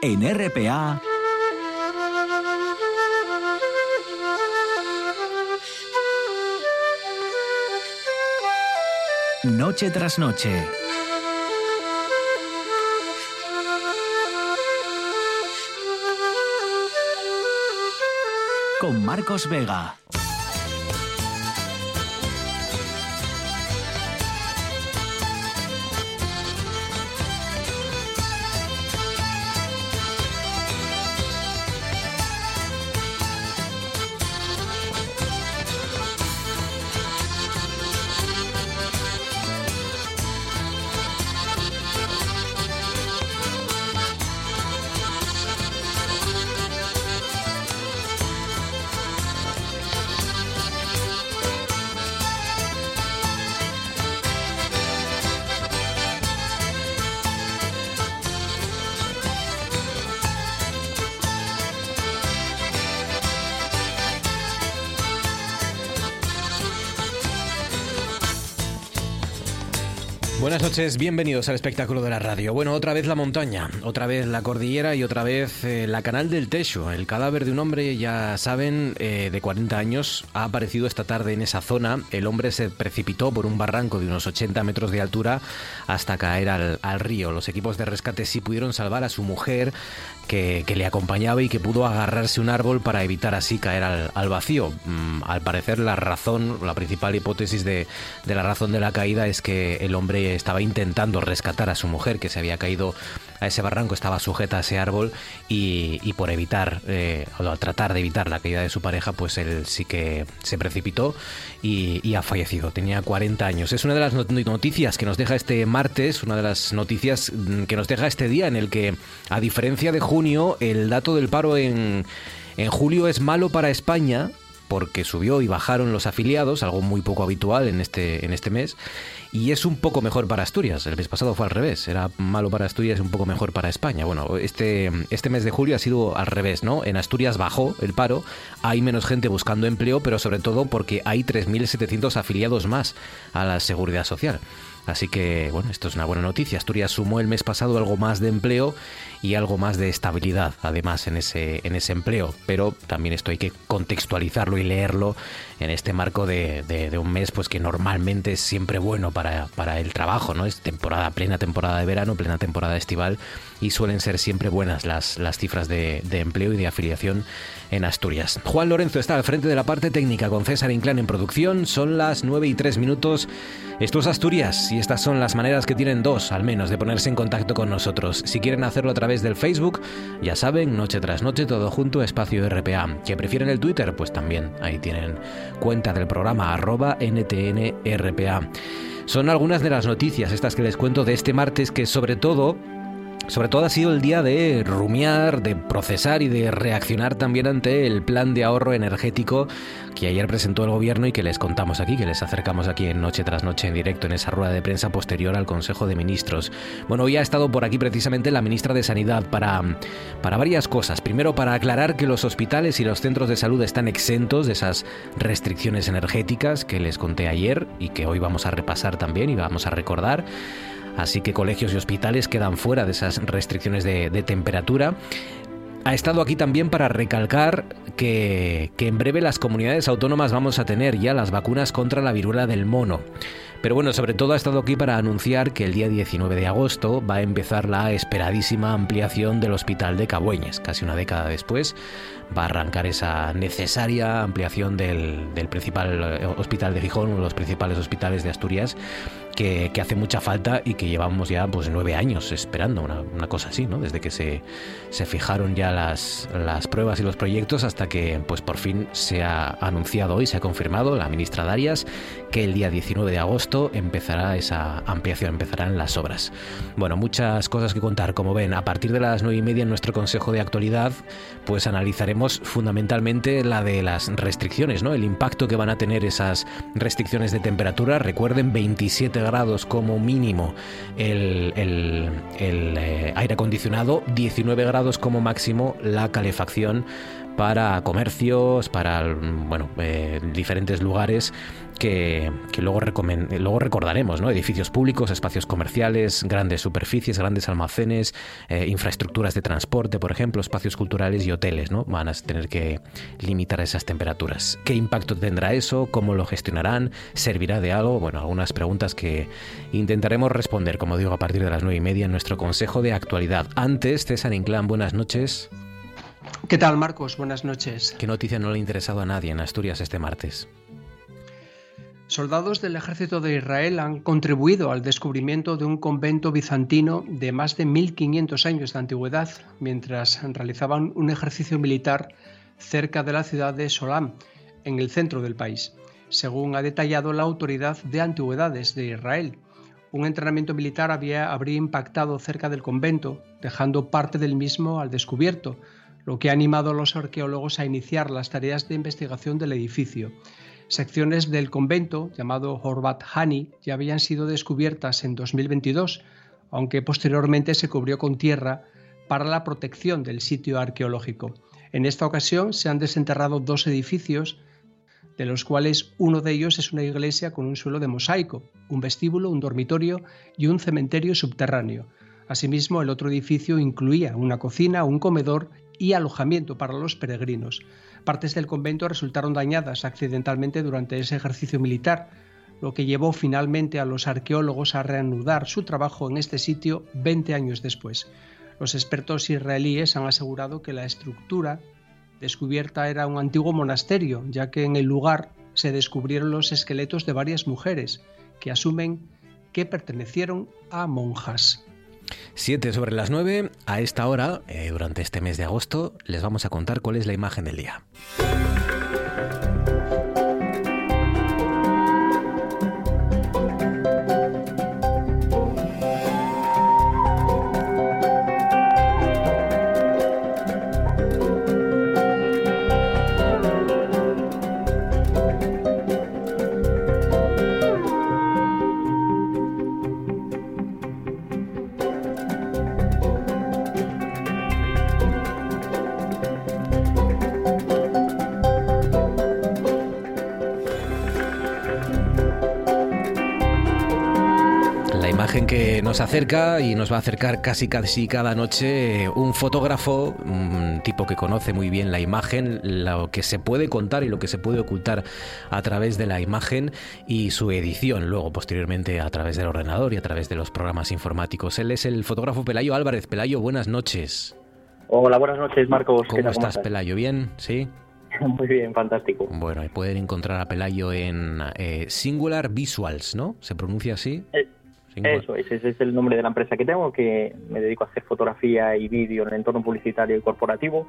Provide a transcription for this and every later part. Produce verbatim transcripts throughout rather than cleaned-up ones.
En R P A... Noche tras noche. Con Marcos Vega. Buenas noches, bienvenidos al espectáculo de la radio. Bueno, otra vez la montaña, otra vez la cordillera y otra vez eh, la Canal del Techo. El cadáver de un hombre, ya saben, eh, de cuarenta años, ha aparecido esta tarde en esa zona. El hombre se precipitó por un barranco de unos ochenta metros de altura hasta caer al, al río. Los equipos de rescate sí pudieron salvar a su mujer, que, que le acompañaba y que pudo agarrarse a un árbol para evitar así caer al, al vacío. Mm, al parecer la razón, la principal hipótesis de, de la razón de la caída es que el hombre estaba intentando rescatar a su mujer, que se había caído a ese barranco, estaba sujeta a ese árbol y, y por evitar, eh, o al tratar de evitar la caída de su pareja, pues él sí que se precipitó y, y ha fallecido. Tenía cuarenta años. Es una de las noticias que nos deja este martes, una de las noticias que nos deja este día en el que, a diferencia de junio, el dato del paro en, en julio es malo para España, porque subió y bajaron los afiliados, algo muy poco habitual en este, en este mes, y es un poco mejor para Asturias. El mes pasado fue al revés, era malo para Asturias y un poco mejor para España. Bueno, este, este mes de julio ha sido al revés, ¿no? En Asturias bajó el paro, hay menos gente buscando empleo, pero sobre todo porque hay tres mil setecientos afiliados más a la Seguridad Social. Así que, bueno, esto es una buena noticia. Asturias sumó el mes pasado algo más de empleo y algo más de estabilidad, además, en ese, en ese empleo. Pero también esto hay que contextualizarlo y leerlo en este marco de, de, de un mes pues que normalmente es siempre bueno para, para el trabajo, ¿no? Es temporada, plena temporada de verano, plena temporada estival, y suelen ser siempre buenas las, las cifras de, de empleo y de afiliación en Asturias. Juan Lorenzo está al frente de la parte técnica con César Inclán en producción. Son las nueve y tres minutos. Esto es Asturias y estas son las maneras que tienen dos, al menos, de ponerse en contacto con nosotros. Si quieren hacerlo a través del Facebook, ya saben, noche tras noche, todo junto, espacio R P A. Que prefieren el Twitter, pues también ahí tienen cuenta del programa, arroba N T N R P A. Son algunas de las noticias estas que les cuento de este martes, que sobre todo... Sobre todo ha sido el día de rumiar, de procesar y de reaccionar también ante el plan de ahorro energético que ayer presentó el gobierno y que les contamos aquí, que les acercamos aquí en Noche tras Noche en directo en esa rueda de prensa posterior al Consejo de Ministros. Bueno, hoy ha estado por aquí precisamente la ministra de Sanidad para, para varias cosas. Primero, para aclarar que los hospitales y los centros de salud están exentos de esas restricciones energéticas que les conté ayer y que hoy vamos a repasar también y vamos a recordar. Así que colegios y hospitales quedan fuera de esas restricciones de, de temperatura. Ha estado aquí también para recalcar que, que en breve las comunidades autónomas vamos a tener ya las vacunas contra la viruela del mono. Pero bueno, sobre todo ha estado aquí para anunciar que el día diecinueve de agosto va a empezar la esperadísima ampliación del Hospital de Cabueñes. Casi una década después va a arrancar esa necesaria ampliación del, del principal hospital de Gijón, uno de los principales hospitales de Asturias, que, que hace mucha falta y que llevamos ya pues nueve años esperando, una, una cosa así, ¿no? Desde que se, se fijaron ya las, las pruebas y los proyectos hasta que pues por fin se ha anunciado hoy, se ha confirmado la ministra Darias que el día diecinueve de agosto empezará esa ampliación, empezarán las obras. Bueno, muchas cosas que contar. Como ven, a partir de las nueve y media en nuestro Consejo de Actualidad, pues analizaremos fundamentalmente la de las restricciones, ¿no? El impacto que van a tener esas restricciones de temperatura. Recuerden, veintisiete grados como mínimo el, el, el eh, aire acondicionado, diecinueve grados como máximo la calefacción para comercios, para bueno, eh, diferentes lugares que, que luego, recomen- luego recordaremos, ¿no? Edificios públicos, espacios comerciales, grandes superficies, grandes almacenes, eh, infraestructuras de transporte, por ejemplo, espacios culturales y hoteles, ¿no? Van a tener que limitar esas temperaturas. ¿Qué impacto tendrá eso? ¿Cómo lo gestionarán? ¿Servirá de algo? Bueno, algunas preguntas que intentaremos responder, como digo, a partir de las nueve y media en nuestro Consejo de Actualidad. Antes, César Inclán, buenas noches. ¿Qué tal, Marcos? Buenas noches. ¿Qué noticia no le ha interesado a nadie en Asturias este martes? Soldados del ejército de Israel han contribuido al descubrimiento de un convento bizantino de más de mil quinientos años de antigüedad, mientras realizaban un ejercicio militar cerca de la ciudad de Solam, en el centro del país, según ha detallado la Autoridad de Antigüedades de Israel. Un entrenamiento militar había, habría impactado cerca del convento, dejando parte del mismo al descubierto, lo que ha animado a los arqueólogos a iniciar las tareas de investigación del edificio. Secciones del convento, llamado Horvat Hani, ya habían sido descubiertas en dos mil veintidós, aunque posteriormente se cubrió con tierra para la protección del sitio arqueológico. En esta ocasión se han desenterrado dos edificios, de los cuales uno de ellos es una iglesia con un suelo de mosaico, un vestíbulo, un dormitorio y un cementerio subterráneo. Asimismo, el otro edificio incluía una cocina, un comedor y alojamiento para los peregrinos. Partes del convento resultaron dañadas accidentalmente durante ese ejercicio militar, lo que llevó finalmente a los arqueólogos a reanudar su trabajo en este sitio veinte años después. Los expertos israelíes han asegurado que la estructura descubierta era un antiguo monasterio, ya que en el lugar se descubrieron los esqueletos de varias mujeres, que asumen que pertenecieron a monjas. Siete sobre las nueve, a esta hora, eh, durante este mes de agosto, les vamos a contar cuál es la imagen del día. Que nos acerca y nos va a acercar casi casi cada noche un fotógrafo, un tipo que conoce muy bien la imagen, lo que se puede contar y lo que se puede ocultar a través de la imagen y su edición luego posteriormente a través del ordenador y a través de los programas informáticos. Él es el fotógrafo Pelayo Álvarez. Pelayo, buenas noches. Hola, buenas noches, Marcos. ¿Cómo estás, estás, Pelayo? ¿Bien? ¿Sí? Muy bien, fantástico. Bueno, pueden encontrar a Pelayo en eh, Singular Visuals, ¿no? ¿Se pronuncia así? Eh. Eso es, ese es el nombre de la empresa que tengo, que me dedico a hacer fotografía y vídeo en el entorno publicitario y corporativo.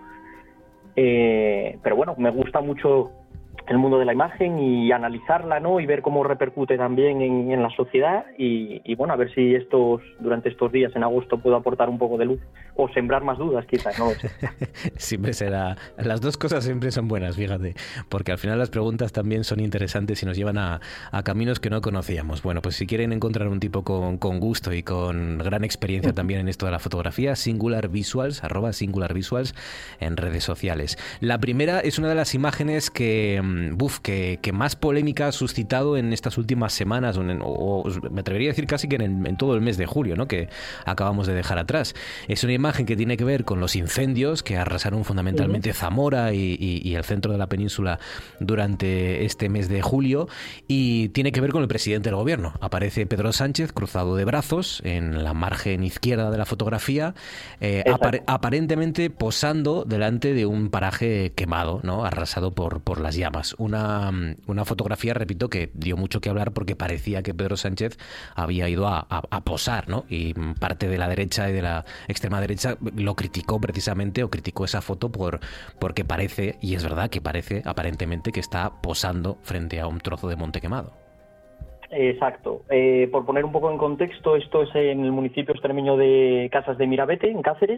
Eh, pero bueno, me gusta mucho el mundo de la imagen y analizarla, ¿no? Y ver cómo repercute también en, en la sociedad y, y bueno, a ver si estos durante estos días en agosto puedo aportar un poco de luz o sembrar más dudas, quizás, no lo sé. Siempre será, las dos cosas siempre son buenas, fíjate, porque al final las preguntas también son interesantes y nos llevan a, a caminos que no conocíamos. Bueno, pues si quieren encontrar un tipo con, con gusto y con gran experiencia también en esto de la fotografía, Singular Visuals, arroba Singular Visuals en redes sociales. La primera es una de las imágenes que Buf, que, que más polémica ha suscitado en estas últimas semanas, o, en, o me atrevería a decir casi que en, en todo el mes de julio, ¿no? Que acabamos de dejar atrás. Es una imagen que tiene que ver con los incendios que arrasaron fundamentalmente uh-huh. Zamora y, y, y el centro de la península durante este mes de julio, y tiene que ver con el presidente del gobierno. Aparece Pedro Sánchez cruzado de brazos en la margen izquierda de la fotografía, eh, apar- aparentemente posando delante de un paraje quemado, ¿no? Arrasado por, por las llamas. Una, una fotografía, repito, que dio mucho que hablar porque parecía que Pedro Sánchez había ido a, a, a posar, ¿no? Y parte de la derecha y de la extrema derecha lo criticó precisamente, o criticó esa foto por porque parece, y es verdad que parece aparentemente que está posando frente a un trozo de monte quemado. Exacto. Eh, por poner un poco en contexto, esto es en el municipio extremeño de Casas de Mirabete, en Cáceres.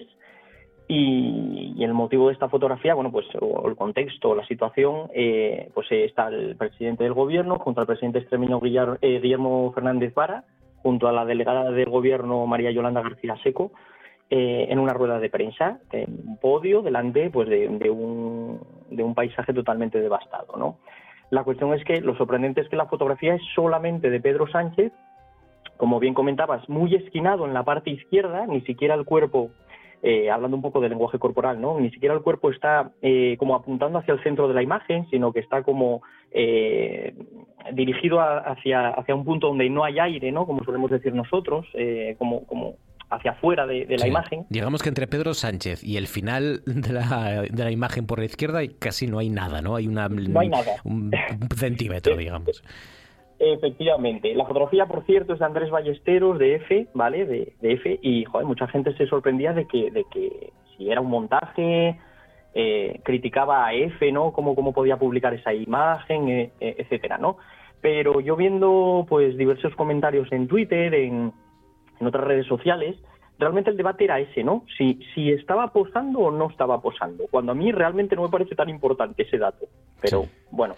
Y, y el motivo de esta fotografía, bueno, pues o el contexto, la situación, eh, pues eh, está el presidente del gobierno junto al presidente extremeño Guillar, eh, Guillermo Fernández Vara, junto a la delegada del gobierno María Yolanda García Seco, eh, en una rueda de prensa, en un podio delante pues de, de, un, de un paisaje totalmente devastado, ¿no? La cuestión es que lo sorprendente es que la fotografía es solamente de Pedro Sánchez, como bien comentabas, muy esquinado en la parte izquierda, ni siquiera el cuerpo, eh, hablando un poco del lenguaje corporal, ¿no? Ni siquiera el cuerpo está eh, como apuntando hacia el centro de la imagen, sino que está como eh, dirigido a, hacia, hacia un punto donde no hay aire, ¿no? Como solemos decir nosotros, eh, como, como hacia afuera de, de la sí. imagen. Digamos que entre Pedro Sánchez y el final de la, de la imagen por la izquierda casi no hay nada, ¿no? Hay una no hay nada. Un, un centímetro, digamos. Efectivamente. La fotografía, por cierto, es de Andrés Ballesteros, de F, ¿vale? De, de F, y joder, mucha gente se sorprendía de que, de que si era un montaje, eh, criticaba a F, ¿no? Cómo, cómo podía publicar esa imagen, eh, eh, etcétera, ¿no? Pero yo viendo, pues, diversos comentarios en Twitter, en, en otras redes sociales, realmente el debate era ese, ¿no? Si, si estaba posando o no estaba posando, cuando a mí realmente no me parece tan importante ese dato. Pero, sí. bueno...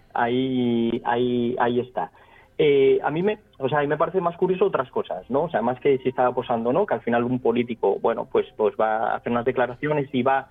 Ahí, ahí, ahí está. Eh, a mí me, o sea, a mí me parece más curioso otras cosas, ¿no? O sea, más que si estaba posando, ¿no? Que al final un político, bueno, pues, pues va a hacer unas declaraciones y va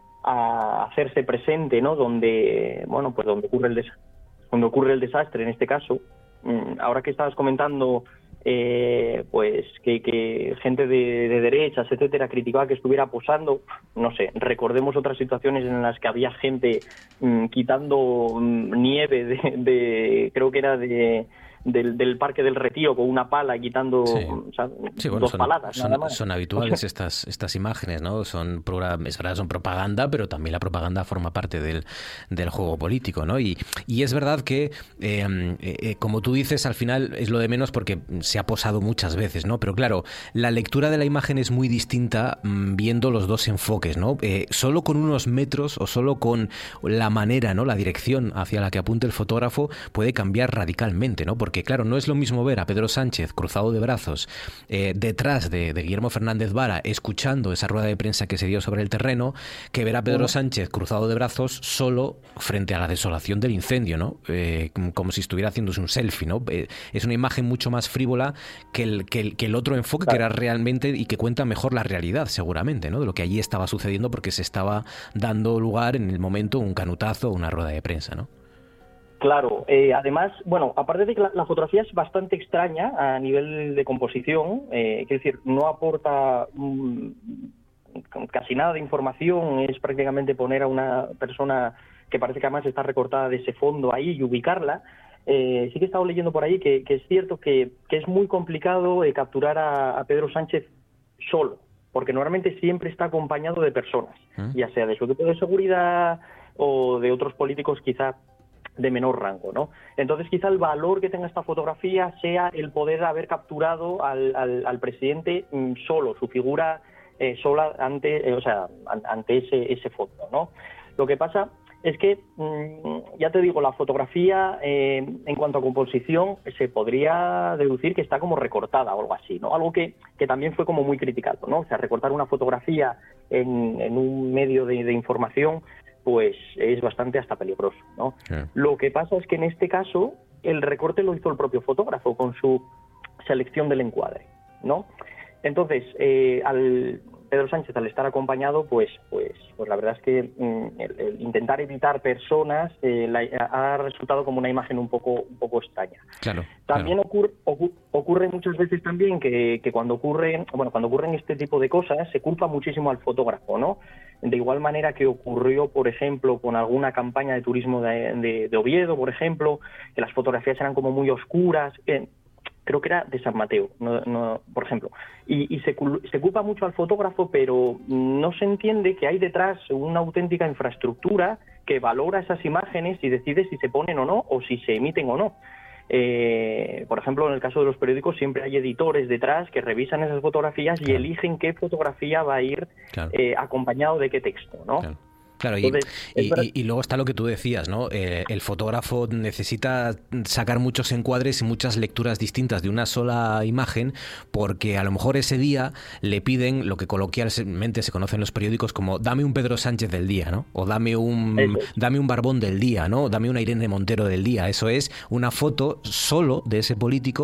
a hacerse presente, ¿no? Donde, bueno, pues donde ocurre el des- donde ocurre el desastre, en este caso. Ahora que estabas comentando, eh, pues que, que gente de, de derechas, etcétera, criticaba que estuviera posando, no sé, recordemos otras situaciones en las que había gente mmm, quitando mmm, nieve de, de, creo que era de del, del Parque del Retiro con una pala quitando sí. o sea, sí, bueno, dos son, paladas. Son, nada más. son habituales estas estas imágenes, ¿no? Son es verdad, son propaganda, pero también la propaganda forma parte del, del juego político, ¿no? Y, y es verdad que, eh, eh, como tú dices, al final es lo de menos porque se ha posado muchas veces, ¿no? Pero claro, la lectura de la imagen es muy distinta mmm, viendo los dos enfoques, ¿no? Eh, solo con unos metros o solo con la manera, ¿no? La dirección hacia la que apunte el fotógrafo puede cambiar radicalmente, ¿no? Porque, claro, no es lo mismo ver a Pedro Sánchez cruzado de brazos eh, detrás de, de Guillermo Fernández Vara escuchando esa rueda de prensa que se dio sobre el terreno que ver a Pedro Sánchez cruzado de brazos solo frente a la desolación del incendio, ¿no? Eh, como si estuviera haciéndose un selfie, ¿no? Eh, es una imagen mucho más frívola que el, que el, que el otro enfoque, claro, que era realmente y que cuenta mejor la realidad, seguramente, ¿no? De lo que allí estaba sucediendo porque se estaba dando lugar en el momento un canutazo o una rueda de prensa, ¿no? Claro, eh, además, bueno, aparte de que la, la fotografía es bastante extraña a nivel de composición, eh, quiero decir, no aporta mmm, casi nada de información, es prácticamente poner a una persona que parece que además está recortada de ese fondo ahí y ubicarla. Eh, sí que he estado leyendo por ahí que, que es cierto que, que es muy complicado eh, capturar a, a Pedro Sánchez solo, porque normalmente siempre está acompañado de personas, ¿eh? Ya sea de su equipo de seguridad o de otros políticos quizá de menor rango, ¿no? Entonces quizá el valor que tenga esta fotografía sea el poder haber capturado al, al, al presidente mmm, solo, su figura eh, sola ante, eh, o sea, ante ese, ese fondo, ¿no? Lo que pasa es que, mmm, ya te digo, la fotografía eh, en cuanto a composición se podría deducir que está como recortada o algo así, ¿no? Algo que, que también fue como muy criticado, ¿no? O sea, recortar una fotografía en, en un medio de, de información pues es bastante hasta peligroso, ¿no? Sí. Lo que pasa es que en este caso el recorte lo hizo el propio fotógrafo con su selección del encuadre, ¿no? Entonces, eh, al Pedro Sánchez, al estar acompañado, pues pues pues la verdad es que mm, el, el intentar evitar personas eh, la, ha resultado como una imagen un poco un poco extraña. Claro, también claro. Ocurre, ocurre, ocurre muchas veces también que, que cuando ocurren bueno cuando ocurren este tipo de cosas se culpa muchísimo al fotógrafo, ¿no? De igual manera que ocurrió, por ejemplo, con alguna campaña de turismo de, de, de Oviedo, por ejemplo, que las fotografías eran como muy oscuras. Eh, creo que era de San Mateo, no, no, por ejemplo, y, y se, se culpa mucho al fotógrafo, pero no se entiende que hay detrás una auténtica infraestructura que valora esas imágenes y decide si se ponen o no, o si se emiten o no. Eh, por ejemplo, en el caso de los periódicos siempre hay editores detrás que revisan esas fotografías y claro. eligen qué fotografía va a ir claro. eh, acompañado de qué texto, ¿no? Claro. Claro, y, Entonces, y, para... y, y luego está lo que tú decías, ¿no? Eh, el fotógrafo necesita sacar muchos encuadres y muchas lecturas distintas de una sola imagen porque a lo mejor ese día le piden lo que coloquialmente se conoce en los periódicos como dame un Pedro Sánchez del día, ¿no? O dame un, dame un Barbón del día, ¿no? Dame una Irene Montero del día. Eso es una foto solo de ese político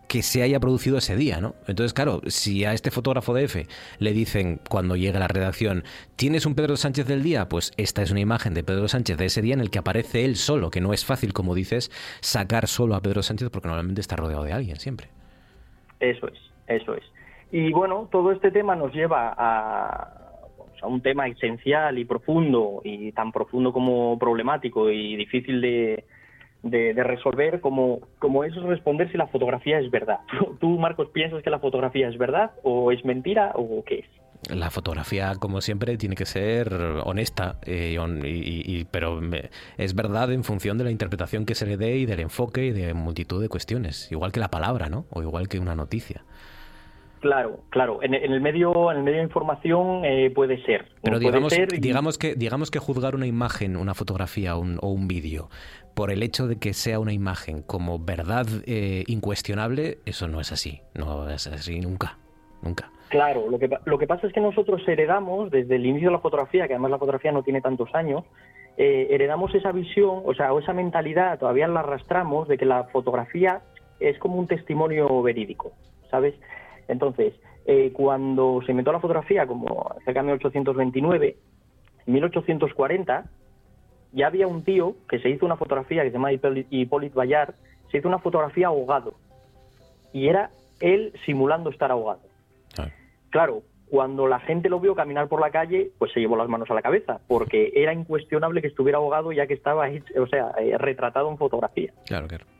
que se haya producido ese día, ¿no? Entonces, claro, si a este fotógrafo de F le dicen cuando llega a la redacción, ¿tienes un Pedro Sánchez del día? Pues esta es una imagen de Pedro Sánchez de ese día en el que aparece él solo, que no es fácil, como dices, sacar solo a Pedro Sánchez porque normalmente está rodeado de alguien siempre. Eso es, eso es. Y bueno, todo este tema nos lleva a, a un tema esencial y profundo, y tan profundo como problemático y difícil de... De, de resolver, como, como es responder si la fotografía es verdad. ¿Tú, Marcos, piensas que la fotografía es verdad o es mentira o qué es? La fotografía, como siempre, tiene que ser honesta, eh, y, y, pero es verdad en función de la interpretación que se le dé y del enfoque y de multitud de cuestiones, igual que la palabra, ¿no? O igual que una noticia. Claro, claro. En, en el medio, en el medio de información eh, puede ser. Pero puede digamos, ser y... digamos que, digamos que juzgar una imagen, una fotografía un, o un vídeo por el hecho de que sea una imagen como verdad eh, incuestionable, eso no es así. No es así nunca, nunca. Claro. Lo que lo que pasa es que nosotros heredamos desde el inicio de la fotografía, que además la fotografía no tiene tantos años, eh, heredamos esa visión, o sea, o esa mentalidad, todavía la arrastramos de que la fotografía es como un testimonio verídico, ¿sabes? Entonces, eh, cuando se inventó la fotografía, como cerca de mil ochocientos veintinueve, en mil ochocientos cuarenta, ya había un tío que se hizo una fotografía que se llama Hippolyte Bayard, se hizo una fotografía ahogado. Y era él simulando estar ahogado. Ah. Claro, cuando la gente lo vio caminar por la calle, pues se llevó las manos a la cabeza, porque era incuestionable que estuviera ahogado ya que estaba hecho, o sea, eh, retratado en fotografía. Claro, claro.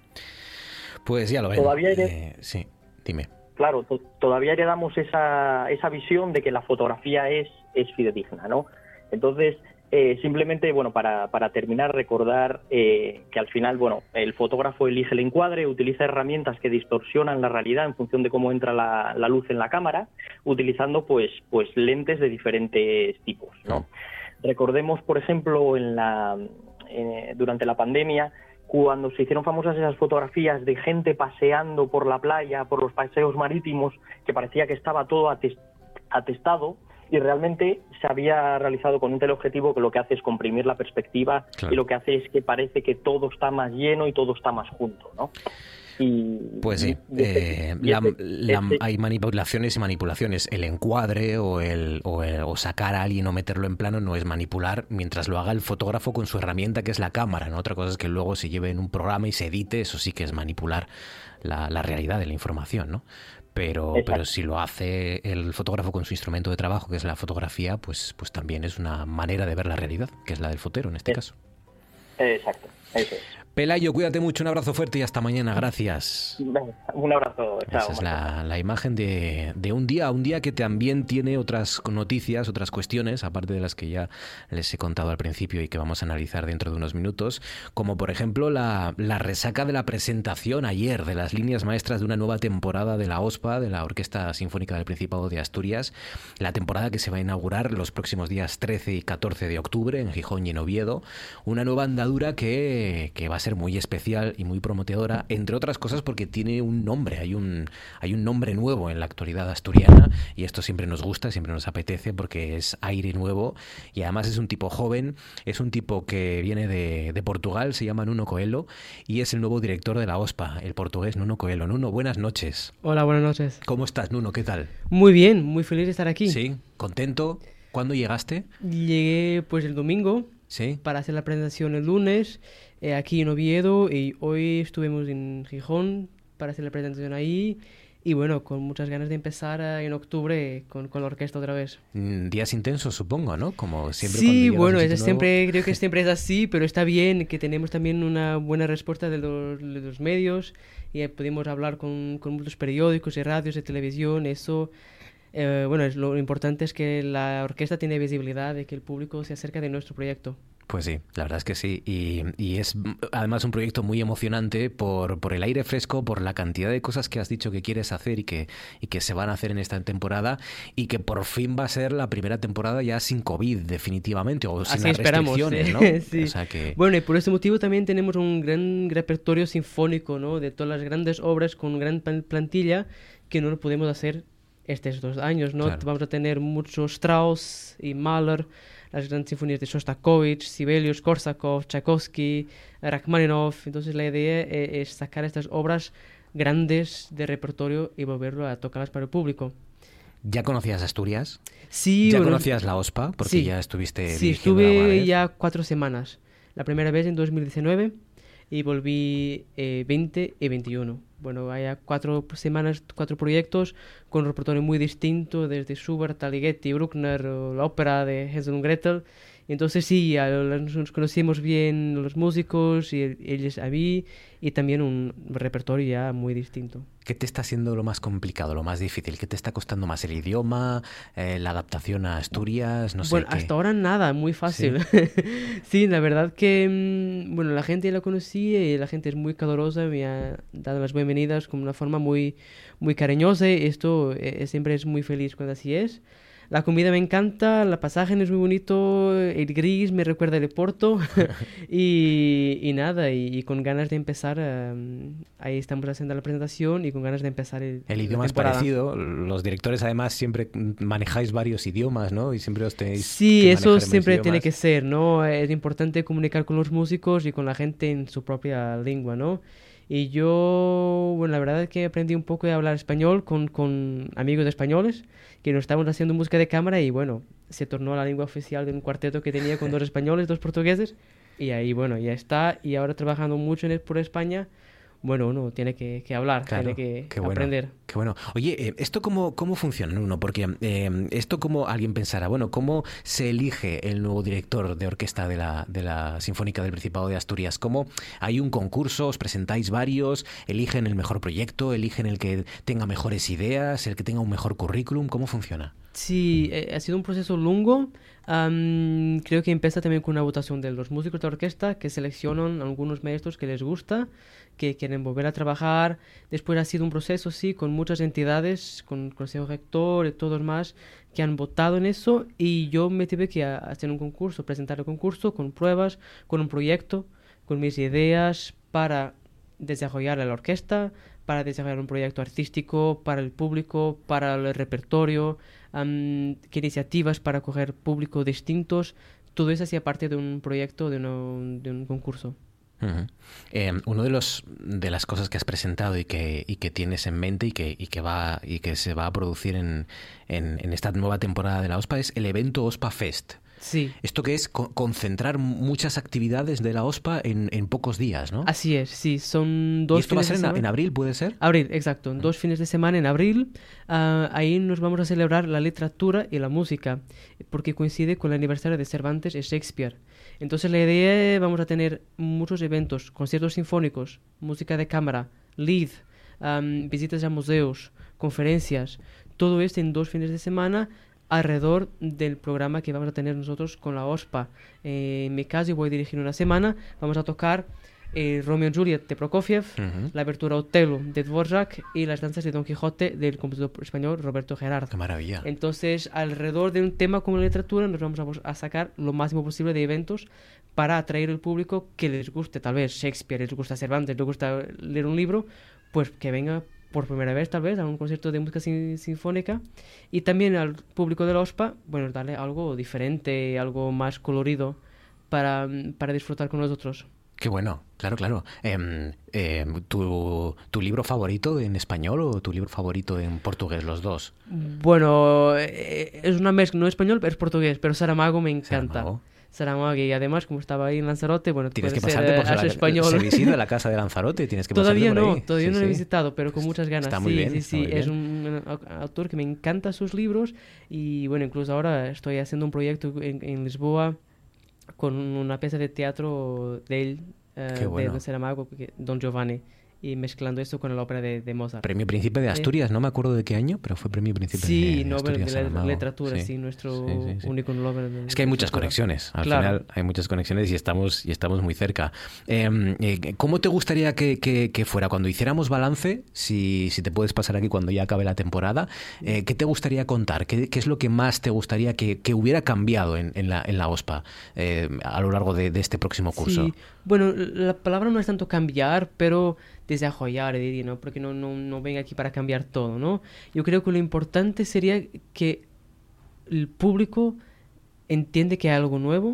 Pues ya lo ven. Todavía eres... eh, sí, dime. Claro, to- todavía heredamos esa, esa visión de que la fotografía es, es fidedigna, ¿no? Entonces, eh, simplemente, bueno, para, para terminar, recordar eh, que al final, bueno, el fotógrafo elige el encuadre, utiliza herramientas que distorsionan la realidad en función de cómo entra la, la luz en la cámara, utilizando, pues, pues lentes de diferentes tipos, ¿no? Recordemos, por ejemplo, en la, eh, durante la pandemia, cuando se hicieron famosas esas fotografías de gente paseando por la playa, por los paseos marítimos, que parecía que estaba todo atestado, y realmente se había realizado con un teleobjetivo que lo que hace es comprimir la perspectiva, claro. Y lo que hace es que parece que todo está más lleno y todo está más junto, ¿no? Y, pues sí, y este, eh, y la, este, la, este... hay manipulaciones y manipulaciones. El encuadre o, el, o, el, o sacar a alguien o meterlo en plano no es manipular mientras lo haga el fotógrafo con su herramienta que es la cámara, ¿no? Otra cosa es que luego se lleve en un programa y se edite, eso sí que es manipular la, la realidad de la información, ¿no? Pero, pero si lo hace el fotógrafo con su instrumento de trabajo, que es la fotografía, pues, pues también es una manera de ver la realidad, que es la del fotero en este es, caso. Exacto, eso es. Pelayo, cuídate mucho, un abrazo fuerte y hasta mañana, gracias. Un abrazo, chao. Esa es la, la imagen de, de un día, un día que también tiene otras noticias, otras cuestiones, aparte de las que ya les he contado al principio y que vamos a analizar dentro de unos minutos, como por ejemplo la, la resaca de la presentación ayer de las líneas maestras de una nueva temporada de la OSPA, de la Orquesta Sinfónica del Principado de Asturias, la temporada que se va a inaugurar los próximos días trece y catorce de octubre en Gijón y en Oviedo, una nueva andadura que, que va a ser muy especial y muy prometedora, entre otras cosas porque tiene un nombre, hay un, hay un nombre nuevo en la actualidad asturiana y esto siempre nos gusta, siempre nos apetece porque es aire nuevo y además es un tipo joven, es un tipo que viene de, de Portugal, se llama Nuno Coelho y es el nuevo director de la OSPA, el portugués Nuno Coelho. Nuno, buenas noches. Hola, buenas noches. ¿Cómo estás, Nuno? ¿Qué tal? Muy bien, muy feliz de estar aquí. Sí, ¿contento? ¿Cuándo llegaste? Llegué pues el domingo. ¿Sí? Para hacer la presentación el lunes, eh, aquí en Oviedo, y hoy estuvimos en Gijón para hacer la presentación ahí, y bueno, con muchas ganas de empezar uh, en octubre con, con la orquesta otra vez. Días intensos, supongo, ¿no? Como siempre. Sí, bueno, es siempre, creo que siempre es así, pero está bien que tenemos también una buena respuesta de los, de los medios, y eh, pudimos hablar con, con muchos periódicos y radios y televisión, eso... Eh, bueno, es lo importante es que la orquesta tiene visibilidad y que el público se acerca de nuestro proyecto. Pues sí, la verdad es que sí. Y, y es además un proyecto muy emocionante por, por el aire fresco, por la cantidad de cosas que has dicho que quieres hacer y que, y que se van a hacer en esta temporada y que por fin va a ser la primera temporada ya sin COVID, definitivamente, o sin Así las esperamos, restricciones, sí. ¿no? Sí. O sea que... Bueno, y por ese motivo también tenemos un gran repertorio sinfónico, ¿no? De todas las grandes obras con gran plantilla que no lo podemos hacer estos dos años, ¿no? Claro. Vamos a tener muchos Strauss y Mahler, las grandes sinfonías de Shostakovich, Sibelius, Korsakov, Tchaikovsky, Rachmaninoff. Entonces la idea es sacar estas obras grandes de repertorio y volverlo a tocarlas para el público. ¿Ya conocías Asturias? Sí. ¿Ya bueno, conocías la OSPA? Porque sí, ya estuviste sí, dirigiendo alguna estuve vez. ya cuatro semanas. La primera vez en dos mil diecinueve y volví eh, veinte y veintiuno. Bueno, hay cuatro semanas, cuatro proyectos con un repertorio muy distinto, desde Schubert, Ligeti, Bruckner, o la ópera de Hansel und Gretel. Entonces sí, a- nos conocimos bien los músicos y el- ellos a mí, y también un repertorio ya muy distinto. ¿Qué te está siendo lo más complicado, lo más difícil? ¿Qué te está costando más? ¿El idioma? Eh, ¿La adaptación a Asturias? No sé Bueno, qué. hasta ahora nada, muy fácil. Sí, la verdad que, mm, bueno, la gente ya la conocí y la gente es muy calurosa, me ha dado las bienvenidas con una forma muy, muy cariñosa, y esto eh, siempre es muy feliz cuando así es. La comida me encanta, el pasaje es muy bonito, el gris me recuerda el Porto y, y nada, y, y con ganas de empezar, eh, ahí estamos haciendo la presentación y con ganas de empezar el, El la idioma es temporada. parecido. Los directores además siempre manejáis varios idiomas, ¿no? Y siempre os tenéis Sí, que eso manejar en varios siempre tiene idiomas. que ser, ¿no? Es importante comunicar con los músicos y con la gente en su propia lengua, ¿no? Y yo, bueno, la verdad es que aprendí un poco de hablar español con, con amigos españoles, que nos estábamos haciendo música de cámara y, bueno, se tornó la lengua oficial de un cuarteto que tenía con dos españoles, dos portugueses, y ahí, bueno, ya está. Y ahora trabajando mucho en, por España, bueno, uno tiene que, que hablar, Claro, tiene que qué bueno, aprender. qué bueno. Oye, eh, ¿esto cómo, cómo funciona, Nuno? Porque eh, esto como alguien pensará, bueno, ¿cómo se elige el nuevo director de orquesta de la, de la Sinfónica del Principado de Asturias? ¿Cómo hay un concurso, os presentáis varios, eligen el mejor proyecto, eligen el que tenga mejores ideas, el que tenga un mejor currículum? ¿Cómo funciona? Sí, eh, ha sido un proceso largo. Am, creo que empieza también con una votación de los músicos de orquesta que seleccionan algunos maestros que les gusta, que quieren volver a trabajar. Después ha sido un proceso, sí, con muchas entidades, con consejo rector y todos más que han votado en eso, y yo me tuve que a- hacer un concurso, presentar el concurso con pruebas, con un proyecto, con mis ideas para desarrollar la orquesta, para desarrollar un proyecto artístico para el público, para el repertorio, am, qué iniciativas para coger públicos distintos. Todo eso hacía parte de un proyecto, de, uno- de un concurso. Ujú. Eh, uno de los de las cosas que has presentado y que, y que tienes en mente y que, y que va y que se va a producir en, en, en esta nueva temporada de la OSPA es el evento OSPA Fest. Sí, Esto que es co- concentrar muchas actividades de la OSPA en, en pocos días, ¿no? así es, sí, son ¿Y dos esto va a fines ser de en, a- semana. en abril, puede ser? Abril, exacto. Dos fines de semana en abril. Ah, ahí nos vamos a celebrar la literatura y la música, porque coincide con el aniversario de Cervantes y Shakespeare. Entonces la idea es, vamos a tener muchos eventos, conciertos sinfónicos, música de cámara, lead, am, visitas a museos, conferencias, todo esto en dos fines de semana alrededor del programa que vamos a tener nosotros con la OSPA. Eh, en mi caso, yo voy a dirigir una semana, vamos a tocar eh, Romeo y Juliet de Prokofiev, Ujú. la abertura Otelo de Dvorak y las danzas de Don Quijote del compositor español Roberto Gerard. ¡Qué maravilla! Entonces, alrededor de un tema como la literatura, nos vamos a, bus- a sacar lo máximo posible de eventos para atraer al público que les guste, tal vez Shakespeare, les gusta Cervantes, les gusta leer un libro, pues que venga por primera vez, tal vez, a un concierto de música sin- sinfónica. Y también al público de la OSPA, bueno, darle algo diferente, algo más colorido para, para disfrutar con nosotros. ¡Qué bueno! Claro, claro. Em, em, ¿tu, ¿Tu libro favorito en español o tu libro favorito en portugués? Los dos. Bueno, eh, es una mezcla, no español, pero es portugués, pero Saramago me encanta. Saramago. Saramago, y además, como estaba ahí en Lanzarote, bueno, Tienes que puede ser, pasarte por eh, la, hace español. se visita la casa de Lanzarote, tienes que Todavía pasarte por no, ahí. todavía Sí, no lo he sí. visitado, pero con muchas ganas. Está muy sí, bien, sí, está sí, muy es bien. un, un autor que me encanta sus libros, y bueno, incluso ahora estoy haciendo un proyecto en, en Lisboa con una pieza de teatro de él, eh, Qué bueno. de Saramago, que- Don Giovanni, y mezclando esto con la ópera de, de Mozart. Premio Príncipe de Asturias, no me acuerdo de qué año, pero fue Premio Príncipe de, Sí, de Nobel Asturias. de la Saramago. literatura, sí, nuestro Sí, sí, sí. único Nobel de Es que hay muchas literatura. conexiones, al Claro. final hay muchas conexiones y estamos, y estamos muy cerca. Eh, eh, ¿Cómo te gustaría que, que- que fuera cuando hiciéramos balance, si, si te puedes pasar aquí cuando ya acabe la temporada, eh, qué te gustaría contar? ¿Qué, qué es lo que más te gustaría que, que hubiera cambiado en, en la, en la OSPA eh, a lo largo de, de este próximo curso? Sí, bueno, la palabra no es tanto cambiar, pero desarrollar, diría, ¿no? Porque no, no, no venga aquí para cambiar todo, ¿no? Yo creo que lo importante sería que el público entiende que hay algo nuevo,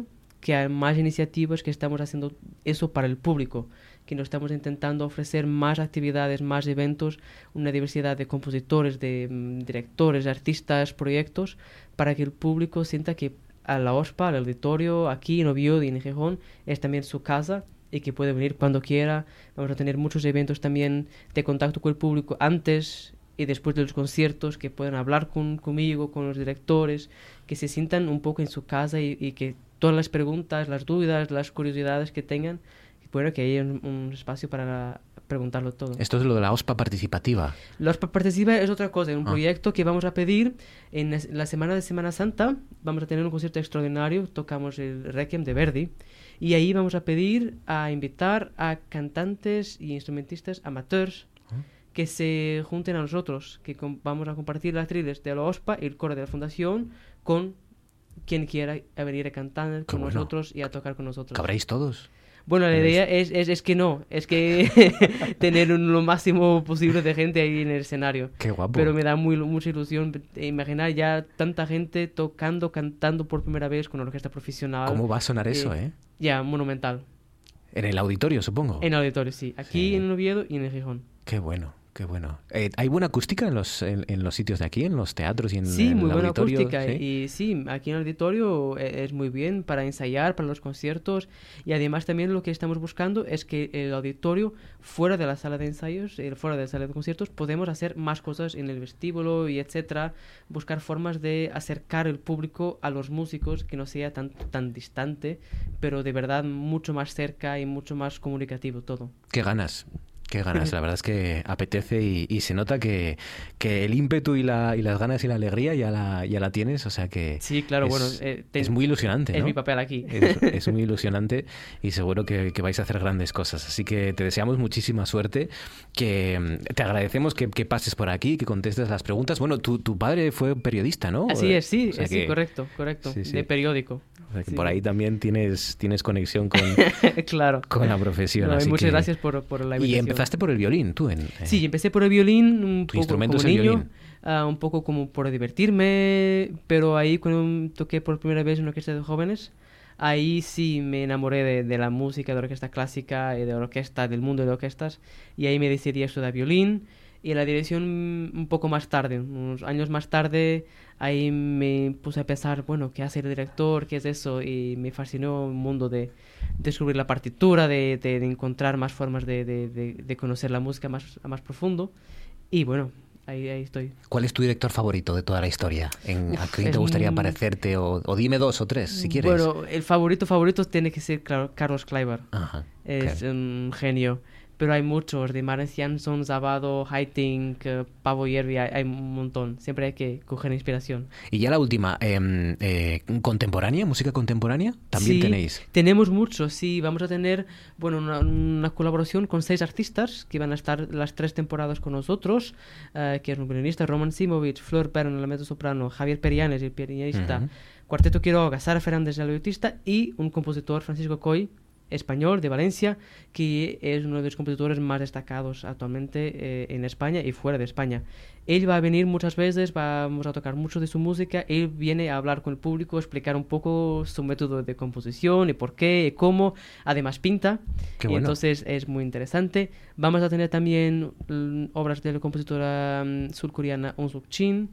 que hay más iniciativas que estamos haciendo eso para el público, que nos estamos intentando ofrecer más actividades, más eventos, una diversidad de compositores, de mm, directores, artistas, proyectos, para que el público sienta que a la OSPA, al auditorio, aquí en Oviedo y en Gijón, es también su casa y que puede venir cuando quiera. Vamos a tener muchos eventos también de contacto con el público antes y después de los conciertos, que puedan hablar con, conmigo, con los directores, que se sientan un poco en su casa y, y que todas las preguntas, las dudas, las curiosidades que tengan, bueno, que haya un, un espacio para preguntarlo todo. Esto es lo de la OSPA participativa. La OSPA participativa es otra cosa, es un ah. proyecto que vamos a pedir en la semana de Semana Santa. Vamos a tener un concierto extraordinario, tocamos el Requiem de Verdi, y ahí vamos a pedir a invitar a cantantes y instrumentistas amateurs ah. que se junten a nosotros, que com- vamos a compartir las triles de la OSPA y el coro de la Fundación con quien quiera a venir a cantar con bueno. nosotros y a tocar con nosotros. ¿Cabréis todos? Bueno, la idea es, es, es que no, es que tener un, lo máximo posible de gente ahí en el escenario. Qué guapo. Pero me da muy, mucha ilusión imaginar ya tanta gente tocando, cantando por primera vez con orquesta profesional. ¿Cómo va a sonar eso, eh? Ya, monumental. En el auditorio, supongo. En el auditorio, sí. Aquí sí. en Oviedo y en el Gijón. Qué bueno. Qué bueno. Eh, ¿Hay buena acústica en los, en, en los sitios de aquí, en los teatros y en, sí, en muy el buena auditorio? acústica. ¿Sí? Y sí, aquí en el auditorio es muy bien para ensayar, para los conciertos. Y además también lo que estamos buscando es que el auditorio, fuera de la sala de ensayos, fuera de la sala de conciertos, podemos hacer más cosas en el vestíbulo y etcétera. Buscar formas de acercar el público a los músicos, que no sea tan, tan distante, pero de verdad mucho más cerca y mucho más comunicativo todo. Qué ganas. Qué ganas, la verdad es que apetece y, y se nota que, que el ímpetu y, la, y las ganas y la alegría ya la, ya la tienes, o sea que sí, claro, es, bueno, eh, te, es muy ilusionante, ¿no? Es mi papel aquí. Es, es muy ilusionante y seguro que, que vais a hacer grandes cosas, así que te deseamos muchísima suerte, que te agradecemos que, que pases por aquí, que contestes las preguntas. Bueno, tu, tu padre fue periodista, ¿no? Así es, sí, o sea sí, que, correcto, correcto, sí, sí. de periódico. O sea que sí. por ahí también tienes, tienes conexión con, claro. con la profesión. No, así muchas que... gracias por, por la invitación. Y empezaste por el violín, tú. En, eh... Sí, empecé por el violín un ¿Tu poco instrumento como es el niño, violín? Uh, un poco como por divertirme, pero ahí cuando toqué por primera vez en una orquesta de jóvenes, ahí sí me enamoré de, de la música, de la orquesta clásica y de la orquesta, del mundo de orquestas, y ahí me decidí a estudiar violín. Y la dirección un poco más tarde, unos años más tarde, ahí me puse a pensar, bueno, ¿qué hace el director? ¿Qué es eso? Y me fascinó el mundo de descubrir la partitura, de, de, de encontrar más formas de, de, de, de conocer la música más, más profundo. Y bueno, ahí, ahí estoy. ¿Cuál es tu director favorito de toda la historia? ¿En, Uf, ¿A quién te gustaría un... parecerte? O, o dime dos o tres, si quieres. Bueno, el favorito favorito tiene que ser, claro, Carlos Kleiber. Ajá, es claro. un genio. Pero hay muchos, de Marenz Jansson, Zabado, Haitink, uh, Pavo Yervi, hay, hay un montón. Siempre hay que coger inspiración. Y ya la última, eh, eh, ¿contemporánea? ¿Música contemporánea? ¿También sí, tenéis? Tenemos muchos, sí. Vamos a tener bueno una, una colaboración con seis artistas que van a estar las tres temporadas con nosotros, uh, que es un violinista, Roman Simovic, Flor Perro en el mezzo soprano, Javier Perianes, el pianista, uh-huh. Cuarteto Quiroga, Sara Fernández, el autista, y un compositor, Francisco Coy, español de Valencia, que es uno de los compositores más destacados actualmente eh, en España y fuera de España. Él va a venir muchas veces, vamos a tocar mucho de su música, él viene a hablar con el público, explicar un poco su método de composición y por qué y cómo, además pinta. Qué bueno. Entonces es muy interesante. Vamos a tener también um, obras de la compositora um, surcoreana Eun Suk Chin,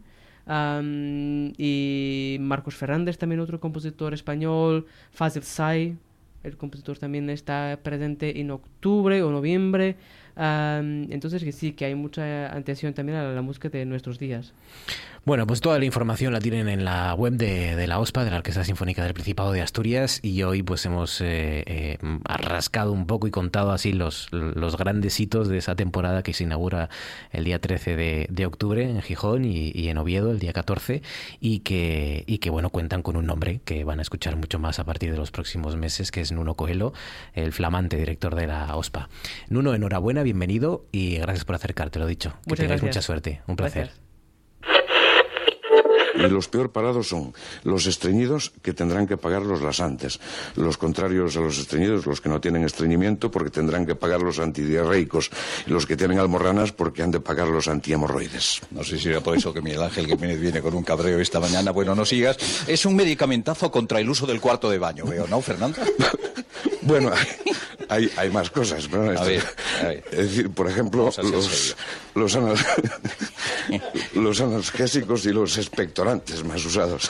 um, y Marcos Fernández, también otro compositor español, Fazil Say. El compositor también está presente en octubre o noviembre. Um, entonces que sí, que hay mucha atención también a la música de nuestros días. Bueno, pues toda la información la tienen en la web de, de la OSPA, de la Orquesta Sinfónica del Principado de Asturias, y hoy pues hemos eh, eh, rascado un poco y contado así los, los grandes hitos de esa temporada que se inaugura el día trece de, de octubre en Gijón y, y en Oviedo el día catorce, y que, y que bueno, cuentan con un nombre que van a escuchar mucho más a partir de los próximos meses, que es Nuno Coelho, el flamante director de la OSPA. Nuno, enhorabuena, bienvenido y gracias por acercarte, lo dicho. Que Muchas tengáis gracias. mucha suerte. Un placer. Gracias. Y los peor parados son los estreñidos, que tendrán que pagar los laxantes. Los contrarios a los estreñidos, los que no tienen estreñimiento, porque tendrán que pagar los antidiarreicos. Y los que tienen almorranas, porque han de pagar los antihemorroides. No sé si era por eso que Miguel Ángel Jiménez viene con un cabreo esta mañana. Bueno, no sigas. Es un medicamentazo contra el uso del cuarto de baño, veo, ¿no, Fernando? Bueno, hay, hay más cosas, ¿no? A ver, a ver. Es decir, por ejemplo, los, los, anal... los analgésicos y los expectorantes más usados.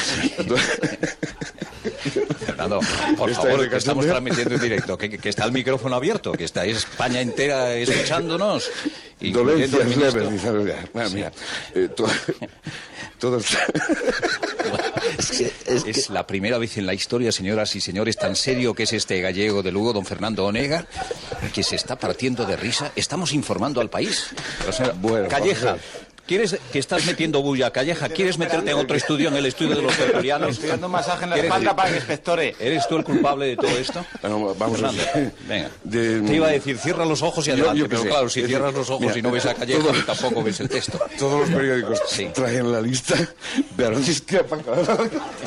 Fernando, por favor, que estamos transmitiendo en directo, que, que está el micrófono abierto, que está España entera escuchándonos. Dolencias leves, dice. Bueno, mira, eh, to... todos... Es, que, es, que... es la primera vez en la historia, señoras y señores, tan serio que es este gallego de Lugo, don Fernando Onega, que se está partiendo de risa. Estamos informando al país. O sea, bueno, Calleja, ¿quieres que estás metiendo bulla, Calleja? ¿Quieres meterte en otro estudio, en el estudio de los tertulianos? Estoy dando un masaje en la espalda para que inspectore. ¿Eres tú el culpable de todo esto? Bueno, vamos Fernando, a ver. Venga. De... Te iba a decir, cierra los ojos y adelante, yo, yo pero sé. Claro, si es cierras los ojos mira, y no ves a Calleja, todo... tampoco ves el texto. Todos los periódicos sí. traen la lista de artistas para cada...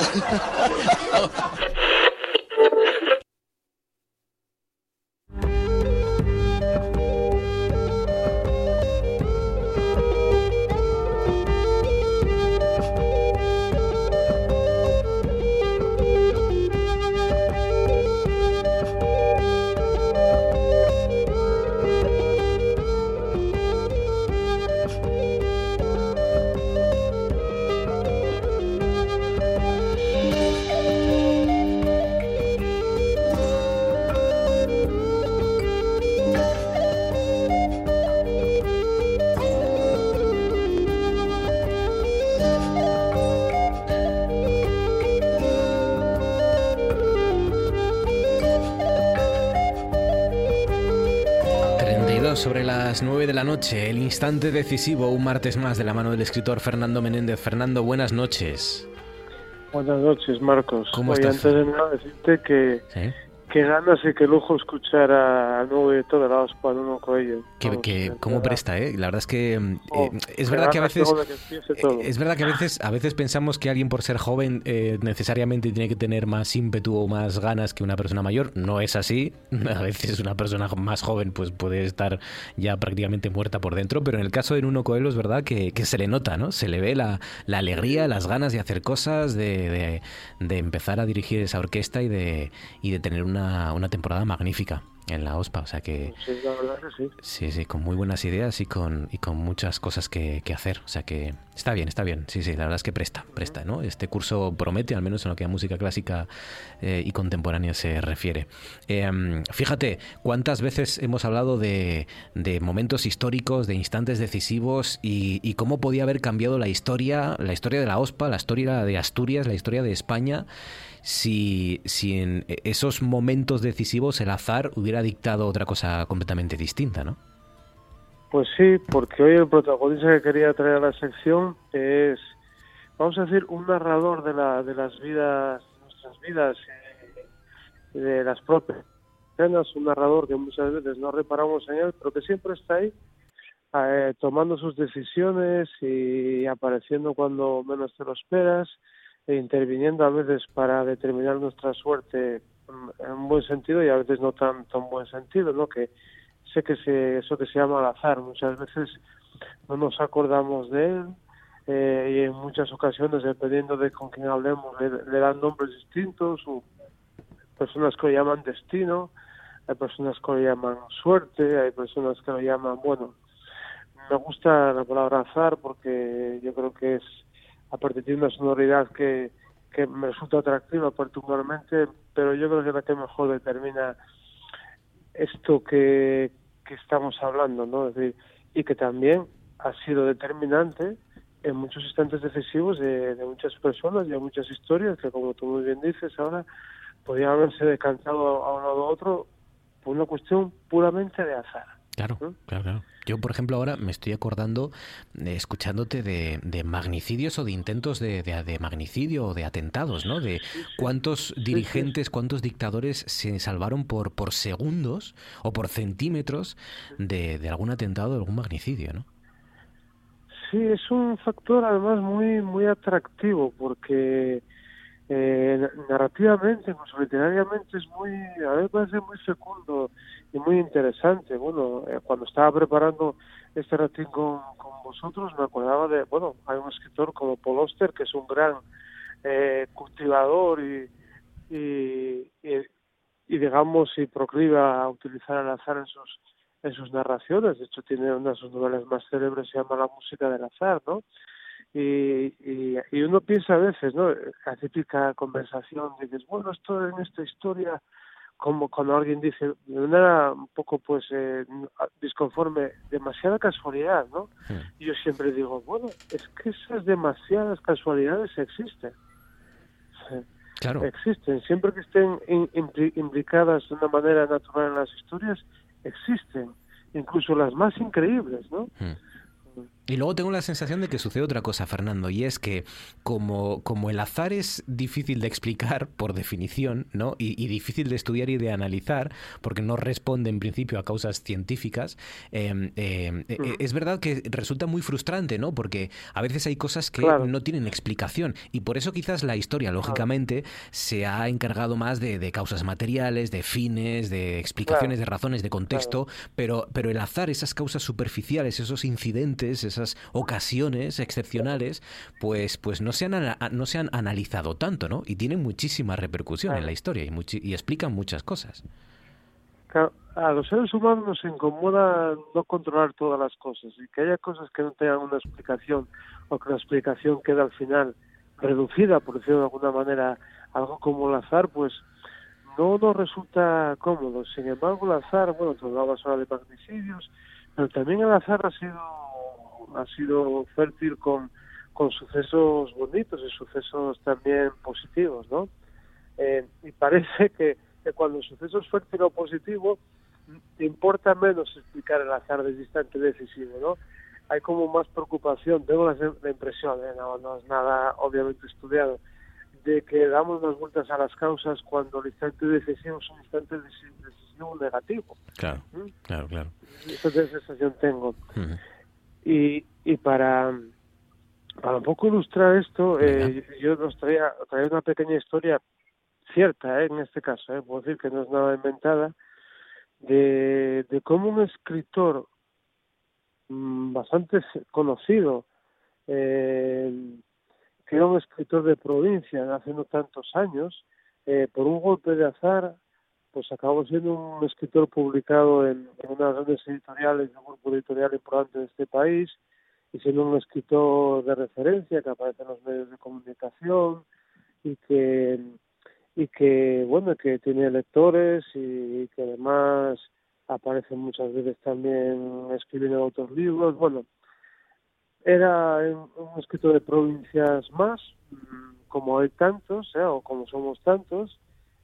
Sobre las nueve de la noche, el instante decisivo, un martes más de la mano del escritor Fernando Menéndez. Fernando, buenas noches. Buenas noches, Marcos. ¿Cómo Oye, estás? Antes de nada, decirte que, ¿sí? que ganas y que lujo escuchar al nuevo director de la OSPA, Nuno Coello. Que, que cómo presta, ¿eh? La verdad es que eh, oh, es verdad que a veces que es verdad que a veces a veces pensamos que alguien por ser joven eh, necesariamente tiene que tener más ímpetu o más ganas que una persona mayor. No es así. A veces una persona más joven pues puede estar ya prácticamente muerta por dentro, pero en el caso de Nuno Coelho es verdad que, que se le nota, ¿no? Se le ve la, la alegría, las ganas de hacer cosas, de, de, de empezar a dirigir esa orquesta y de, y de tener una Una, una temporada magnífica en la OSPA, o sea que sí, la verdad que sí. Sí, sí, con muy buenas ideas y con y con muchas cosas que, que hacer, o sea que está bien, está bien, sí, sí, la verdad es que presta, presta, ¿no? Este curso promete, al menos en lo que a música clásica eh, y contemporánea se refiere. Eh, fíjate, cuántas veces hemos hablado de, de momentos históricos, de instantes decisivos y, y cómo podía haber cambiado la historia, la historia de la OSPA, la historia de Asturias, la historia de España, si, si en esos momentos decisivos el azar hubiera dictado otra cosa completamente distinta, ¿no? Pues sí, porque hoy el protagonista que quería traer a la sección es, vamos a decir, un narrador de, la, de las vidas, nuestras vidas, eh, de las propias escenas, un narrador que muchas veces no reparamos en él, pero que siempre está ahí, eh, tomando sus decisiones y apareciendo cuando menos te lo esperas, e interviniendo a veces para determinar nuestra suerte en un buen sentido y a veces no tan tan buen sentido, ¿no? Que sé que se, eso que se llama al azar, muchas veces no nos acordamos de él eh, y en muchas ocasiones, dependiendo de con quién hablemos, le, le dan nombres distintos, o personas que lo llaman destino, hay personas que lo llaman suerte, hay personas que lo llaman, bueno, me gusta la palabra azar porque yo creo que es, aparte tiene una sonoridad que, que me resulta atractiva particularmente, pero yo creo que es la que mejor determina esto que, que estamos hablando, ¿no? Es decir, y que también ha sido determinante en muchos instantes decisivos de, de muchas personas y de muchas historias que, como tú muy bien dices, ahora podían haberse decantado a un lado u otro por una cuestión puramente de azar. Claro, ¿Mm? claro, claro. Yo, por ejemplo, ahora me estoy acordando, eh, escuchándote de, de magnicidios o de intentos de, de, de magnicidio o de atentados, ¿no? De sí, sí. cuántos sí, dirigentes, sí. cuántos dictadores se salvaron por, por segundos o por centímetros de, de algún atentado, de algún magnicidio, ¿no? Sí, es un factor además muy muy atractivo porque eh, narrativamente, incluso literariamente es muy, a mí me parece muy fecundo y muy interesante. Bueno, eh, cuando estaba preparando este ratín con, con vosotros me acordaba de, bueno, hay un escritor como Paul Auster que es un gran eh, cultivador y, y, y, y digamos y proclive a utilizar el azar en sus en sus narraciones. De hecho tiene una de sus novelas más célebres, se llama La música del azar, ¿no? Y, y, y uno piensa a veces, ¿no? La típica conversación, dices, bueno, esto en esta historia, como cuando alguien dice de manera un poco pues eh, disconforme, demasiada casualidad, ¿no? Sí. Y yo siempre digo, bueno, es que esas demasiadas casualidades existen. Claro. Existen, siempre que estén in, impli, implicadas de una manera natural en las historias, existen, incluso las más increíbles, ¿no? Hmm. Y luego tengo la sensación de que sucede otra cosa, Fernando, y es que como, como el azar es difícil de explicar por definición, ¿no? Y, y difícil de estudiar y de analizar, porque no responde en principio a causas científicas, eh, eh, eh, uh-huh. es verdad que resulta muy frustrante, ¿no? Porque a veces hay cosas que claro. no tienen explicación, y por eso quizás la historia, lógicamente, claro. se ha encargado más de, de causas materiales, de fines, de explicaciones, claro. de razones, de contexto, claro. pero, pero el azar, esas causas superficiales, esos incidentes, esas ocasiones excepcionales, pues pues no se han no se han analizado tanto, ¿no? Y tienen muchísima repercusión claro. en la historia y, muchi- y explican muchas cosas. Claro, a los seres humanos nos incomoda no controlar todas las cosas y que haya cosas que no tengan una explicación o que la explicación queda al final reducida, por decirlo de alguna manera, algo como el azar, pues no nos resulta cómodo. Sin embargo, el azar, bueno, tú hablabas ahora de magnicidios, pero también el azar ha sido ha sido fértil con, con sucesos bonitos y sucesos también positivos, ¿no? Eh, y parece que, que cuando el suceso es fértil o positivo, te importa menos explicar el azar del instante decisivo, ¿no? Hay como más preocupación, tengo la, la impresión, ¿eh? no, no es nada obviamente estudiado, de que damos unas vueltas a las causas cuando el instante decisivo es un instante decisivo negativo. Claro, ¿Mm? claro, claro. Esa sensación tengo. Uh-huh. Y, y para, para un poco ilustrar esto, eh, yo os traía, traía una pequeña historia cierta, eh, en este caso, eh, puedo decir que no es nada inventada, de, de cómo un escritor mmm, bastante conocido, eh, que era un escritor de provincia hace no tantos años, eh, por un golpe de azar, pues acabó siendo un escritor publicado en, en unas grandes editoriales, un grupo editorial importante de este país, y siendo un escritor de referencia que aparece en los medios de comunicación y que y que bueno que tiene lectores y que además aparece muchas veces también escribiendo otros libros. Bueno, era un escritor de provincias más, como hay tantos, ¿eh? o como somos tantos,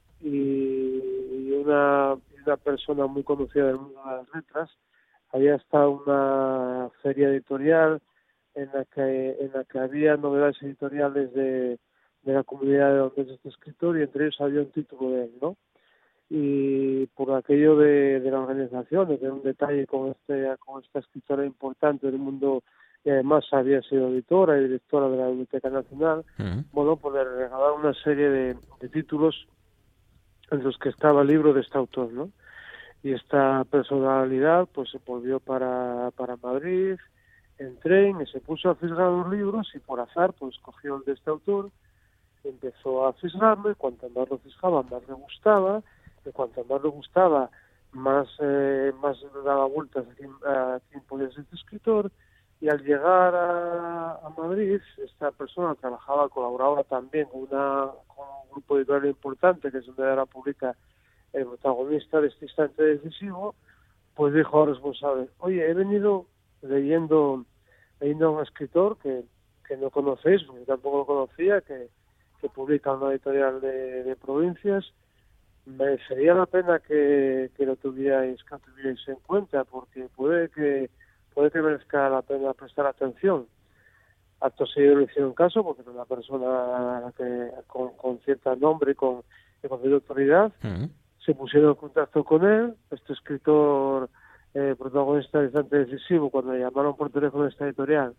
y una, una persona muy conocida del mundo de las letras. Había estado una feria editorial en la que en la que había novedades editoriales de, de la comunidad de donde es este escritor, y entre ellos había un título de él, ¿no? Y por aquello de, de la organización, de un detalle con este con esta escritora importante del mundo, y además había sido editora y directora de la Biblioteca Nacional, uh-huh. bueno, pues le regalaron una serie de, de títulos en los que estaba el libro de este autor, ¿no? Y esta personalidad pues se volvió para, para Madrid en tren y se puso a fisgar los libros, y por azar pues cogió el de este autor, empezó a fisgarlo, y cuanto más lo fisgaba más le gustaba, y cuanto más le gustaba más eh, más le daba vueltas a quién, a quién podía ser este escritor. Y al llegar a, a Madrid, esta persona trabajaba, colaboraba también con, una, con un grupo editorial importante, que es donde ahora publica el protagonista de este instante decisivo, pues dijo al responsable: oye, he venido leyendo, leyendo a un escritor que, que no conocéis, porque tampoco lo conocía, que, que publica una editorial de, de provincias. Merecería la pena que, que lo tuvierais, que lo tuvierais en cuenta, porque puede que puede que merezca la pena prestar atención. Acto seguido le hicieron caso, porque era una persona que con, con cierto nombre y con, y con cierta autoridad. Uh-huh. Se pusieron en contacto con él. Este escritor, eh, protagonista del instante decisivo, cuando le llamaron por teléfono a esta editorial,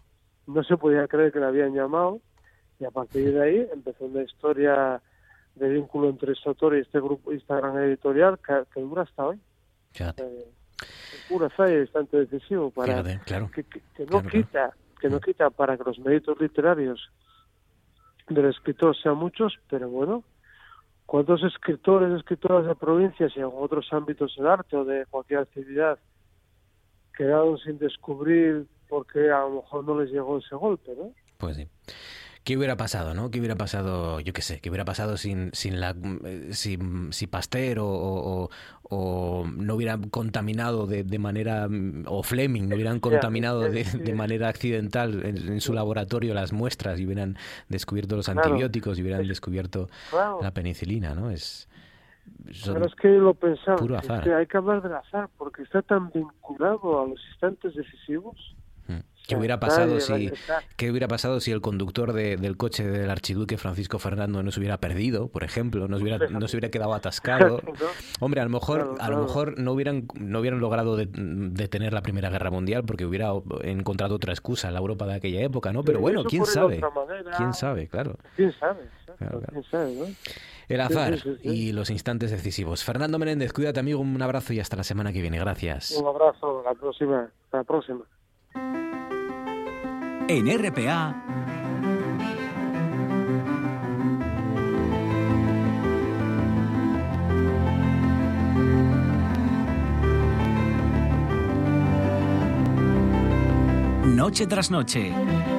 no se podía creer que le habían llamado, y a partir de ahí empezó una historia de vínculo entre este autor y este grupo, esta gran editorial, que, que dura hasta hoy. Eh, pura falla y bastante decisivo para Fíjate, claro. que, que, que no Claro, quita claro. que no quita para que los méritos literarios del escritor sean muchos, pero bueno, ¿cuántos escritores, escritoras de provincias y en otros ámbitos del arte o de cualquier actividad quedaron sin descubrir porque a lo mejor no les llegó ese golpe, ¿no? Pues sí. ¿Qué hubiera pasado, no? ¿Qué hubiera pasado, yo qué sé, qué hubiera pasado sin sin la sin, si Pasteur o, o, o no hubieran contaminado de, de manera, o Fleming no hubieran contaminado de, de manera accidental en, en su laboratorio las muestras y hubieran descubierto los Claro. antibióticos y hubieran descubierto Claro. la penicilina, ¿no? Es son Pero es que lo pensaba, puro es azar. que hay que hablar del azar porque está tan vinculado a los instantes decisivos. ¿Qué hubiera pasado si Está- qué hubiera pasado si el conductor de- del coche del archiduque Francisco Fernando no se hubiera perdido, por ejemplo, no se hubiera no se hubiera quedado atascado? Hombre, a lo mejor Claro, a claro. lo mejor no hubieran no hubieran logrado de- detener la Primera Guerra Mundial porque hubiera encontrado otra excusa en la Europa de aquella época, ¿no? Pero Sí, bueno, eso quién ocurre de sabe. otra manera. Quién sabe, claro. ¿Quién sabe? Exacto, Claro, claro. ¿quién sabe, no? El azar Sí, sí, sí, sí. y los instantes decisivos. Fernando Menéndez, cuídate, amigo, un abrazo y hasta la semana que viene. Gracias. Un abrazo, la próxima, hasta la próxima. En R P A, Noche tras noche.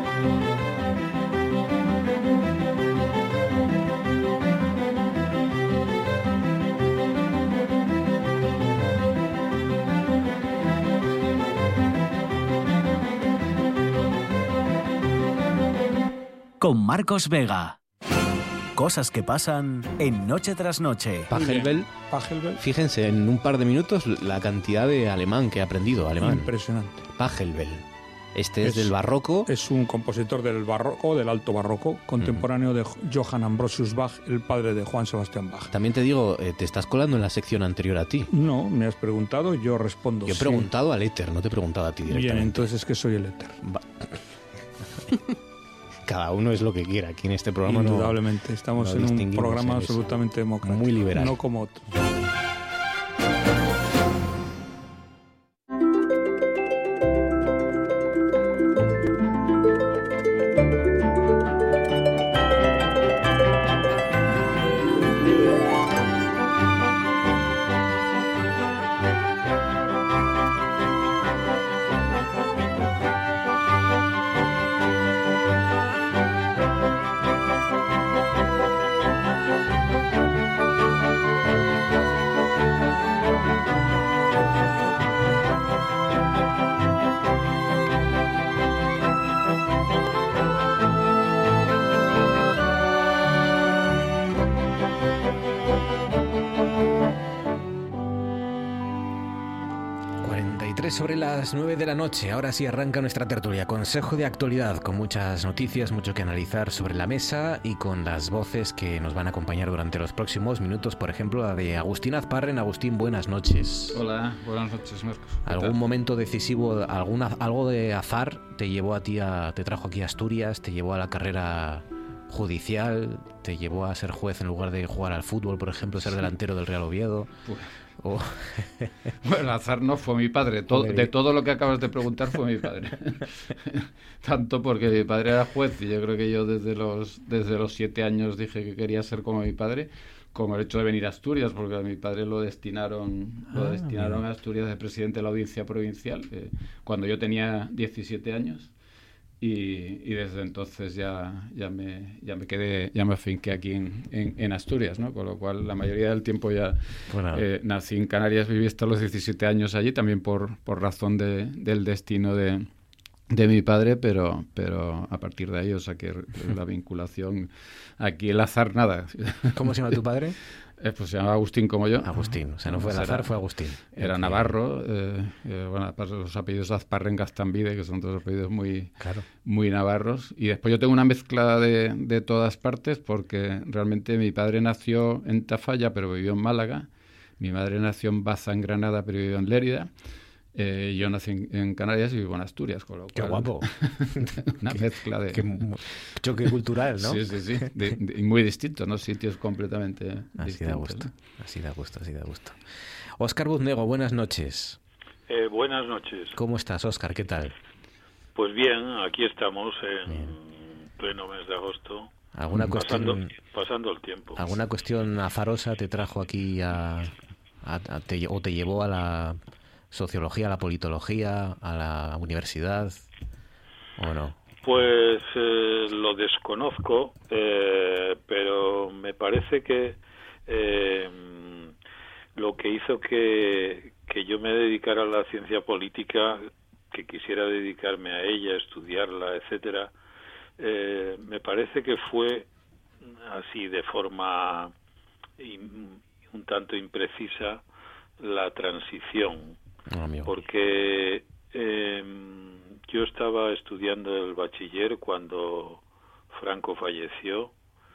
Con Marcos Vega. Cosas que pasan en Noche tras noche. Pachelbel, fíjense, en un par de minutos la cantidad de alemán que he aprendido. Alemán. Impresionante. Pachelbel. Este es, Es- del barroco. Es un compositor del barroco, del alto barroco, contemporáneo de Johann Ambrosius Bach, el padre de Juan Sebastián Bach. También te digo, eh, te estás colando en la sección anterior a ti. No, me has preguntado, yo respondo. Yo he sí. preguntado al éter, no te he preguntado a ti directamente. Bien, entonces es que soy el éter. Va- Cada uno es lo que quiera. Aquí en este programa no- Indudablemente, estamos no en un distinguimos programa en eso. absolutamente democrático. Muy liberal. No como otros. cuarenta y tres sobre las nueve de la noche. Ahora sí arranca nuestra tertulia. Consejo de actualidad con muchas noticias, mucho que analizar sobre la mesa y con las voces que nos van a acompañar durante los próximos minutos. Por ejemplo, la de Agustín Azparren. Agustín, buenas noches. Hola, buenas noches, Marcos. ¿Qué ¿Algún tal? momento decisivo, alguna, algo de azar te llevó a ti a, te trajo aquí a Asturias, te llevó a la carrera judicial, te llevó a ser juez en lugar de jugar al fútbol, por ejemplo, ser delantero del Real Oviedo? Pues- O- Bueno, el azar no fue mi padre. Todo- de todo lo que acabas de preguntar fue mi padre. Tanto porque mi padre era juez y yo creo que yo desde los desde los siete años dije que quería ser como mi padre, como el hecho de venir a Asturias, porque a mi padre lo destinaron lo Ah, destinaron mira. a Asturias de presidente de la audiencia provincial eh, cuando yo tenía diecisiete años. Y, y desde entonces ya, ya, me, ya me quedé, ya me afinqué aquí en, en, en Asturias, ¿no? Con lo cual la mayoría del tiempo ya Bueno. eh, nací en Canarias, viví hasta los diecisiete años allí, también por, por razón de, del destino de, de mi padre, pero, pero a partir de ahí, o sea que la vinculación, aquí el azar nada. ¿Cómo se llama tu padre? Eh, pues se llama Agustín como yo. Agustín, o sea, no fue el Pues azar, era- fue Agustín. Era Ok. navarro, eh, eh, bueno, aparte los apellidos Azparren Gastambide, que son dos apellidos muy, Claro. muy navarros. Y después yo tengo una mezcla de, de todas partes, porque realmente mi padre nació en Tafalla, pero vivió en Málaga. Mi madre nació en Baza, en Granada, pero vivió en Lérida. Eh, yo nací en, en Canarias y vivo en Asturias, con lo cual... ¡Qué guapo! Una qué, mezcla de... Qué choque cultural, ¿no? Sí, sí, sí. De, de, y muy distinto, ¿no? Sitios completamente así distintos. Da gusto, ¿no? Así da gusto, así da gusto. Óscar Buznego, buenas noches. Eh, buenas noches. ¿Cómo estás, Óscar? ¿Qué tal? Pues bien, aquí estamos en bien. pleno mes de agosto. ¿Alguna pasando, cuestión, pasando el tiempo. ¿Alguna cuestión azarosa te trajo aquí a, a, a te, o te llevó a la sociología, a la politología, a la universidad o no? Pues eh, lo desconozco, eh, pero me parece que eh, lo que hizo que, que yo me dedicara a la ciencia política, que quisiera dedicarme a ella, estudiarla, etcétera, eh, me parece que fue así de forma in, un tanto imprecisa la transición, oh, porque eh, yo estaba estudiando el bachiller cuando Franco falleció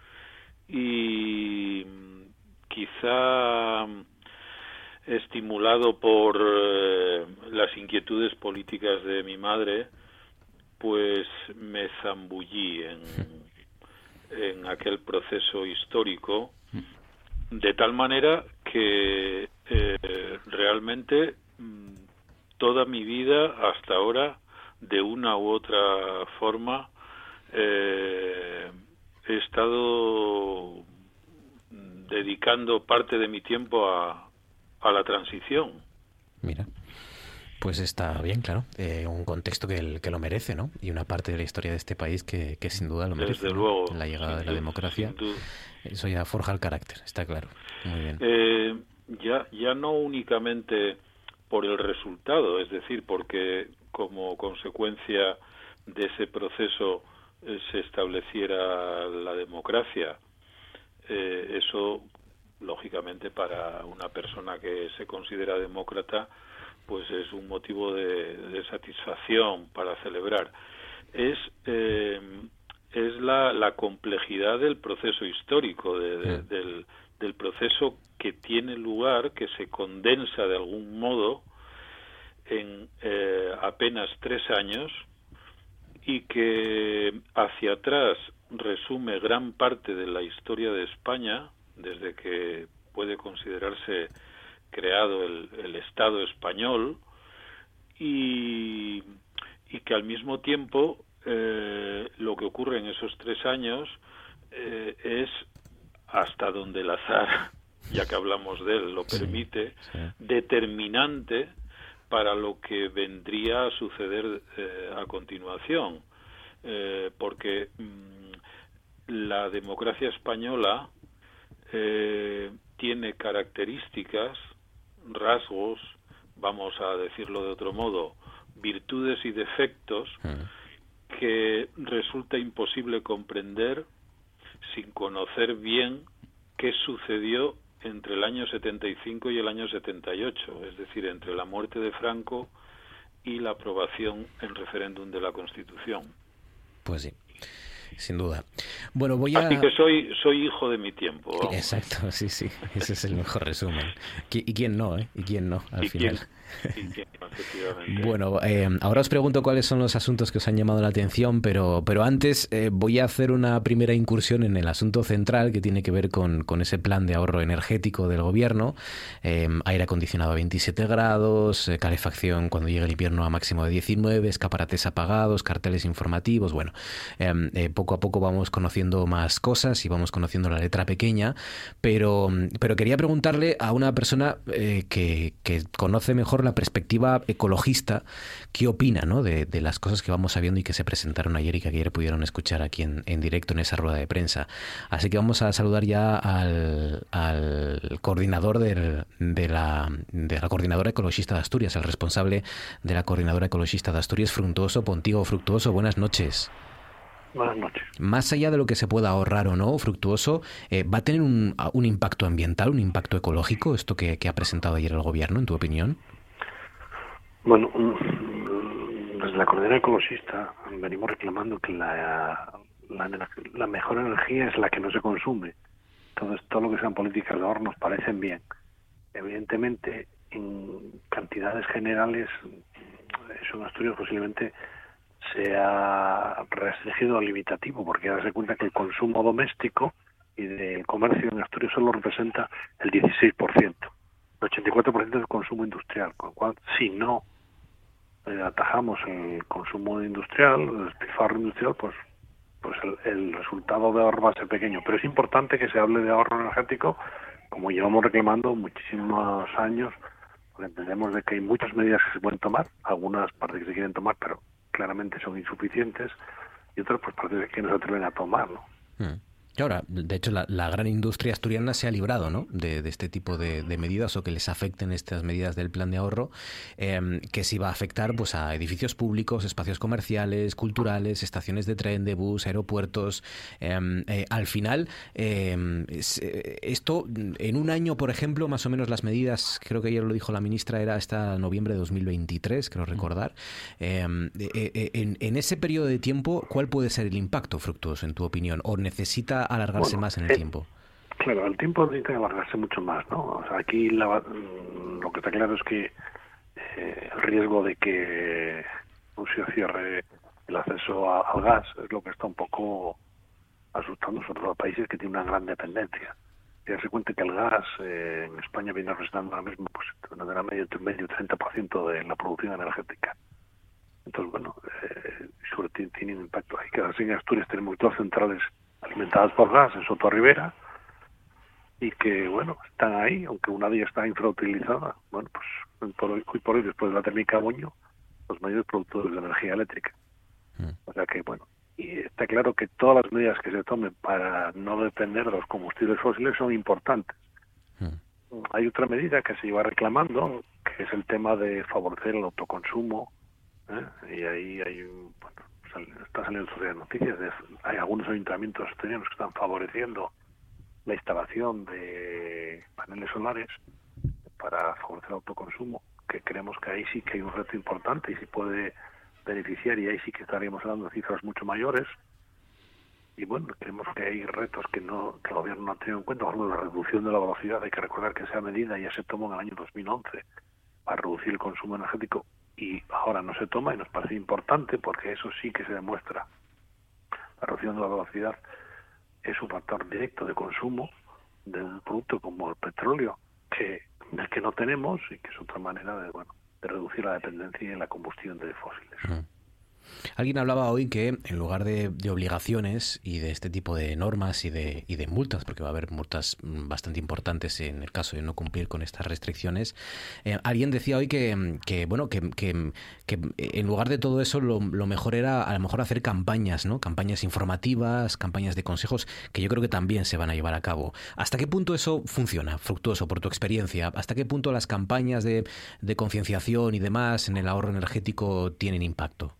y quizá estimulado por eh, las inquietudes políticas de mi madre, pues me zambullí en, en aquel proceso histórico, de tal manera que eh, realmente toda mi vida hasta ahora, de una u otra forma, eh, he estado dedicando parte de mi tiempo a, a la transición. Mira, pues está bien, claro. Eh, un contexto que, el, que lo merece, ¿no? Y una parte de la historia de este país que, que sin duda lo merece. Desde ¿no? luego. La llegada de la duda, democracia. Eso ya forja el carácter, está claro. Muy bien. Eh, ya, ya no únicamente por el resultado, es decir, porque como consecuencia de ese proceso eh, se estableciera la democracia. Eh, eso, lógicamente, para una persona que se considera demócrata, pues es un motivo de, de satisfacción para celebrar. Es eh, es la, la complejidad del proceso histórico, de, de, del, del proceso que tiene lugar, que se condensa de algún modo en eh, apenas tres años y que hacia atrás resume gran parte de la historia de España, desde que puede considerarse creado el, el Estado español, y, y que al mismo tiempo eh, lo que ocurre en esos tres años eh, es, hasta donde el azar, ya que hablamos de él, lo permite, sí, sí. determinante para lo que vendría a suceder eh, a continuación, eh, porque mmm, la democracia española eh, tiene características, rasgos, vamos a decirlo de otro modo, virtudes y defectos que resulta imposible comprender sin conocer bien qué sucedió entre el año setenta y cinco y el año setenta y ocho, es decir, entre la muerte de Franco y la aprobación en referéndum de la Constitución. Pues sí, sin duda. Bueno, voy a... Así que soy soy hijo de mi tiempo. Vamos. Exacto, sí, sí, ese es el mejor resumen. ¿Y quién no, eh? ¿Y quién no, al ¿Y final? Quién? ¿Y quién, efectivamente? Bueno, eh, ahora os pregunto cuáles son los asuntos que os han llamado la atención, pero, pero antes eh, voy a hacer una primera incursión en el asunto central que tiene que ver con, con ese plan de ahorro energético del gobierno, eh, aire acondicionado a veintisiete grados, eh, calefacción cuando llegue el invierno a máximo de diecinueve, escaparates apagados, carteles informativos. Bueno, eh, eh, poco a poco vamos conociendo más cosas y vamos conociendo la letra pequeña, pero, pero quería preguntarle a una persona eh, que, que conoce mejor la perspectiva ecologista, ¿qué opina, ¿no? de, de las cosas que vamos sabiendo y que se presentaron ayer y que ayer pudieron escuchar aquí en, en directo en esa rueda de prensa? Así que vamos a saludar ya al, al coordinador del, de, la, de la Coordinadora Ecologista de Asturias, el responsable de la Coordinadora Ecologista de Asturias, Fructuoso Pontigo. Fructuoso, buenas noches. Buenas noches. Más allá de lo que se pueda ahorrar o no, Fructuoso, eh, ¿va a tener un, un impacto ambiental, un impacto ecológico, esto que, que ha presentado ayer el gobierno, en tu opinión? Bueno, desde la Coordinadora Ecologista venimos reclamando que la, la, la mejor energía es la que no se consume. Entonces, todo lo que sean políticas de ahorro nos parecen bien. Evidentemente, en cantidades generales, eso en Asturias posiblemente se ha restringido al limitativo, porque ya se cuenta que el consumo doméstico y del comercio en Asturias solo representa el dieciséis por ciento. El ochenta y cuatro por ciento es el consumo industrial, con lo cual, si no eh, atajamos el consumo industrial, el despilfarro industrial, pues pues el, el resultado de ahorro va a ser pequeño. Pero es importante que se hable de ahorro energético, como llevamos reclamando muchísimos años, porque entendemos de que hay muchas medidas que se pueden tomar, algunas partes que se quieren tomar, pero claramente son insuficientes, y otras pues partes que no se atreven a tomar, ¿no? Mm. Y ahora, de hecho, la, la gran industria asturiana se ha librado, ¿no?, de, de este tipo de, de medidas, o que les afecten estas medidas del plan de ahorro, eh, que sí va a afectar pues a edificios públicos, espacios comerciales, culturales, estaciones de tren, de bus, aeropuertos. Eh, eh, al final, eh, esto, en un año, por ejemplo, más o menos las medidas, creo que ayer lo dijo la ministra, era hasta noviembre de dos mil veintitrés, creo recordar. Eh, eh, en, en ese periodo de tiempo, ¿cuál puede ser el impacto, Fructuoso, en tu opinión? ¿O necesita alargarse bueno, más en el eh, tiempo? Claro, el tiempo necesita alargarse mucho más, ¿no? O sea, aquí la, lo que está claro es que eh, el riesgo de que Rusia cierre el acceso a, al gas es lo que está un poco asustando sobre todo a países que tienen una gran dependencia. Ya se cuenta que el gas eh, en España viene representando ahora mismo pues de la media entre un medio y treinta por ciento de la producción energética. Entonces, bueno, eh, sobre todo tiene un impacto. Hay que así en Asturias tenemos dos centrales alimentadas por gas en Sotorribera y que, bueno, están ahí, aunque una de ellas está infrautilizada. Bueno, pues por hoy, hoy por hoy, después de la térmica Boño, los mayores productores de energía eléctrica. Mm. O sea que, bueno, y está claro que todas las medidas que se tomen para no depender de los combustibles fósiles son importantes. Mm. Hay otra medida que se lleva reclamando, que es el tema de favorecer el autoconsumo, ¿eh? Y ahí hay un... Bueno, está saliendo sobre las noticias, de, hay algunos ayuntamientos asturianos que están favoreciendo la instalación de paneles solares para favorecer el autoconsumo, que creemos que ahí sí que hay un reto importante y sí puede beneficiar, y ahí sí que estaríamos hablando de cifras mucho mayores. Y bueno, creemos que hay retos que no que el gobierno no ha tenido en cuenta. Por ejemplo, la reducción de la velocidad, hay que recordar que esa medida ya se tomó en el año dos mil once para reducir el consumo energético, y ahora no se toma, y nos parece importante porque eso sí que se demuestra. La reducción de la velocidad es un factor directo de consumo de un producto como el petróleo, que del que no tenemos, y que es otra manera de bueno de reducir la dependencia en la combustión de fósiles. Uh-huh. Alguien hablaba hoy que en lugar de, de obligaciones y de este tipo de normas y de, y de multas, porque va a haber multas bastante importantes en el caso de no cumplir con estas restricciones, eh, alguien decía hoy que, que bueno que, que, que en lugar de todo eso lo, lo mejor era a lo mejor hacer campañas, ¿no? Campañas informativas, campañas de consejos, que yo creo que también se van a llevar a cabo. ¿Hasta qué punto eso funciona, Fructuoso, por tu experiencia? ¿Hasta qué punto las campañas de, de concienciación y demás en el ahorro energético tienen impacto?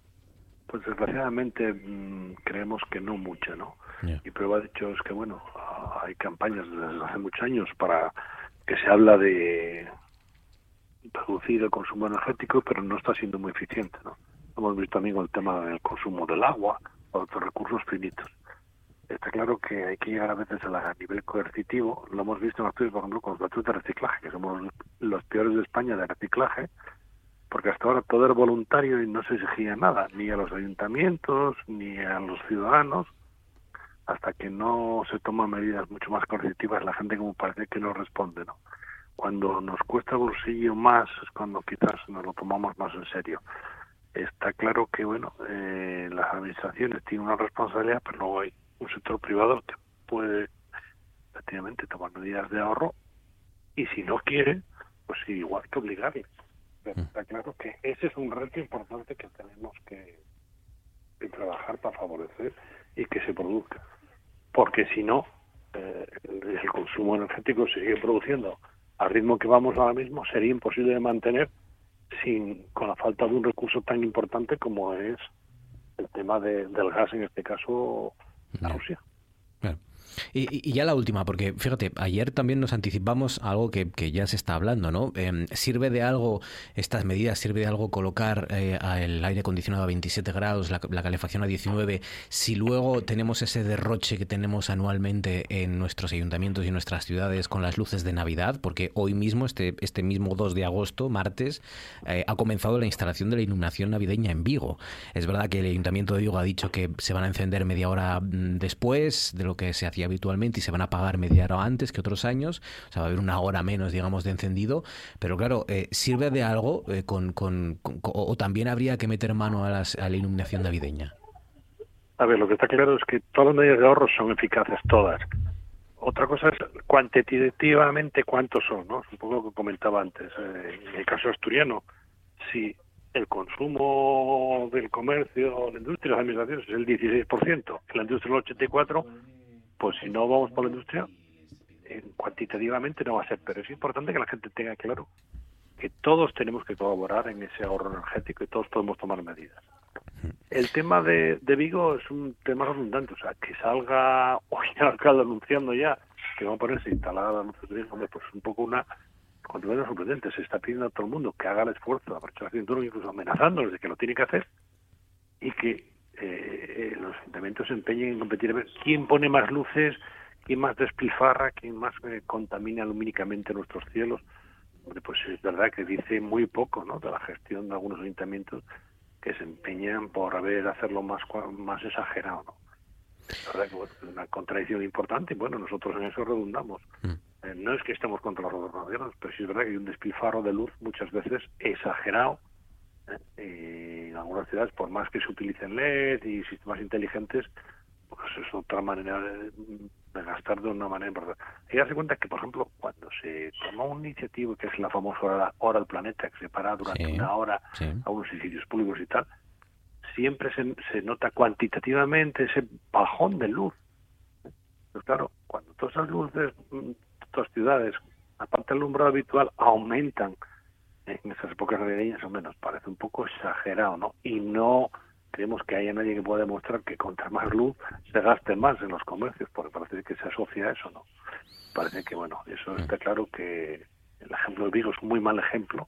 Pues desgraciadamente mmm, creemos que no mucho, ¿no? Yeah. Y prueba de hecho es que, bueno, hay campañas desde hace muchos años para que se habla de reducir el consumo energético, pero no está siendo muy eficiente, ¿no? Hemos visto también el tema del consumo del agua o otros recursos finitos. Está claro que hay que llegar a veces a nivel coercitivo. Lo hemos visto en Asturias, por ejemplo, con los datos de reciclaje, que somos los peores de España de reciclaje, porque hasta ahora todo era voluntario y no se exigía nada, ni a los ayuntamientos, ni a los ciudadanos, hasta que no se toman medidas mucho más coercitivas, la gente como parece que no responde, ¿no? Cuando nos cuesta el bolsillo más es cuando quizás nos lo tomamos más en serio. Está claro que, bueno, eh, las administraciones tienen una responsabilidad, pero luego hay un sector privado que puede, efectivamente, tomar medidas de ahorro, y si no quiere, pues sí, igual que obligarles. Pero está claro que ese es un reto importante que tenemos que, que trabajar para favorecer y que se produzca. Porque si no, eh, el, el consumo energético se sigue produciendo al ritmo que vamos ahora mismo, sería imposible de mantener sin con la falta de un recurso tan importante como es el tema de, del gas, en este caso, la Rusia. Claro. Y, y ya la última, porque fíjate, ayer también nos anticipamos a algo que, que ya se está hablando, ¿no? Eh, ¿Sirve de algo, estas medidas, sirve de algo colocar eh, el aire acondicionado a veintisiete grados, la, la calefacción a diecinueve, si luego tenemos ese derroche que tenemos anualmente en nuestros ayuntamientos y en nuestras ciudades con las luces de Navidad? Porque hoy mismo, este, este mismo dos de agosto, martes, eh, ha comenzado la instalación de la iluminación navideña en Vigo. Es verdad que el Ayuntamiento de Vigo ha dicho que se van a encender media hora después de lo que se hacía habitualmente y se van a apagar media hora antes que otros años, o sea, va a haber una hora menos, digamos, de encendido, pero claro, eh, ¿sirve de algo eh, con, con, con, o también habría que meter mano a, las, a la iluminación navideña? A ver, lo que está claro es que todas las medidas de ahorro son eficaces, todas. Otra cosa es cuantitativamente cuántos son, ¿no? Es un poco lo que comentaba antes. Eh, en el caso asturiano, si el consumo del comercio, la industria, las administraciones es el dieciséis por ciento, en la industria el ochenta y cuatro por ciento, pues si no vamos por la industria, eh, cuantitativamente no va a ser, pero es importante que la gente tenga claro que todos tenemos que colaborar en ese ahorro energético y todos podemos tomar medidas. El tema de, de Vigo es un tema redundante, o sea, que salga hoy el alcalde anunciando ya que van a ponerse instaladas las luces de Vigo, hombre, pues es un poco una, cuando menos sorprendente, se está pidiendo a todo el mundo que haga el esfuerzo de aprovechar la cintura, incluso amenazándoles de que lo tiene que hacer, y que eh, los ayuntamientos se empeñen en competir a ver quién pone más luces, quién más despilfarra, quién más eh, contamina lumínicamente nuestros cielos. Hombre, pues es verdad que dice muy poco, ¿no?, de la gestión de algunos ayuntamientos que se empeñan por haber hacerlo más más exagerado, ¿no? Es verdad que bueno, es una contradicción importante y bueno, nosotros en eso redundamos. Mm. Eh, no es que estemos contra los gobernadores, pero sí es verdad que hay un despilfarro de luz muchas veces exagerado. Eh, en algunas ciudades, por más que se utilicen L E D y sistemas inteligentes, pues es otra manera de, de gastar de una manera importante. Hay que darse cuenta que, por ejemplo, cuando se tomó una iniciativa que es la famosa hora, hora del planeta, que se para durante sí, una hora sí. a unos edificios públicos y tal, siempre se, se nota cuantitativamente ese bajón de luz. Pues claro, cuando todas esas luces, todas las ciudades, aparte del alumbrado habitual, aumentan en esas épocas navideñas, hombre, nos parece un poco exagerado, ¿no? Y no creemos que haya nadie que pueda demostrar que contra más luz se gaste más en los comercios, porque parece que se asocia a eso, ¿no? Parece que, bueno, eso está claro que el ejemplo de Vigo es un muy mal ejemplo,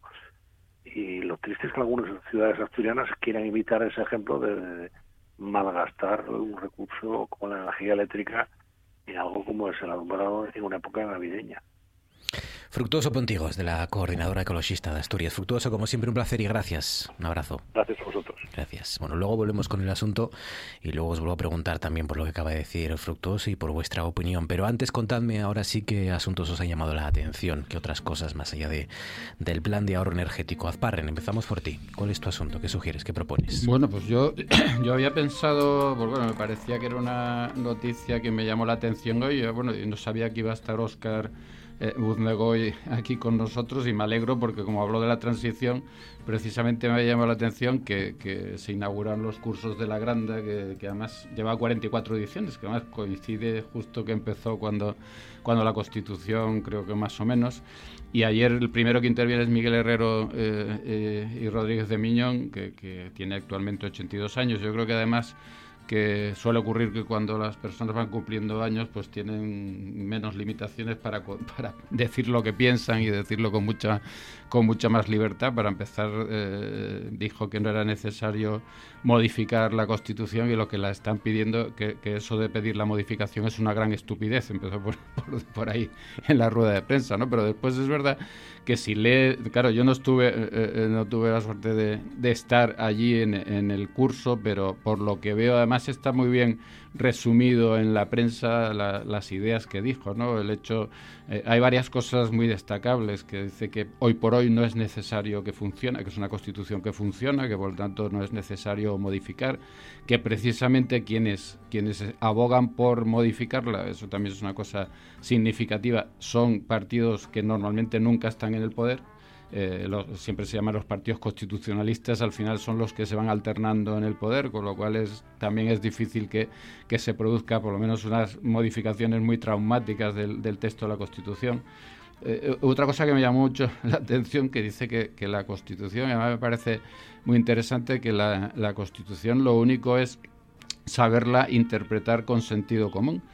y lo triste es que algunas ciudades asturianas quieran imitar ese ejemplo de, de malgastar un recurso como la energía eléctrica en algo como es el alumbrado en una época navideña. Fructuoso Pontigos, de la Coordinadora Ecologista de Asturias. Fructuoso, como siempre, un placer y gracias. Un abrazo. Gracias a vosotros. Gracias. Bueno, luego volvemos con el asunto y luego os vuelvo a preguntar también por lo que acaba de decir Fructuoso y por vuestra opinión. Pero antes, contadme ahora sí qué asuntos os han llamado la atención, qué otras cosas más allá de del plan de ahorro energético. Azparren, empezamos por ti. ¿Cuál es tu asunto? ¿Qué sugieres? ¿Qué propones? Bueno, pues yo, yo había pensado, pues bueno, me parecía que era una noticia que me llamó la atención hoy. Yo, bueno, no sabía que iba a estar Óscar Eh, Buznegoy aquí con nosotros y me alegro porque como habló de la transición precisamente me ha llamado la atención que, que se inauguran los cursos de la Granda que, que además lleva cuarenta y cuatro ediciones, que además coincide justo que empezó cuando, cuando la Constitución, creo que más o menos, y ayer el primero que interviene es Miguel Herrero eh, eh, y Rodríguez de Miñón, que, que tiene actualmente ochenta y dos años. Yo creo que además que suele ocurrir que cuando las personas van cumpliendo años pues tienen menos limitaciones para, para decir lo que piensan y decirlo con mucha con mucha más libertad. Para empezar, eh, dijo que no era necesario modificar la Constitución y lo que la están pidiendo, que, que eso de pedir la modificación es una gran estupidez. Empezó por, por, por ahí en la rueda de prensa, ¿no? Pero después es verdad que si lee, claro, yo no estuve eh, no tuve la suerte de, de estar allí en, en el curso, pero por lo que veo además está muy bien resumido en la prensa la, las ideas que dijo, ¿no? El hecho, eh, hay varias cosas muy destacables, que dice que hoy por hoy no es necesario que funcione, que es una Constitución que funciona, que por lo tanto no es necesario modificar, que precisamente quienes, quienes abogan por modificarla, eso también es una cosa significativa, son partidos que normalmente nunca están en el poder. Eh, los, siempre se llaman los partidos constitucionalistas, al final son los que se van alternando en el poder, con lo cual es, también es difícil que, que se produzca por lo menos unas modificaciones muy traumáticas del, del texto de la Constitución. Eh, otra cosa que me llamó mucho la atención, que dice que, que la Constitución, además me parece muy interesante, que la, la Constitución lo único es saberla interpretar con sentido común.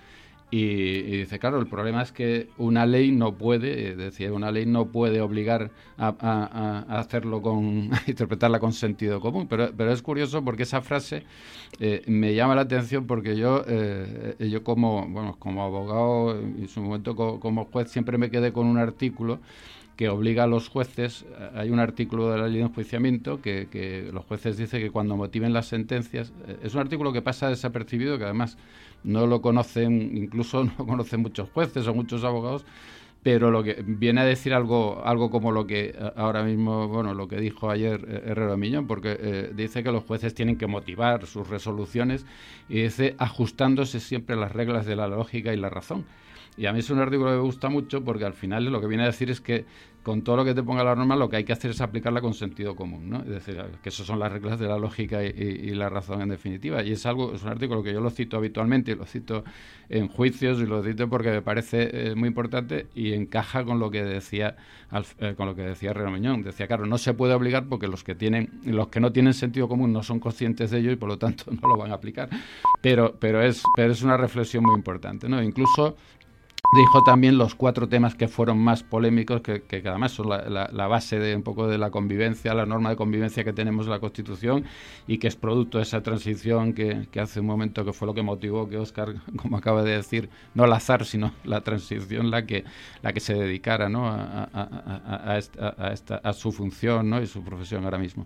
Y, y dice, claro, el problema es que una ley no puede, decía, una ley no puede obligar a, a, a hacerlo con, a interpretarla con sentido común. Pero, pero es curioso porque esa frase eh, me llama la atención porque yo, eh, yo como, bueno, como abogado y en su momento como, como juez siempre me quedé con un artículo que obliga a los jueces, hay un artículo de la ley de enjuiciamiento que, que los jueces dicen que cuando motiven las sentencias, es un artículo que pasa desapercibido, que además no lo conocen, incluso no lo conocen muchos jueces o muchos abogados, pero lo que viene a decir algo algo como lo que ahora mismo, bueno, lo que dijo ayer Herrero de Miñón, porque eh, dice que los jueces tienen que motivar sus resoluciones y dice ajustándose siempre a las reglas de la lógica y la razón. Y a mí es un artículo que me gusta mucho porque al final lo que viene a decir es que con todo lo que te ponga la norma lo que hay que hacer es aplicarla con sentido común, ¿no? Es decir, que esas son las reglas de la lógica y, y, y la razón en definitiva. Y es algo, es un artículo que yo lo cito habitualmente y lo cito en juicios y lo cito porque me parece eh, muy importante y encaja con lo que decía eh, con lo que decía Herrero Miñón. Decía, claro, no se puede obligar porque los que tienen, los que no tienen sentido común no son conscientes de ello y por lo tanto no lo van a aplicar. Pero, pero es, pero es una reflexión muy importante, ¿no? Incluso dijo también los cuatro temas que fueron más polémicos, que, que además son la, la, la base de un poco de la convivencia, la norma de convivencia que tenemos en la Constitución y que es producto de esa transición que, que hace un momento que fue lo que motivó que Óscar, como acaba de decir, no al azar, sino la transición la que la que se dedicara, ¿no? a, a, a, a, esta, a, esta, a su función, ¿no? y su profesión ahora mismo.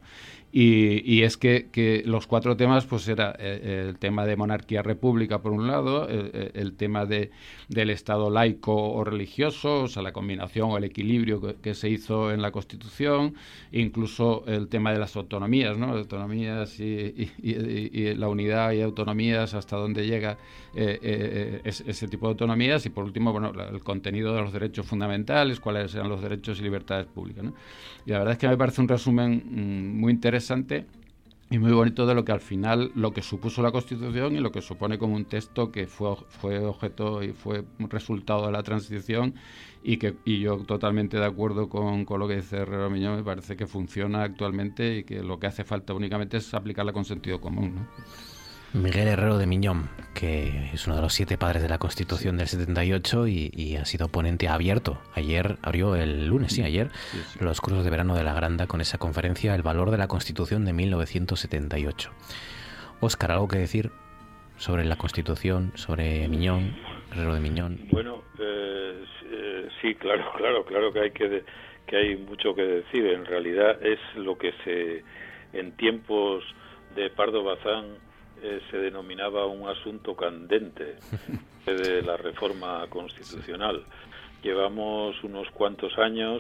Y, y es que, que los cuatro temas, pues era eh, el tema de monarquía-república por un lado, el, el tema de, del Estado laico o religioso, o sea, la combinación o el equilibrio que, que se hizo en la Constitución, incluso el tema de las autonomías, ¿no? Autonomías y, y, y, y la unidad y autonomías, hasta dónde llega eh, eh, ese, ese tipo de autonomías, y por último, bueno, el contenido de los derechos fundamentales, cuáles eran los derechos y libertades públicas, ¿no? Y la verdad es que me parece un resumen mmm, muy interesante y muy bonito de lo que al final, lo que supuso la Constitución y lo que supone como un texto que fue, fue objeto y fue resultado de la transición y que y yo totalmente de acuerdo con, con lo que dice Herrero Miñón, me parece que funciona actualmente y que lo que hace falta únicamente es aplicarla con sentido común, ¿no? Miguel Herrero de Miñón, que es uno de los siete padres de la Constitución del setenta y ocho y, y ha sido ponente abierto. Ayer, abrió el lunes, sí, ayer, sí, sí. los cursos de verano de la Granda con esa conferencia El valor de la Constitución de mil novecientos setenta y ocho. Óscar, ¿algo que decir sobre la Constitución, sobre Miñón, Herrero de Miñón? Bueno, eh, sí, claro, claro, claro que hay que, de, que hay mucho que decir. En realidad es lo que se en tiempos de Pardo Bazán Eh, se denominaba un asunto candente de la reforma constitucional. Llevamos unos cuantos años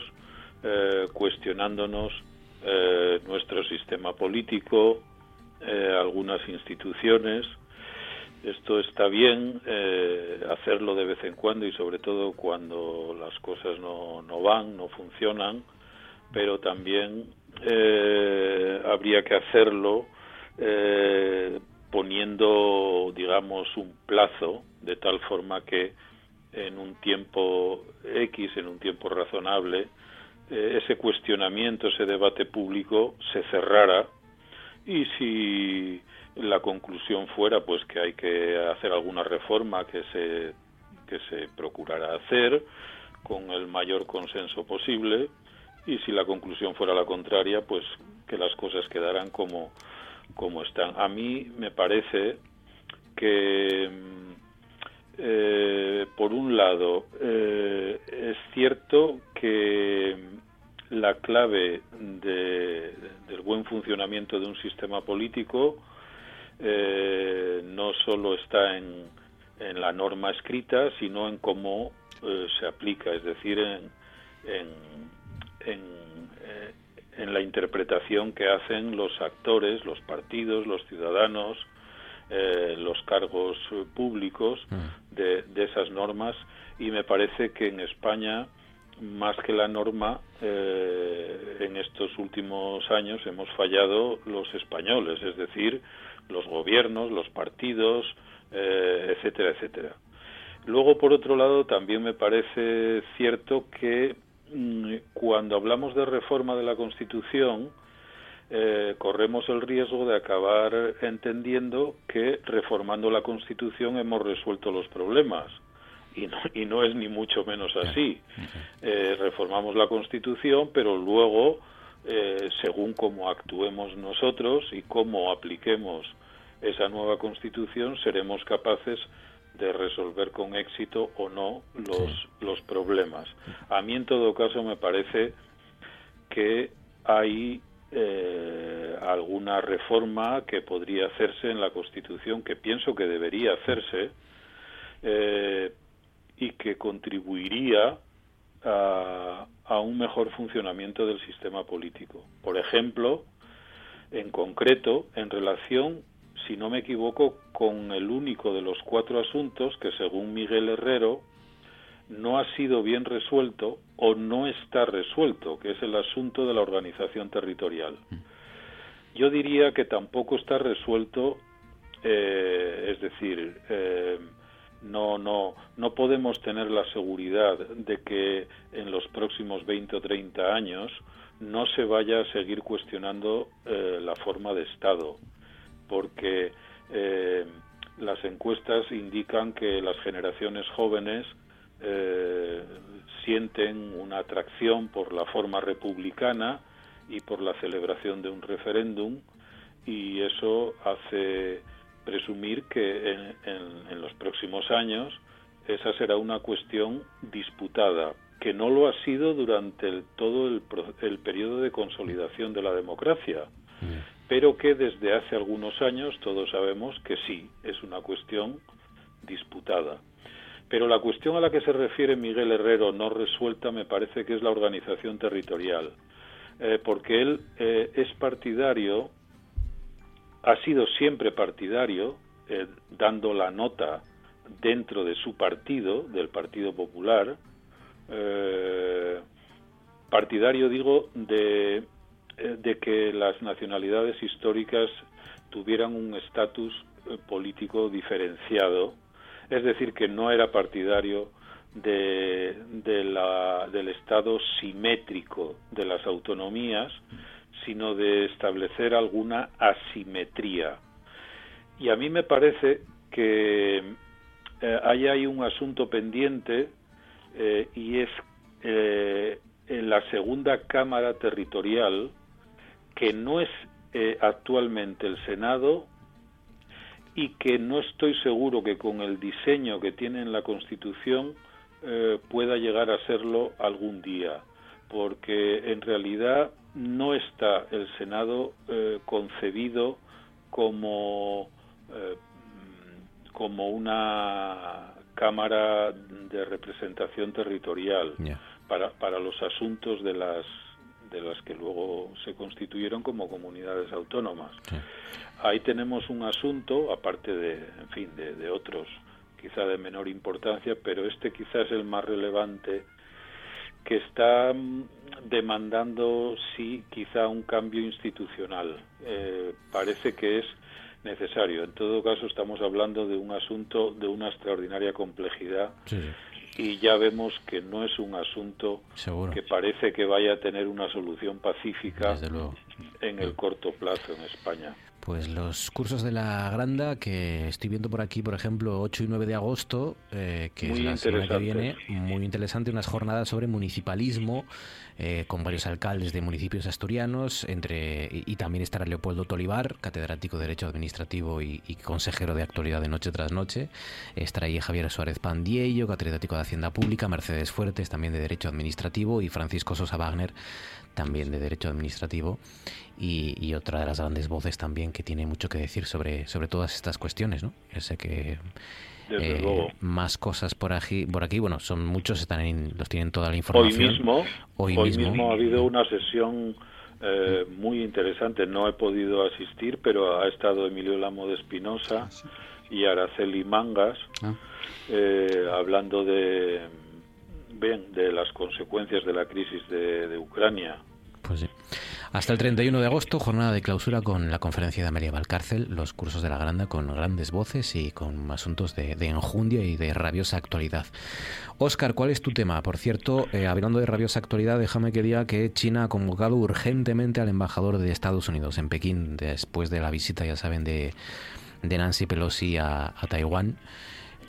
eh, cuestionándonos eh, nuestro sistema político, eh, algunas instituciones. Esto está bien eh, hacerlo de vez en cuando y sobre todo cuando las cosas no, no van, no funcionan, pero también eh, habría que hacerlo eh, poniendo, digamos, un plazo de tal forma que en un tiempo X, en un tiempo razonable, eh, ese cuestionamiento, ese debate público se cerrara y si la conclusión fuera pues que hay que hacer alguna reforma que se, que se procurara hacer con el mayor consenso posible y si la conclusión fuera la contraria, pues que las cosas quedaran como como están. A mí me parece que eh, por un lado eh, es cierto que la clave de, del buen funcionamiento de un sistema político eh, no solo está en, en la norma escrita, sino en cómo eh, se aplica, es decir, en, en, en eh, en la interpretación que hacen los actores, los partidos, los ciudadanos, eh, los cargos públicos de, de esas normas, y me parece que en España, más que la norma, eh, en estos últimos años hemos fallado los españoles, es decir, los gobiernos, los partidos, eh, etcétera, etcétera. Luego, por otro lado, también me parece cierto que cuando hablamos de reforma de la Constitución, eh, corremos el riesgo de acabar entendiendo que reformando la Constitución hemos resuelto los problemas. y no, y no es ni mucho menos así. Eh, reformamos la Constitución, pero luego, eh, según cómo actuemos nosotros y cómo apliquemos esa nueva Constitución, seremos capaces de resolver con éxito o no los, sí. los problemas. A mí, en todo caso, me parece que hay eh, alguna reforma que podría hacerse en la Constitución, que pienso que debería hacerse, eh, y que contribuiría a, a un mejor funcionamiento del sistema político. Por ejemplo, en concreto, en relación, si no me equivoco, con el único de los cuatro asuntos que, según Miguel Herrero, no ha sido bien resuelto o no está resuelto, que es el asunto de la organización territorial. Yo diría que tampoco está resuelto, eh, es decir, eh, no, no, no podemos tener la seguridad de que en los próximos veinte o treinta años no se vaya a seguir cuestionando eh, la forma de Estado, porque eh, las encuestas indican que las generaciones jóvenes eh, sienten una atracción por la forma republicana y por la celebración de un referéndum, y eso hace presumir que en, en, en los próximos años esa será una cuestión disputada, que no lo ha sido durante el, todo el, el periodo de consolidación de la democracia, pero que desde hace algunos años todos sabemos que sí, es una cuestión disputada. Pero la cuestión a la que se refiere Miguel Herrero no resuelta me parece que es la organización territorial, eh, porque él eh, es partidario, ha sido siempre partidario, eh, dando la nota dentro de su partido, del Partido Popular, eh, partidario, digo, de, de que las nacionalidades históricas tuvieran un estatus eh, político diferenciado, es decir, que no era partidario de, de la, del Estado simétrico de las autonomías, sino de establecer alguna asimetría. Y a mí me parece que eh, ahí hay un asunto pendiente, eh, y es eh, en la segunda Cámara Territorial, que no es eh, actualmente el Senado, y que no estoy seguro que con el diseño que tiene en la Constitución eh, pueda llegar a serlo algún día, porque en realidad no está el Senado eh, concebido como, eh, como una Cámara de representación territorial yeah. para, para los asuntos de las de las que luego se constituyeron como comunidades autónomas. Sí. Ahí tenemos un asunto, aparte de, en fin, de, de otros quizá de menor importancia, pero este quizás es el más relevante, que está demandando, sí, quizá un cambio institucional. Eh, parece que es necesario. En todo caso, estamos hablando de un asunto de una extraordinaria complejidad. Sí. Y ya vemos que no es un asunto Seguro. que parece que vaya a tener una solución pacífica en el corto plazo en España. Pues los cursos de la Granda, que estoy viendo por aquí, por ejemplo, ocho y nueve de agosto, eh, que muy es la semana que viene, muy interesante, unas jornadas sobre municipalismo, eh, con varios alcaldes de municipios asturianos, entre y, y también estará Leopoldo Tolivar, catedrático de Derecho Administrativo y, y consejero de Actualidad de Noche tras Noche. Estará ahí Javier Suárez Pandiello, catedrático de Hacienda Pública, Mercedes Fuertes, también de Derecho Administrativo, y Francisco Sosa Wagner, también de Derecho Administrativo, y, y otra de las grandes voces también que tiene mucho que decir sobre, sobre todas estas cuestiones, ¿no? Yo sé que Desde eh, luego. más cosas por aquí, por aquí, bueno, son muchos, están en, los tienen toda la información. Hoy mismo, hoy, hoy mismo, mismo ha habido una sesión eh, muy interesante, no he podido asistir, pero ha estado Emilio Lamo de Espinosa y Araceli Mangas, ah. eh, hablando de... Bien, de las consecuencias de la crisis de, de Ucrania. Pues sí. Hasta el treinta y uno de agosto, jornada de clausura con la conferencia de Amelia Valcárcel, los cursos de la Granda con grandes voces y con asuntos de, de enjundia y de rabiosa actualidad. Óscar, ¿cuál es tu tema? Por cierto, eh, hablando de rabiosa actualidad, déjame que diga que China ha convocado urgentemente al embajador de Estados Unidos en Pekín después de la visita, ya saben, de, de Nancy Pelosi a, a Taiwán.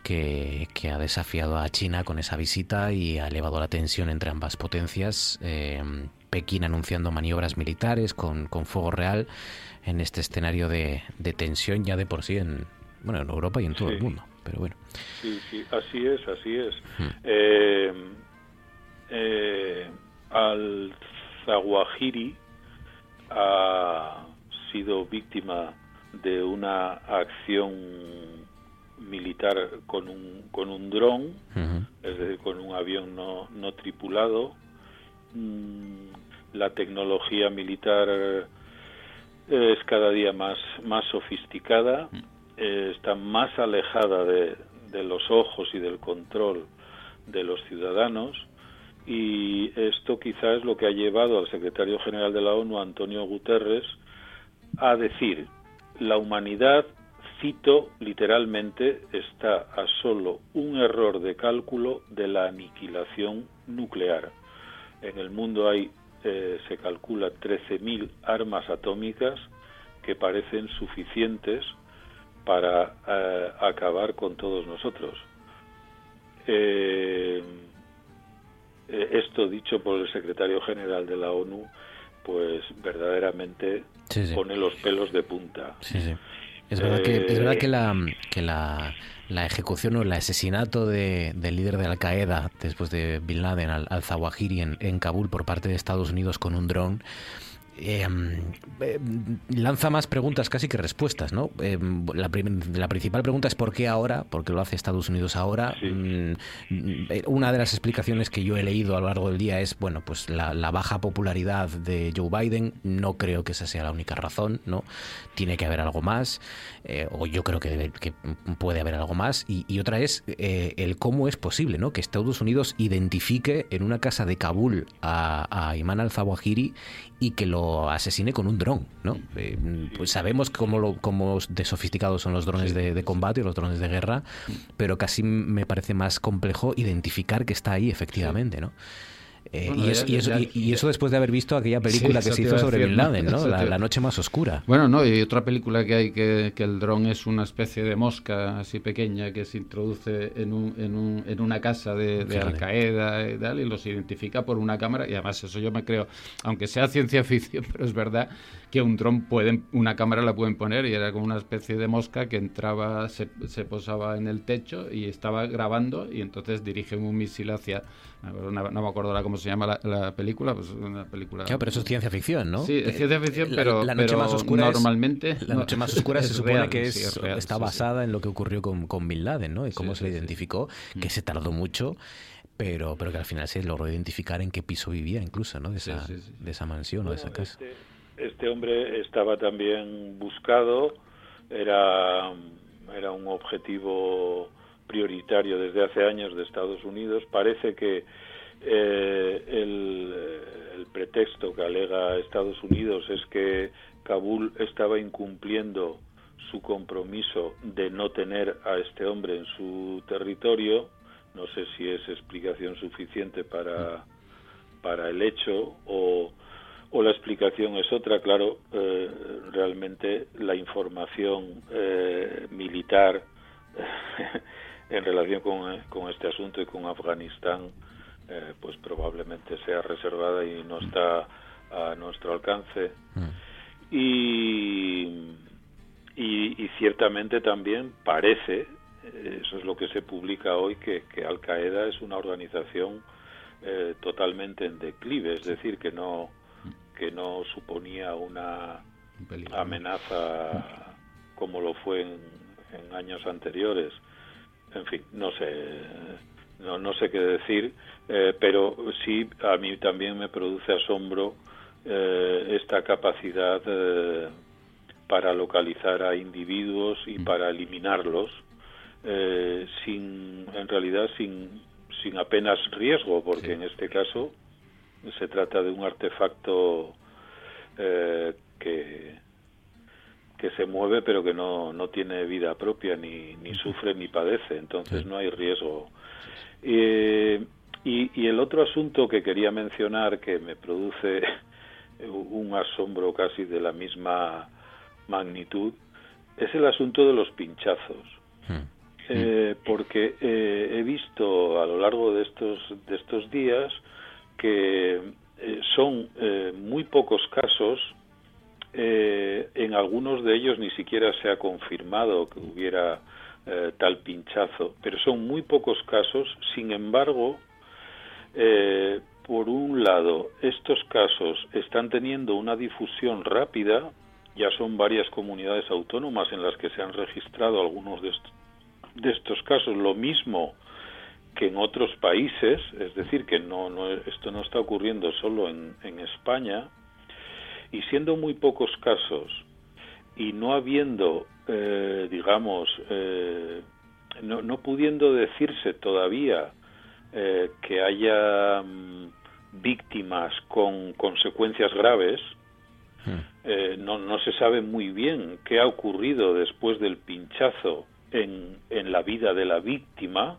que, que ha desafiado a China con esa visita y ha elevado la tensión entre ambas potencias. Eh, Pekín anunciando maniobras militares con, con fuego real en este escenario de, de tensión ya de por sí en, bueno, en Europa y en todo sí. el mundo. Pero bueno. Sí, sí, así es, así es. Hmm. Eh, eh, Al-Zawahiri ha sido víctima de una acción militar con un con un dron, uh-huh. es decir, con un avión no, no tripulado. Mm, la tecnología militar es cada día más, más sofisticada, eh, está más alejada de, de los ojos y del control de los ciudadanos, y esto quizás es lo que ha llevado al secretario general de la ONU, Antonio Guterres, a decir: la humanidad, cito literalmente, está a solo un error de cálculo de la aniquilación nuclear. En el mundo hay, eh, se calcula, trece mil armas atómicas que parecen suficientes para eh, acabar con todos nosotros. Eh, esto dicho por el secretario general de la ONU, pues verdaderamente sí, sí. pone los pelos de punta. Sí, sí. Es verdad, eh, que, es verdad que, la, que la, la ejecución o el asesinato de, del líder de Al-Qaeda después de Bin Laden, al, al-Zawahiri, en, en Kabul por parte de Estados Unidos con un dron, Eh, eh, lanza más preguntas casi que respuestas, ¿no? Eh, la, la principal pregunta es ¿por qué ahora? ¿Por qué lo hace Estados Unidos ahora? Sí. Mm, una de las explicaciones que yo he leído a lo largo del día es, bueno, pues la, la baja popularidad de Joe Biden. No creo que esa sea la única razón, ¿no? Tiene que haber algo más, eh, o yo creo que, debe, que puede haber algo más. Y, y otra es eh, el cómo es posible, ¿no?, que Estados Unidos identifique en una casa de Kabul a, a Ayman al-Zawahiri y que lo asesine con un dron, ¿no? Eh, pues sabemos cómo, lo, cómo de sofisticados son los drones de, de combate, los drones de guerra, pero casi me parece más complejo identificar que está ahí efectivamente, ¿no? Eh, bueno, y, es, ya, y, eso, ya, y, y eso después de haber visto aquella película sí, que se hizo sobre Bin Laden, ¿no? La, la noche más oscura. Bueno, no, y otra película que hay que, que el dron es una especie de mosca así pequeña que se introduce en, un, en, un, en una casa de, de Al-Qaeda y tal, y los identifica por una cámara, y además eso yo me creo, aunque sea ciencia ficción, pero es verdad que un dron pueden, una cámara la pueden poner, y era como una especie de mosca que entraba, se, se posaba en el techo y estaba grabando, y entonces dirigen un misil hacia, no, no me acuerdo ahora cómo se llama la, la película, pues una película... Claro, pero eso es ciencia ficción, ¿no? Sí, es ciencia ficción, pero, la, la noche pero más oscura normalmente... Es, la noche más oscura se supone real, que es, sí, es real, está sí, basada sí. en lo que ocurrió con, con Bin Laden, ¿no? Y cómo sí, se le sí, identificó, sí. que se tardó mucho, pero, pero que al final se logró identificar en qué piso vivía incluso, ¿no? De esa, sí, sí, sí. De esa mansión o bueno, de esa casa. Este, este hombre estaba también buscado, era, era un objetivo prioritario desde hace años de Estados Unidos. Parece que eh, el, el pretexto que alega Estados Unidos es que Kabul estaba incumpliendo su compromiso de no tener a este hombre en su territorio. No sé si es explicación suficiente para, para el hecho o, o la explicación es otra. Claro, eh, realmente la información eh, militar en relación con, con este asunto y con Afganistán eh, pues probablemente sea reservada y no está a nuestro alcance. Y, y, y ciertamente también parece, eso es lo que se publica hoy, que, que Al-Qaeda es una organización eh, totalmente en declive, es decir, que no que no suponía una amenaza como lo fue en, en años anteriores. En fin, no sé, no, no sé qué decir, eh, pero sí a mí también me produce asombro eh, esta capacidad eh, para localizar a individuos y para eliminarlos eh, sin, en realidad sin, sin apenas riesgo, porque sí. en este caso se trata de un artefacto eh, que que se mueve pero que no, no tiene vida propia, ni, ni sufre ni padece, entonces sí. no hay riesgo. Eh, y, y el otro asunto que quería mencionar, que me produce un asombro casi de la misma magnitud, es el asunto de los pinchazos. Hmm. eh, porque eh, he visto a lo largo de estos, de estos días que eh, son eh, muy pocos casos, eh, en algunos de ellos ni siquiera se ha confirmado que hubiera eh, tal pinchazo, pero son muy pocos casos. Sin embargo, eh, por un lado, estos casos están teniendo una difusión rápida. Ya son varias comunidades autónomas en las que se han registrado algunos de estos, de estos casos, lo mismo que en otros países, es decir, que no, no esto no está ocurriendo solo en, en España, y siendo muy pocos casos y no habiendo, eh, digamos, eh, no, no pudiendo decirse todavía eh, que haya mm, víctimas con consecuencias graves, eh, no, no se sabe muy bien qué ha ocurrido después del pinchazo en, en la vida de la víctima.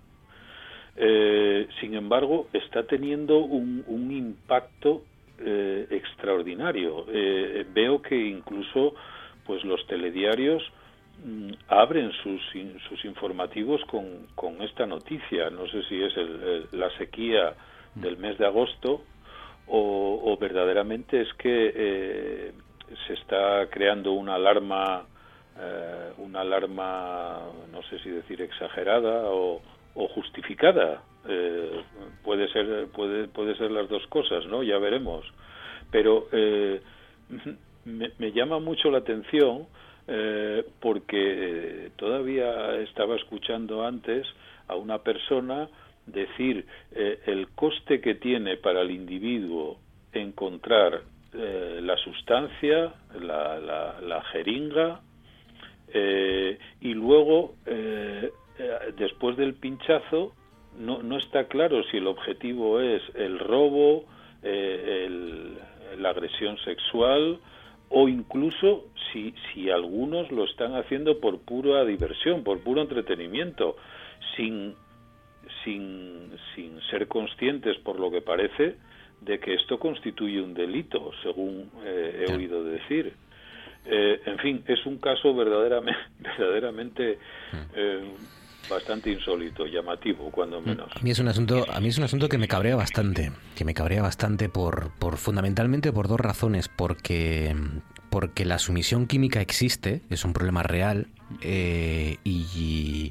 Eh, sin embargo, está teniendo un, un impacto eh, extraordinario. Eh, veo que incluso pues los telediarios mm, abren sus, sus informativos con, con esta noticia. No sé si es el, el, la sequía del mes de agosto o, o verdaderamente es que eh, se está creando una alarma, eh, una alarma, no sé si decir exagerada o o justificada, eh, puede ser puede puede ser las dos cosas, ¿no? Ya veremos, pero eh, me, me llama mucho la atención eh, porque todavía estaba escuchando antes a una persona decir eh, el coste que tiene para el individuo encontrar eh, la sustancia, la, la, la jeringa, eh, y luego eh, después del pinchazo no, no está claro si el objetivo es el robo, eh, el, la agresión sexual o incluso si, si algunos lo están haciendo por pura diversión, por puro entretenimiento, sin, sin, sin ser conscientes, por lo que parece, de que esto constituye un delito, según eh, he oído decir. Eh, en fin, es un caso verdaderamente, verdaderamente eh, bastante insólito, llamativo, cuando menos. A mí es un asunto, a mí es un asunto que me cabrea bastante, que me cabrea bastante por, por fundamentalmente por dos razones, porque porque la sumisión química existe, es un problema real eh, y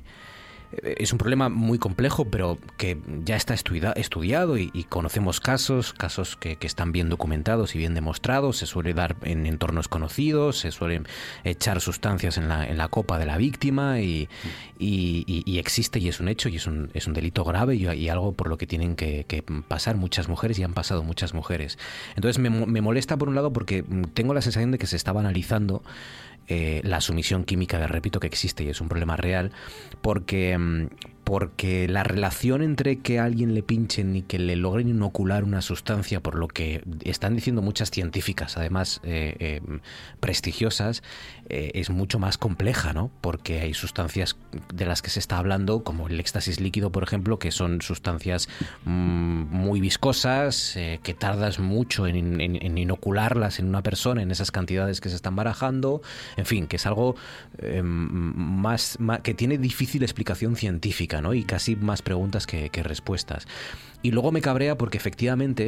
es un problema muy complejo, pero que ya está estudia, estudiado y, y conocemos casos, casos que, que están bien documentados y bien demostrados. Se suele dar en entornos conocidos, se suelen echar sustancias en la, en la copa de la víctima y, y, y, y existe y es un hecho y es un, es un delito grave y, y algo por lo que tienen que, que pasar muchas mujeres y han pasado muchas mujeres. Entonces me, me molesta por un lado porque tengo la sensación de que se estaba analizando Eh, la sumisión química, que repito que existe y es un problema real, porque, porque la relación entre que a alguien le pinchen y que le logren inocular una sustancia, por lo que están diciendo muchas científicas, además eh, eh, prestigiosas, eh, es mucho más compleja, ¿no? Porque hay sustancias de las que se está hablando, como el éxtasis líquido, por ejemplo, que son sustancias mmm, muy viscosas, eh, que tardas mucho en, en, en inocularlas en una persona, en esas cantidades que se están barajando. En fin, que es algo eh, más, más que tiene difícil explicación científica, ¿no? Y casi más preguntas que, que respuestas. Y luego me cabrea porque efectivamente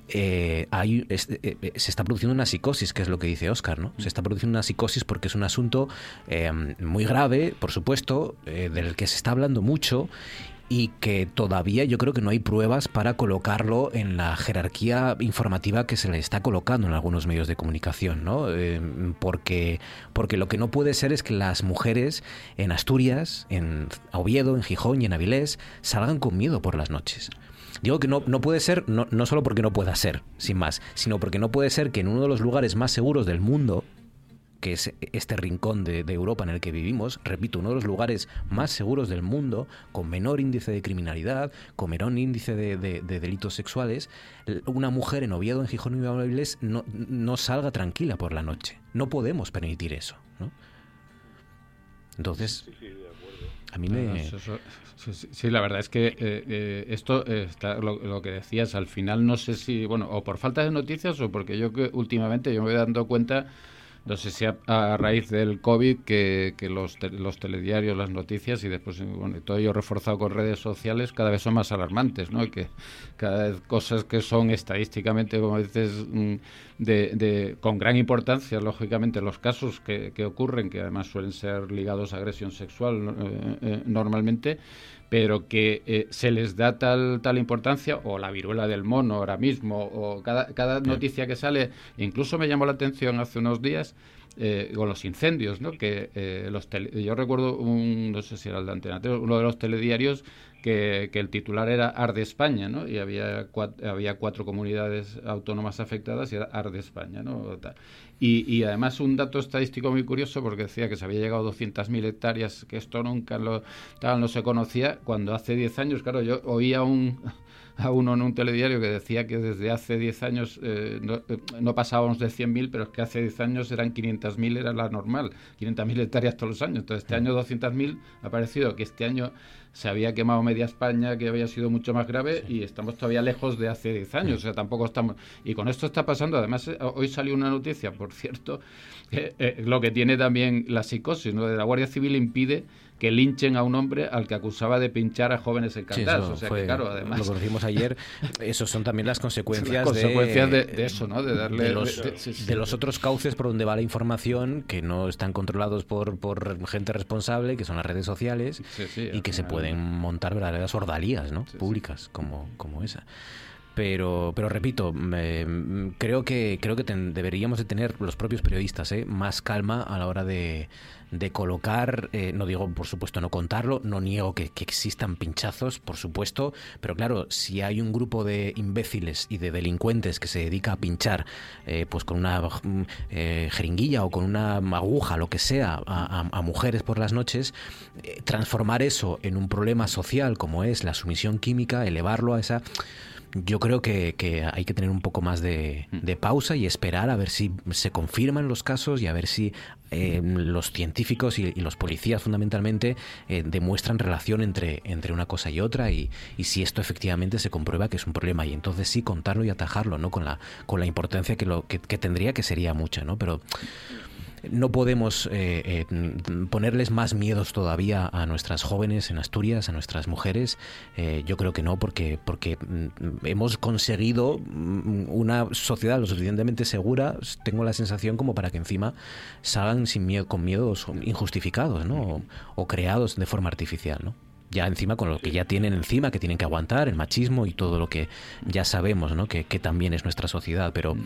eh, hay, es, eh, se está produciendo una psicosis, que es lo que dice Óscar, ¿no? Se está produciendo una psicosis porque es un asunto eh, muy grave, por supuesto, eh, del que se está hablando mucho y que todavía yo creo que no hay pruebas para colocarlo en la jerarquía informativa que se le está colocando en algunos medios de comunicación, ¿no? Eh, porque, porque lo que no puede ser es que las mujeres en Asturias, en Oviedo, en Gijón y en Avilés salgan con miedo por las noches. Digo que no, no puede ser, no, no solo porque no pueda ser, sin más, sino porque no puede ser que en uno de los lugares más seguros del mundo, que es este rincón de, de Europa en el que vivimos, repito, uno de los lugares más seguros del mundo, con menor índice de criminalidad, con menor índice de, de, de delitos sexuales, una mujer en Oviedo, en Gijón y en Avilés no, no salga tranquila por la noche. No podemos permitir eso, ¿no? Entonces, sí, sí, de acuerdo. A mí me... Sí, sí, sí, la verdad es que eh, eh, esto, eh, está, lo, lo que decías, al final no sé si, bueno, o por falta de noticias o porque yo que últimamente yo me voy dando cuenta no sé si a, a raíz del COVID que, que los, te, los telediarios, las noticias y después bueno, todo ello reforzado con redes sociales cada vez son más alarmantes, ¿no? Y que cada vez cosas que son estadísticamente, como dices, de, de, con gran importancia, lógicamente, los casos que, que ocurren, que además suelen ser ligados a agresión sexual eh, eh, normalmente, pero que eh, se les da tal tal importancia, o la viruela del mono ahora mismo, o cada, cada noticia que sale. Incluso me llamó la atención hace unos días eh, con los incendios, ¿no? Que eh, los tele, yo recuerdo un, no sé si era el de Antena tres, uno de los telediarios que, que el titular era Arde España, ¿no? Y había cuatro, había cuatro comunidades autónomas afectadas y era Arde España, ¿no? Y, y además un dato estadístico muy curioso, porque decía que se había llegado a doscientas mil hectáreas, que esto nunca lo, tal, no se conocía, cuando hace diez años, claro, yo oía un, a uno en un telediario que decía que desde hace diez años eh, no, no pasábamos de cien mil, pero es que hace diez años eran quinientas mil, era la normal, quinientas mil hectáreas todos los años. Entonces este año doscientas mil, ha parecido que este año se había quemado media España, que había sido mucho más grave, sí. Y estamos todavía lejos de hace diez años, o sea, tampoco estamos... Y con esto está pasando, además, hoy salió una noticia, por cierto, que eh, lo que tiene también la psicosis, ¿no? De la Guardia Civil impide que linchen a un hombre al que acusaba de pinchar a jóvenes en Candás. Sí, o sea, que claro, además... Lo conocimos ayer, esos son también las consecuencias, las consecuencias de, de, de eso, ¿no? De darle... De los, de, de, sí, sí, de los otros cauces por donde va la información, que no están controlados por, por gente responsable, que son las redes sociales, sí, sí, y que se pueden montar verdaderas ordalías, ¿no? Sí, públicas, sí. Como, como esa. Pero, pero repito, eh, creo que creo que ten, deberíamos de tener los propios periodistas eh, más calma a la hora de, de colocar, eh, no digo por supuesto no contarlo, no niego que, que existan pinchazos, por supuesto, pero claro, si hay un grupo de imbéciles y de delincuentes que se dedica a pinchar eh, pues con una eh, jeringuilla o con una aguja, lo que sea, a, a, a mujeres por las noches, eh, transformar eso en un problema social como es la sumisión química, elevarlo a esa... Yo creo que, que hay que tener un poco más de, de pausa y esperar a ver si se confirman los casos y a ver si eh, los científicos y, y los policías fundamentalmente eh, demuestran relación entre, entre una cosa y otra y, y si esto efectivamente se comprueba que es un problema y entonces sí contarlo y atajarlo, ¿no? Con la, con la importancia que, lo, que, que tendría, que sería mucha, ¿no? Pero... No podemos eh, eh, ponerles más miedos todavía a nuestras jóvenes en Asturias, a nuestras mujeres. Eh, yo creo que no, porque, porque hemos conseguido una sociedad lo suficientemente segura, tengo la sensación, como para que encima salgan sin miedo, con miedos injustificados, ¿no? O, o creados de forma artificial, ¿no? Ya encima con lo que ya tienen encima, que tienen que aguantar, el machismo y todo lo que ya sabemos, ¿no? Que, que también es nuestra sociedad, pero...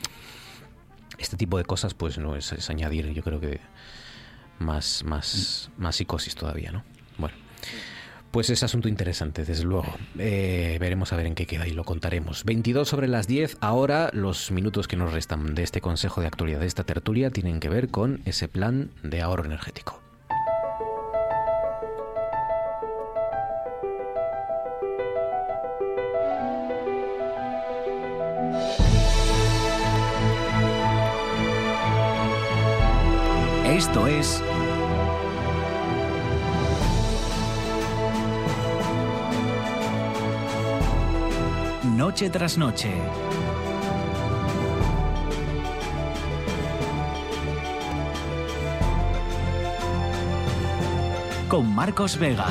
Este tipo de cosas, pues no es, es añadir, yo creo que más, más, más psicosis todavía, ¿no? Bueno, pues es asunto interesante, desde luego. Eh, veremos a ver en qué queda y lo contaremos. veintidós sobre las diez, ahora los minutos que nos restan de este consejo de actualidad, de esta tertulia, tienen que ver con ese plan de ahorro energético. Esto es Noche tras Noche. Con Marcos Vega.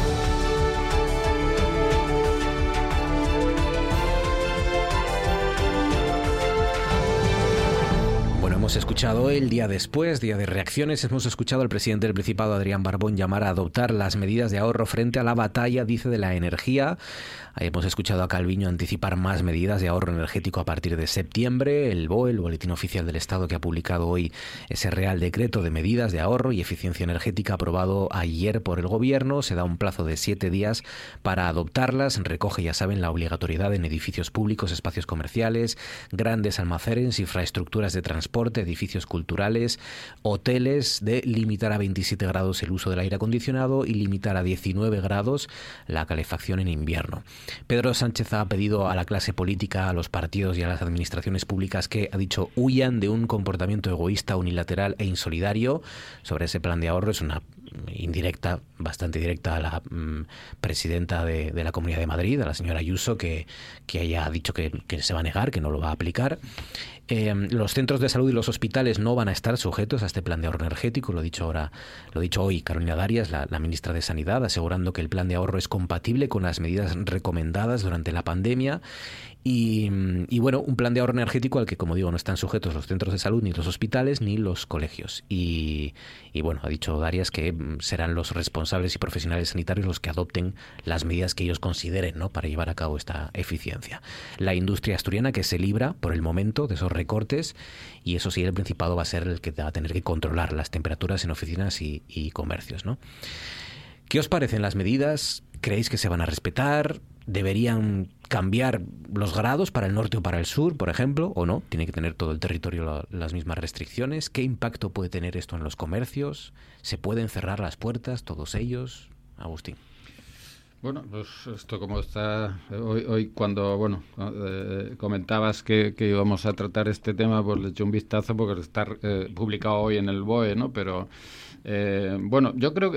Hemos escuchado el día después, día de reacciones, hemos escuchado al presidente del Principado, Adrián Barbón, llamar a adoptar las medidas de ahorro frente a la batalla, dice, de la energía. Hemos escuchado a Calviño anticipar más medidas de ahorro energético a partir de septiembre. El B O E, el Boletín Oficial del Estado, que ha publicado hoy ese Real Decreto de Medidas de Ahorro y Eficiencia Energética aprobado ayer por el Gobierno. Se da un plazo de siete días para adoptarlas. Recoge, ya saben, la obligatoriedad en edificios públicos, espacios comerciales, grandes almacenes, infraestructuras de transporte, edificios culturales, hoteles, de limitar a veintisiete grados el uso del aire acondicionado y limitar a diecinueve grados la calefacción en invierno. Pedro Sánchez ha pedido a la clase política, a los partidos y a las administraciones públicas que, ha dicho, huyan de un comportamiento egoísta, unilateral e insolidario. Sobre ese plan de ahorro es una indirecta, bastante directa, a la mm, presidenta de, de la Comunidad de Madrid, a la señora Ayuso, que, que ella ha dicho que, que se va a negar, que no lo va a aplicar. Eh, los centros de salud y los hospitales no van a estar sujetos a este plan de ahorro energético, lo ha dicho ahora, lo ha dicho hoy Carolina Darias, la, la ministra de Sanidad, asegurando que el plan de ahorro es compatible con las medidas recomendadas durante la pandemia. Y, y bueno, un plan de ahorro energético al que, como digo, no están sujetos los centros de salud, ni los hospitales, ni los colegios. Y, y bueno, ha dicho Darias que serán los responsables y profesionales sanitarios los que adopten las medidas que ellos consideren, ¿no?, para llevar a cabo esta eficiencia. La industria asturiana, que se libra por el momento de esos recortes, y eso sí, el Principado va a ser el que va a tener que controlar las temperaturas en oficinas y, y comercios, ¿no? ¿Qué os parecen las medidas? ¿Creéis que se van a respetar? ¿Deberían cambiar los grados para el norte o para el sur, por ejemplo? ¿O no? ¿Tiene que tener todo el territorio la, las mismas restricciones? ¿Qué impacto puede tener esto en los comercios? ¿Se pueden cerrar las puertas, todos ellos? Agustín. Bueno, pues esto como está hoy, hoy cuando bueno eh, comentabas que, que íbamos a tratar este tema, pues le eché un vistazo porque está eh, publicado hoy en el B O E, ¿no? Pero eh, bueno, yo creo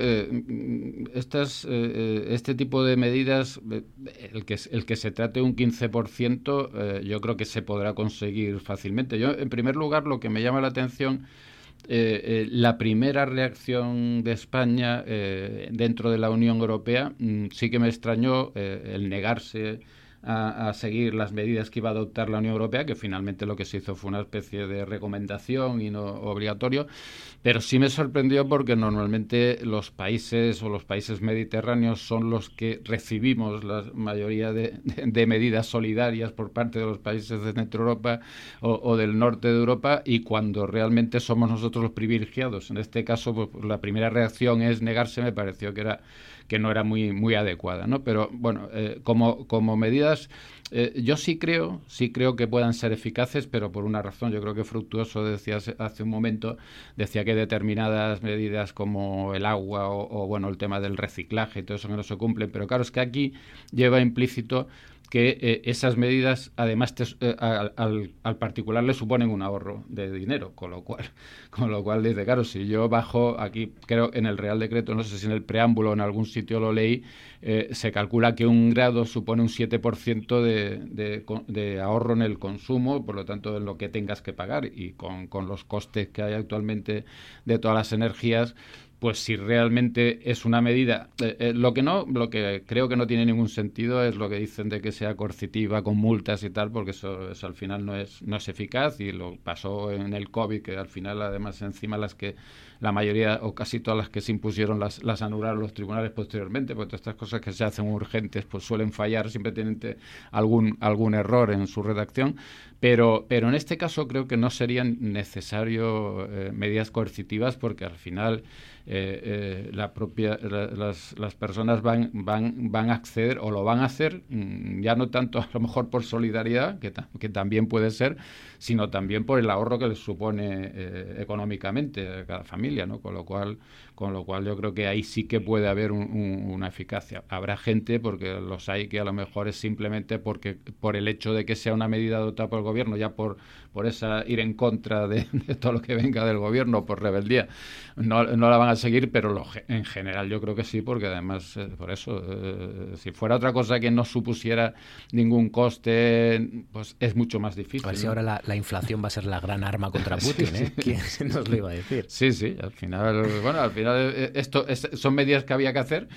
que estas eh, este tipo de medidas, el que el que se trate un quince por ciento, eh, yo creo que se podrá conseguir fácilmente. Yo, en primer lugar, lo que me llama la atención, Eh, eh, la primera reacción de España eh, dentro de la Unión Europea mm, sí que me extrañó eh, el negarse a, a seguir las medidas que iba a adoptar la Unión Europea, que finalmente lo que se hizo fue una especie de recomendación y no obligatorio, pero sí me sorprendió porque normalmente los países o los países mediterráneos son los que recibimos la mayoría de, de, de medidas solidarias por parte de los países de Centro Europa o, o del norte de Europa, y cuando realmente somos nosotros los privilegiados. En este caso, pues, la primera reacción es negarse. Me pareció que era que no era muy muy adecuada, ¿no? Pero bueno, eh, como como medidas, eh, yo sí creo sí creo que puedan ser eficaces, pero por una razón. Yo creo que Fructuoso decía hace un momento, decía que determinadas medidas como el agua o, o bueno, el tema del reciclaje y todo eso que no se cumplen, pero claro, es que aquí lleva implícito que eh, esas medidas además te, eh, al, al, al particular le suponen un ahorro de dinero, con lo cual con lo cual dice, claro, si yo bajo aquí, creo en el Real Decreto, no sé si en el preámbulo o en algún sitio lo leí, eh, se calcula que un grado supone un siete por ciento de, de, de ahorro en el consumo, por lo tanto en lo que tengas que pagar, y con, con los costes que hay actualmente de todas las energías, pues si realmente es una medida, eh, eh, lo que no, lo que creo que no tiene ningún sentido es lo que dicen de que sea coercitiva con multas y tal, porque eso, eso al final no es no es eficaz, y lo pasó en el COVID, que al final además encima las que la mayoría o casi todas las que se impusieron las, las anularon los tribunales posteriormente, porque todas estas cosas que se hacen urgentes pues suelen fallar, siempre tienen te, algún algún error en su redacción, pero pero en este caso creo que no serían necesarios eh, medidas coercitivas, porque al final Eh, eh, la propia la, las, las personas van van van a acceder o lo van a hacer, mmm, ya no tanto a lo mejor por solidaridad, que, ta, que también puede ser, sino también por el ahorro que les supone eh, económicamente a cada familia, ¿no? Con lo cual con lo cual yo creo que ahí sí que puede haber un, un, una eficacia. Habrá gente, porque los hay, que a lo mejor es simplemente porque por el hecho de que sea una medida adoptada por el gobierno, ya por por esa ir en contra de, de todo lo que venga del gobierno, por rebeldía, no, no la van a seguir, pero lo, en general yo creo que sí, porque además, eh, por eso, eh, si fuera otra cosa que no supusiera ningún coste, pues es mucho más difícil. A ver si, ¿no?, ahora la, la inflación va a ser la gran arma contra Putin, sí, ¿eh? Sí. ¿Quién nos lo iba a decir? Sí, sí, al final, bueno, al final esto es, son medidas que había que hacer.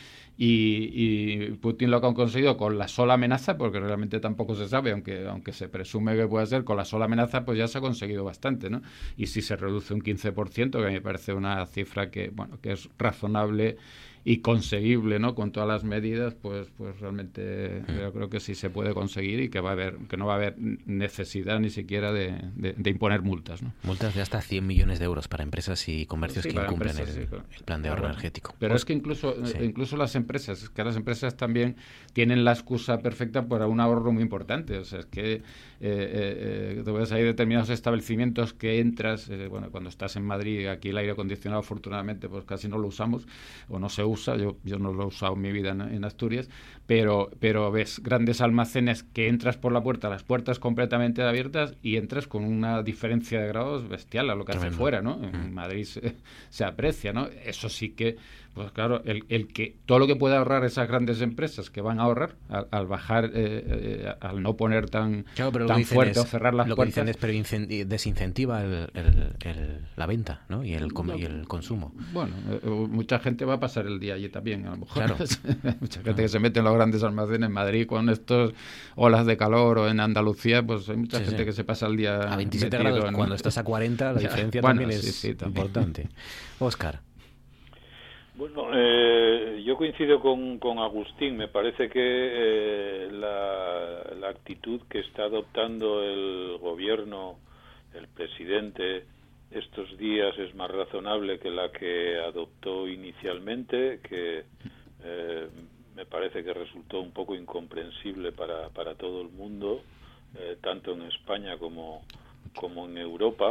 Y, y Putin lo que han conseguido con la sola amenaza, porque realmente tampoco se sabe, aunque aunque se presume que puede ser, con la sola amenaza pues ya se ha conseguido bastante, ¿no? Y si se reduce un quince por ciento, que a mí me parece una cifra que bueno que es razonable y conseguible, ¿no?, con todas las medidas, pues pues realmente mm. yo creo que sí se puede conseguir, y que va a haber que no va a haber necesidad ni siquiera de, de, de imponer multas, ¿no? Multas de hasta cien millones de euros para empresas y comercios sí, que incumplen empresas, el, sí, claro. el plan de ahorro claro. energético. Pero pues, es que incluso sí. incluso las empresas, es que las empresas también tienen la excusa perfecta para un ahorro muy importante. O sea, es que eh, eh, hay determinados establecimientos que entras, eh, bueno, cuando estás en Madrid, aquí el aire acondicionado afortunadamente pues casi no lo usamos, o no se usa, yo, yo no lo he usado en mi vida en, en Asturias, pero, pero ves grandes almacenes que entras por la puerta, las puertas completamente abiertas y entras con una diferencia de grados bestial a lo que Tremendo. hace fuera, ¿no? En Madrid se, se aprecia, ¿no? Eso sí que, pues claro, el, el que todo lo que puede ahorrar esas grandes empresas que van a ahorrar al, al bajar, eh, eh, al no poner tan, claro, pero tan fuerte es, o cerrar las lo puertas. Lo que dicen es, pero desincentiva el, el, el, la venta, ¿no? Y el, y el consumo. Bueno, eh, mucha gente va a pasar el día allí también, a lo mejor. Claro. Mucha gente que se mete en los grandes almacenes en Madrid con estos olas de calor, o en Andalucía, pues hay mucha sí, gente sí. que se pasa el día a veintisiete grados, en... cuando estás a cuarenta, la diferencia bueno, también sí, es sí, también. importante. Óscar. Bueno, eh, yo coincido con, con Agustín. Me parece que eh, la, la actitud que está adoptando el gobierno, el presidente, estos días es más razonable que la que adoptó inicialmente, que eh, me parece que resultó un poco incomprensible para, para todo el mundo, eh, tanto en España como, como en Europa.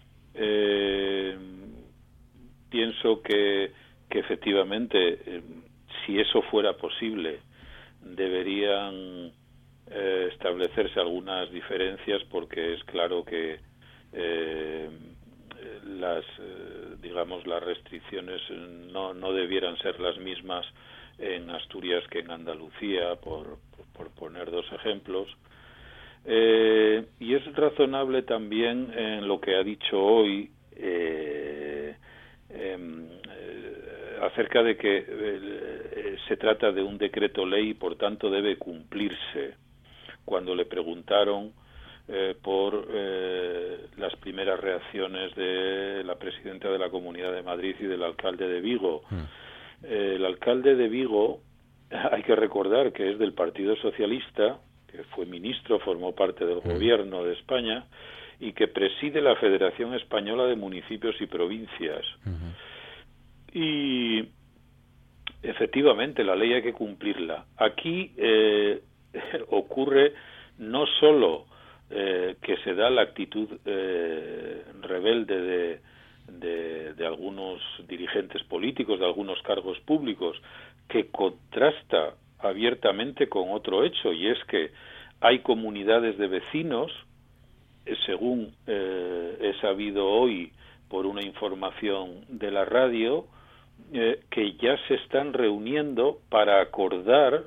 Eh, pienso que que efectivamente, eh, si eso fuera posible, deberían eh, establecerse algunas diferencias, porque es claro que eh, las, eh, digamos, las restricciones no, no debieran ser las mismas en Asturias que en Andalucía, por, por, por poner dos ejemplos. Eh, y es razonable también en lo que ha dicho hoy eh, eh, acerca de que eh, se trata de un decreto ley y por tanto debe cumplirse. Cuando le preguntaron eh, por eh, las primeras reacciones de la presidenta de la Comunidad de Madrid y del alcalde de Vigo, mm. eh, el alcalde de Vigo, hay que recordar que es del Partido Socialista, que fue ministro, formó parte del mm. gobierno de España y que preside la Federación Española de Municipios y Provincias. Mm-hmm. Y efectivamente la ley hay que cumplirla. Aquí eh, ocurre no solo eh, que se da la actitud eh, rebelde de, de, de algunos dirigentes políticos, de algunos cargos públicos, que contrasta abiertamente con otro hecho, y es que hay comunidades de vecinos, eh, según eh, he sabido hoy por una información de la radio, Eh, que ya se están reuniendo para acordar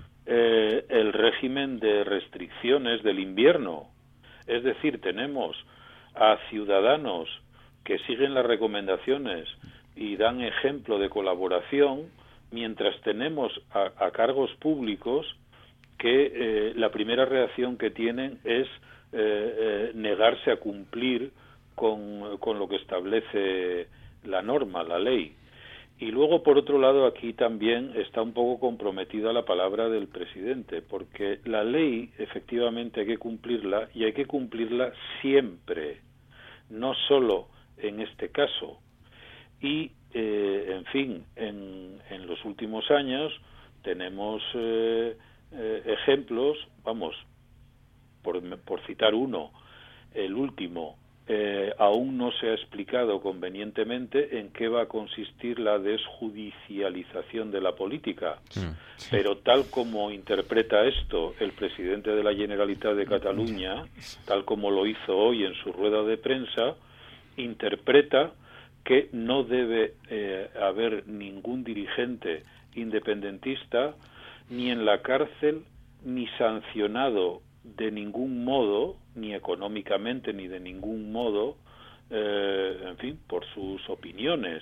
eh, el régimen de restricciones del invierno. Es decir, tenemos a ciudadanos que siguen las recomendaciones y dan ejemplo de colaboración, mientras tenemos a, a cargos públicos que eh, la primera reacción que tienen es eh, eh, negarse a cumplir con, con lo que establece la norma, la ley. Y luego, por otro lado, aquí también está un poco comprometida la palabra del presidente, porque la ley, efectivamente, hay que cumplirla, y hay que cumplirla siempre, no solo en este caso. Y, eh, en fin, en, en los últimos años tenemos eh, eh, ejemplos, vamos, por, por citar uno, el último, Eh, aún no se ha explicado convenientemente en qué va a consistir la desjudicialización de la política, sí, sí. Pero tal como interpreta esto el presidente de la Generalitat de Cataluña, tal como lo hizo hoy en su rueda de prensa, interpreta que no debe eh, haber ningún dirigente independentista ni en la cárcel ni sancionado de ningún modo, ni económicamente ni de ningún modo, eh, en fin, por sus opiniones,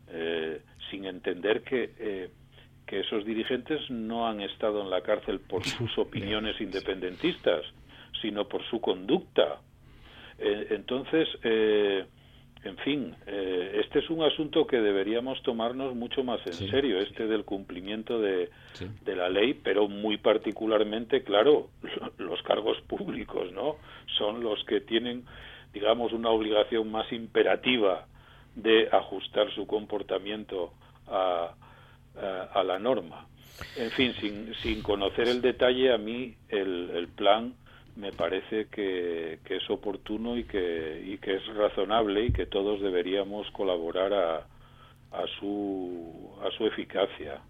eh, sin entender que, eh, que esos dirigentes no han estado en la cárcel por sus opiniones independentistas, sino por su conducta. Eh, entonces, eh, en fin, eh, este es un asunto que deberíamos tomarnos mucho más en sí, serio, este del cumplimiento de, sí. de la ley, pero muy particularmente, claro, los cargos públicos, ¿no? Son los que tienen, digamos, una obligación más imperativa de ajustar su comportamiento a, a, a la norma. En fin, sin, sin conocer el detalle, a mí el, el plan me parece que, que es oportuno y que, y que es razonable y que todos deberíamos colaborar a, a su a su eficacia.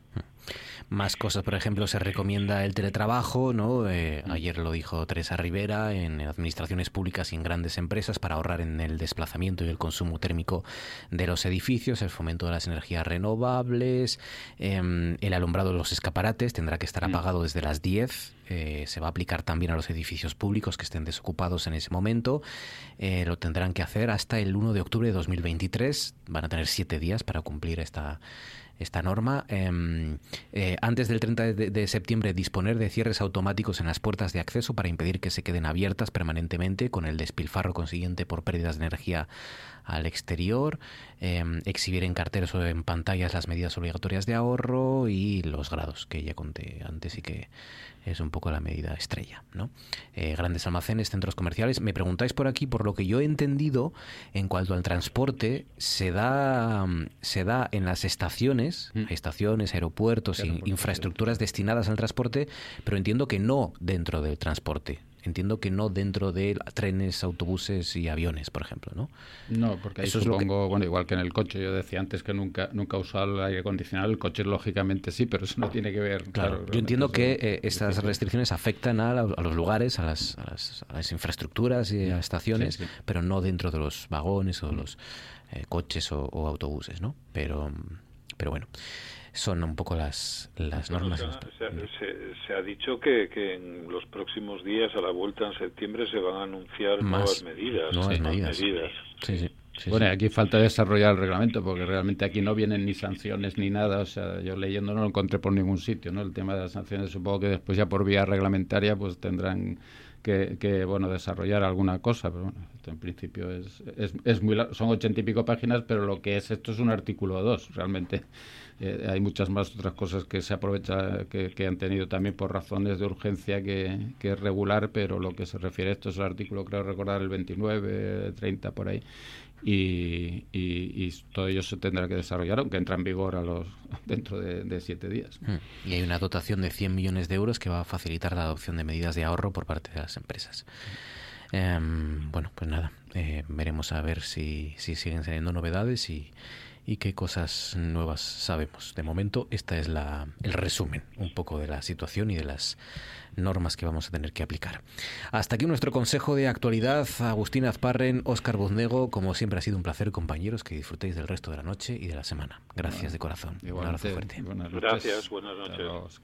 Más cosas, por ejemplo, se recomienda el teletrabajo, ¿no? Eh, ayer lo dijo Teresa Rivera, en administraciones públicas y en grandes empresas, para ahorrar en el desplazamiento y el consumo térmico de los edificios, el fomento de las energías renovables, eh, el alumbrado de los escaparates tendrá que estar apagado desde las diez, eh, se va a aplicar también a los edificios públicos que estén desocupados en ese momento, eh, lo tendrán que hacer hasta el uno de octubre de dos mil veintitrés, van a tener siete días para cumplir esta esta norma. Eh, eh, antes del treinta de, de septiembre, disponer de cierres automáticos en las puertas de acceso para impedir que se queden abiertas permanentemente, con el despilfarro consiguiente por pérdidas de energía al exterior. Eh, exhibir en carteles o en pantallas las medidas obligatorias de ahorro y los grados, que ya conté antes y que es un poco la medida estrella, ¿no? Eh, grandes almacenes, centros comerciales. Me preguntáis por aquí, por lo que yo he entendido, en cuanto al transporte, se da se da en las estaciones, mm. estaciones, aeropuertos, in, infraestructuras destinadas al transporte, pero entiendo que no dentro del transporte. Entiendo que no dentro de trenes, autobuses y aviones, por ejemplo, ¿no? No, porque ahí Eso supongo, es lo que... bueno, igual que en el coche, yo decía antes que nunca nunca he usado el aire acondicionado, el coche lógicamente sí, pero eso no tiene que ver... Claro, claro yo entiendo que eso, eh, estas sí, sí. restricciones afectan a, la, a los lugares, a las, a, las, a las infraestructuras y a las estaciones, sí, sí. pero no dentro de los vagones o los eh, coches o, o autobuses, ¿no? Pero, pero bueno... son un poco las, las normas. Bueno, se, ha, se, se ha dicho que, que en los próximos días, a la vuelta en septiembre, se van a anunciar Más, nuevas medidas. Nuevas sí, medidas. medidas. Sí, sí. Sí, bueno, sí. aquí falta desarrollar el reglamento, porque realmente aquí no vienen ni sanciones ni nada. O sea, yo leyendo no lo encontré por ningún sitio, ¿no? El tema de las sanciones, supongo que después ya por vía reglamentaria pues tendrán que, que bueno, desarrollar alguna cosa. Pero bueno, esto en principio es, es, es muy son ochenta y pico páginas, pero lo que es esto es un artículo dos, realmente. Eh, hay muchas más otras cosas que se aprovecha, que, que han tenido también por razones de urgencia que, que es regular, pero lo que se refiere a esto es el artículo, creo recordar, el veintinueve, treinta, por ahí. Y, y, y todo ello se tendrá que desarrollar, aunque entra en vigor a los dentro de, de siete días. Y hay una dotación de cien millones de euros que va a facilitar la adopción de medidas de ahorro por parte de las empresas. Eh, bueno, pues nada, eh, veremos a ver si, si siguen saliendo novedades y, y qué cosas nuevas sabemos. De momento, esta es la, el resumen un poco de la situación y de las normas que vamos a tener que aplicar. Hasta aquí nuestro consejo de actualidad. Agustín Azparren, Óscar Buznego, como siempre ha sido un placer, compañeros, que disfrutéis del resto de la noche y de la semana. Gracias bueno, de corazón. Un abrazo fuerte. Buenas Gracias, buenas noches.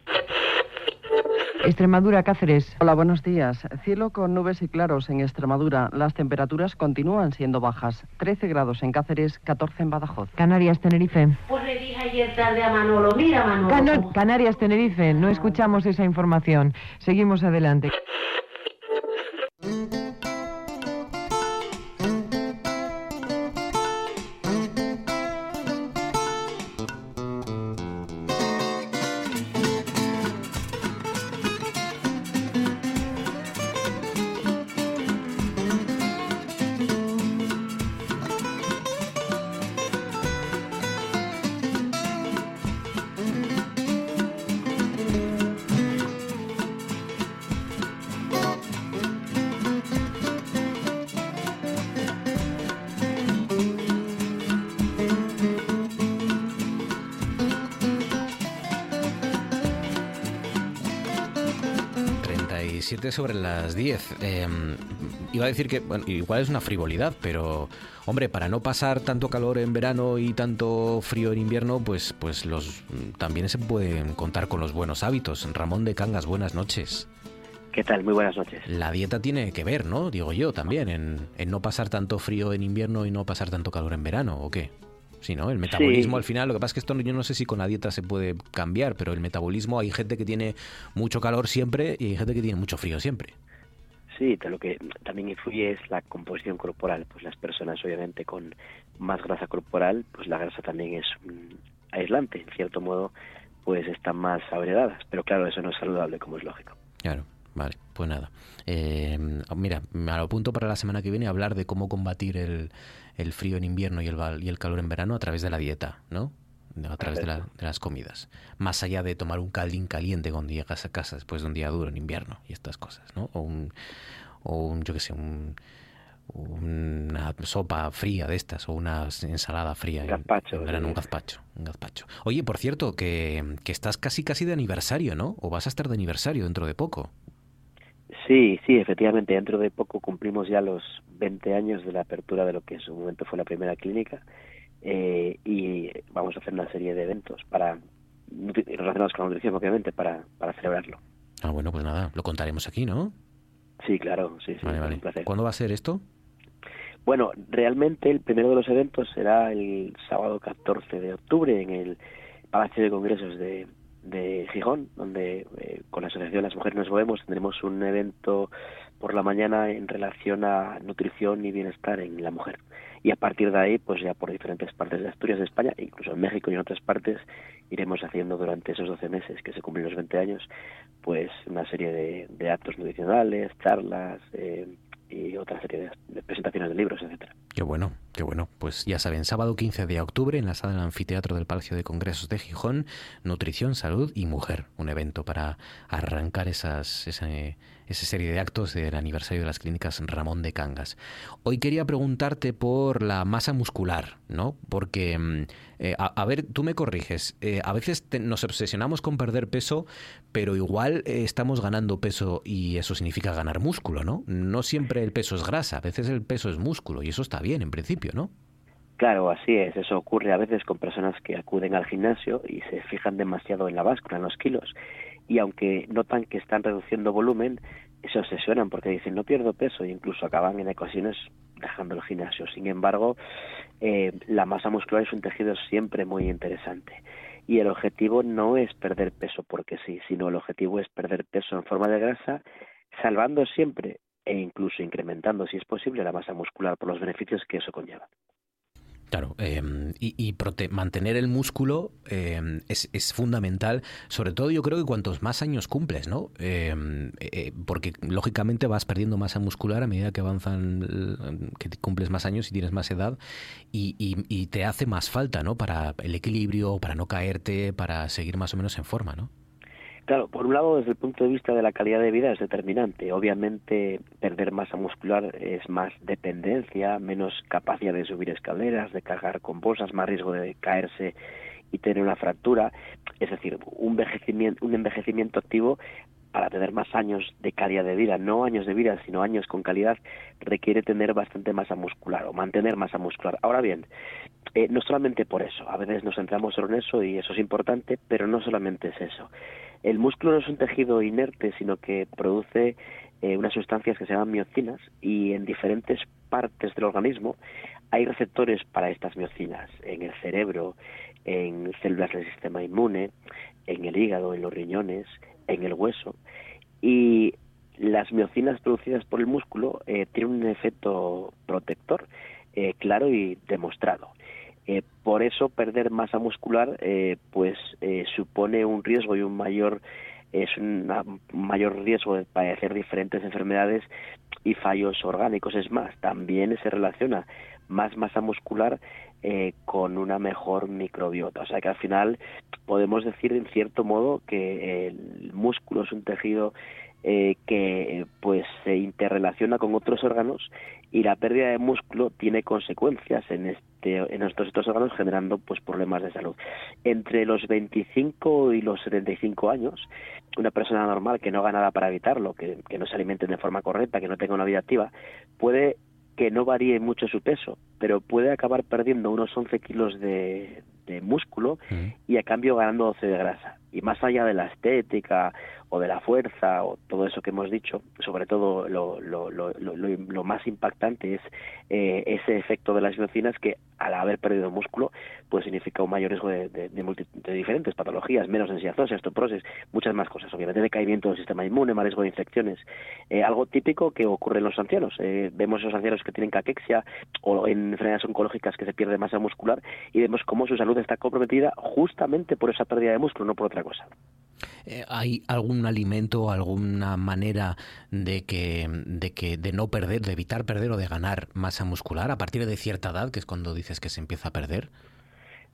Extremadura, Cáceres. Hola, buenos días. Cielo con nubes y claros en Extremadura. Las temperaturas continúan siendo bajas. trece grados en Cáceres, catorce en Badajoz. Canarias, Tenerife. Pues le dije ayer tarde a Manolo, mira Manolo. Can- Canarias, Tenerife, no escuchamos esa información. Seguimos adelante. Sobre las diez. Eh, iba a decir que bueno, igual es una frivolidad, pero hombre, para no pasar tanto calor en verano y tanto frío en invierno, pues, pues los también se pueden contar con los buenos hábitos. Ramón de Cangas, buenas noches. ¿Qué tal? Muy buenas noches. La dieta tiene que ver, ¿no? Digo yo también, en, en no pasar tanto frío en invierno y no pasar tanto calor en verano, ¿o qué? Sí, ¿no? El metabolismo sí. Al final, lo que pasa es que esto yo no sé si con la dieta se puede cambiar, pero el metabolismo, hay gente que tiene mucho calor siempre y hay gente que tiene mucho frío siempre. Sí, lo que también influye es la composición corporal. Pues las personas obviamente con más grasa corporal, pues la grasa también es un aislante, en cierto modo, pues están más agregadas. Pero claro, eso no es saludable, como es lógico. Claro. Vale, pues nada. Eh, mira, a lo punto para la semana que viene hablar de cómo combatir el, el frío en invierno y el, y el calor en verano a través de la dieta, ¿no? a través de, la, de las comidas. Más allá de tomar un caldín caliente cuando llegas a casa después de un día duro en invierno y estas cosas, ¿no? O un, o un yo qué sé, un, una sopa fría de estas o una ensalada fría. Un gazpacho. En, en verano, un gazpacho, un gazpacho. Oye, por cierto, que, que estás casi casi de aniversario, ¿no? O vas a estar de aniversario dentro de poco. Sí, sí, efectivamente, dentro de poco cumplimos ya los veinte años de la apertura de lo que en su momento fue la primera clínica, eh, y vamos a hacer una serie de eventos para relacionados con la nutrición, obviamente, para, para celebrarlo. Ah, bueno, pues nada, lo contaremos aquí, ¿no? Sí, claro, sí, sí, vale, vale. Un placer. ¿Cuándo va a ser esto? Bueno, realmente el primero de los eventos será el sábado catorce de octubre en el Palacio de Congresos de de Gijón, donde eh, con la Asociación Las Mujeres Nos Movemos tendremos un evento por la mañana en relación a nutrición y bienestar en la mujer. Y a partir de ahí, pues ya por diferentes partes de Asturias, de España, incluso en México y en otras partes, iremos haciendo durante esos doce meses que se cumplen los veinte años, pues una serie de, de actos nutricionales, charlas, eh, y otra serie de, de presentaciones de libros, etcétera. Qué bueno, qué bueno. Pues ya saben, sábado quince de octubre en la sala del anfiteatro del Palacio de Congresos de Gijón, Nutrición, Salud y Mujer, un evento para arrancar esas, esa, esa serie de actos del aniversario de las clínicas Ramón de Cangas. Hoy quería preguntarte por la masa muscular, ¿no? Porque, eh, a, a ver, tú me corriges, eh, a veces te, nos obsesionamos con perder peso, pero igual eh, estamos ganando peso y eso significa ganar músculo, ¿no? No siempre el peso es grasa, a veces el peso es músculo y eso está bien en principio, ¿no? Claro, así es. Eso ocurre a veces con personas que acuden al gimnasio y se fijan demasiado en la báscula, en los kilos, y aunque notan que están reduciendo volumen, se obsesionan porque dicen no pierdo peso e incluso acaban en ocasiones dejando el gimnasio. Sin embargo, eh, la masa muscular es un tejido siempre muy interesante y el objetivo no es perder peso porque sí, sino el objetivo es perder peso en forma de grasa, salvando siempre e incluso incrementando, si es posible, la masa muscular por los beneficios que eso conlleva. Claro, eh, y, y prote- mantener el músculo eh, es, es fundamental, sobre todo yo creo que cuantos más años cumples, ¿no? Eh, eh, porque lógicamente vas perdiendo masa muscular a medida que avanzan, que cumples más años y tienes más edad, y, y, y te hace más falta, ¿no? Para el equilibrio, para no caerte, para seguir más o menos en forma, ¿no? Claro, por un lado, desde el punto de vista de la calidad de vida es determinante. Obviamente, perder masa muscular es más dependencia, menos capacidad de subir escaleras, de cargar con bolsas, más riesgo de caerse y tener una fractura. Es decir, un envejecimiento, un envejecimiento activo para tener más años de calidad de vida, no años de vida, sino años con calidad, requiere tener bastante masa muscular o mantener masa muscular. Ahora bien, eh, no solamente por eso, a veces nos centramos solo en eso y eso es importante, pero no solamente es eso. El músculo no es un tejido inerte, sino que produce eh, unas sustancias que se llaman miocinas y en diferentes partes del organismo hay receptores para estas miocinas, en el cerebro, en células del sistema inmune, en el hígado, en los riñones, en el hueso, y las miocinas producidas por el músculo eh, tienen un efecto protector eh, claro y demostrado. Eh, por eso perder masa muscular eh, pues eh, supone un riesgo y un mayor es un mayor riesgo de padecer diferentes enfermedades y fallos orgánicos. Es más, también se relaciona más masa muscular eh, con una mejor microbiota. O sea que al final podemos decir en cierto modo que el músculo es un tejido eh, que pues se interrelaciona con otros órganos y la pérdida de músculo tiene consecuencias en este en estos, estos órganos generando pues problemas de salud. Entre los veinticinco y los setenta y cinco años, una persona normal que no haga nada para evitarlo, que, que no se alimente de forma correcta, que no tenga una vida activa, puede que no varíe mucho su peso, pero puede acabar perdiendo unos once kilos de, de músculo y a cambio ganando doce de grasa. Y más allá de la estética o de la fuerza o todo eso que hemos dicho, sobre todo lo, lo, lo, lo, lo más impactante es eh, ese efecto de las miocinas que al haber perdido músculo pues significa un mayor riesgo de, de, de, multi, de diferentes patologías, menos densidad ósea, osteoporosis, muchas más cosas, obviamente decaimiento del sistema inmune, más riesgo de infecciones, eh, algo típico que ocurre en los ancianos. Eh, vemos esos ancianos que tienen caquexia o en enfermedades oncológicas que se pierde masa muscular y vemos cómo su salud está comprometida justamente por esa pérdida de músculo, no por otra cosa. Eh, ¿Hay algún alimento, alguna manera de que, de que de no perder, de evitar perder o de ganar masa muscular a partir de cierta edad, que es cuando dices que se empieza a perder?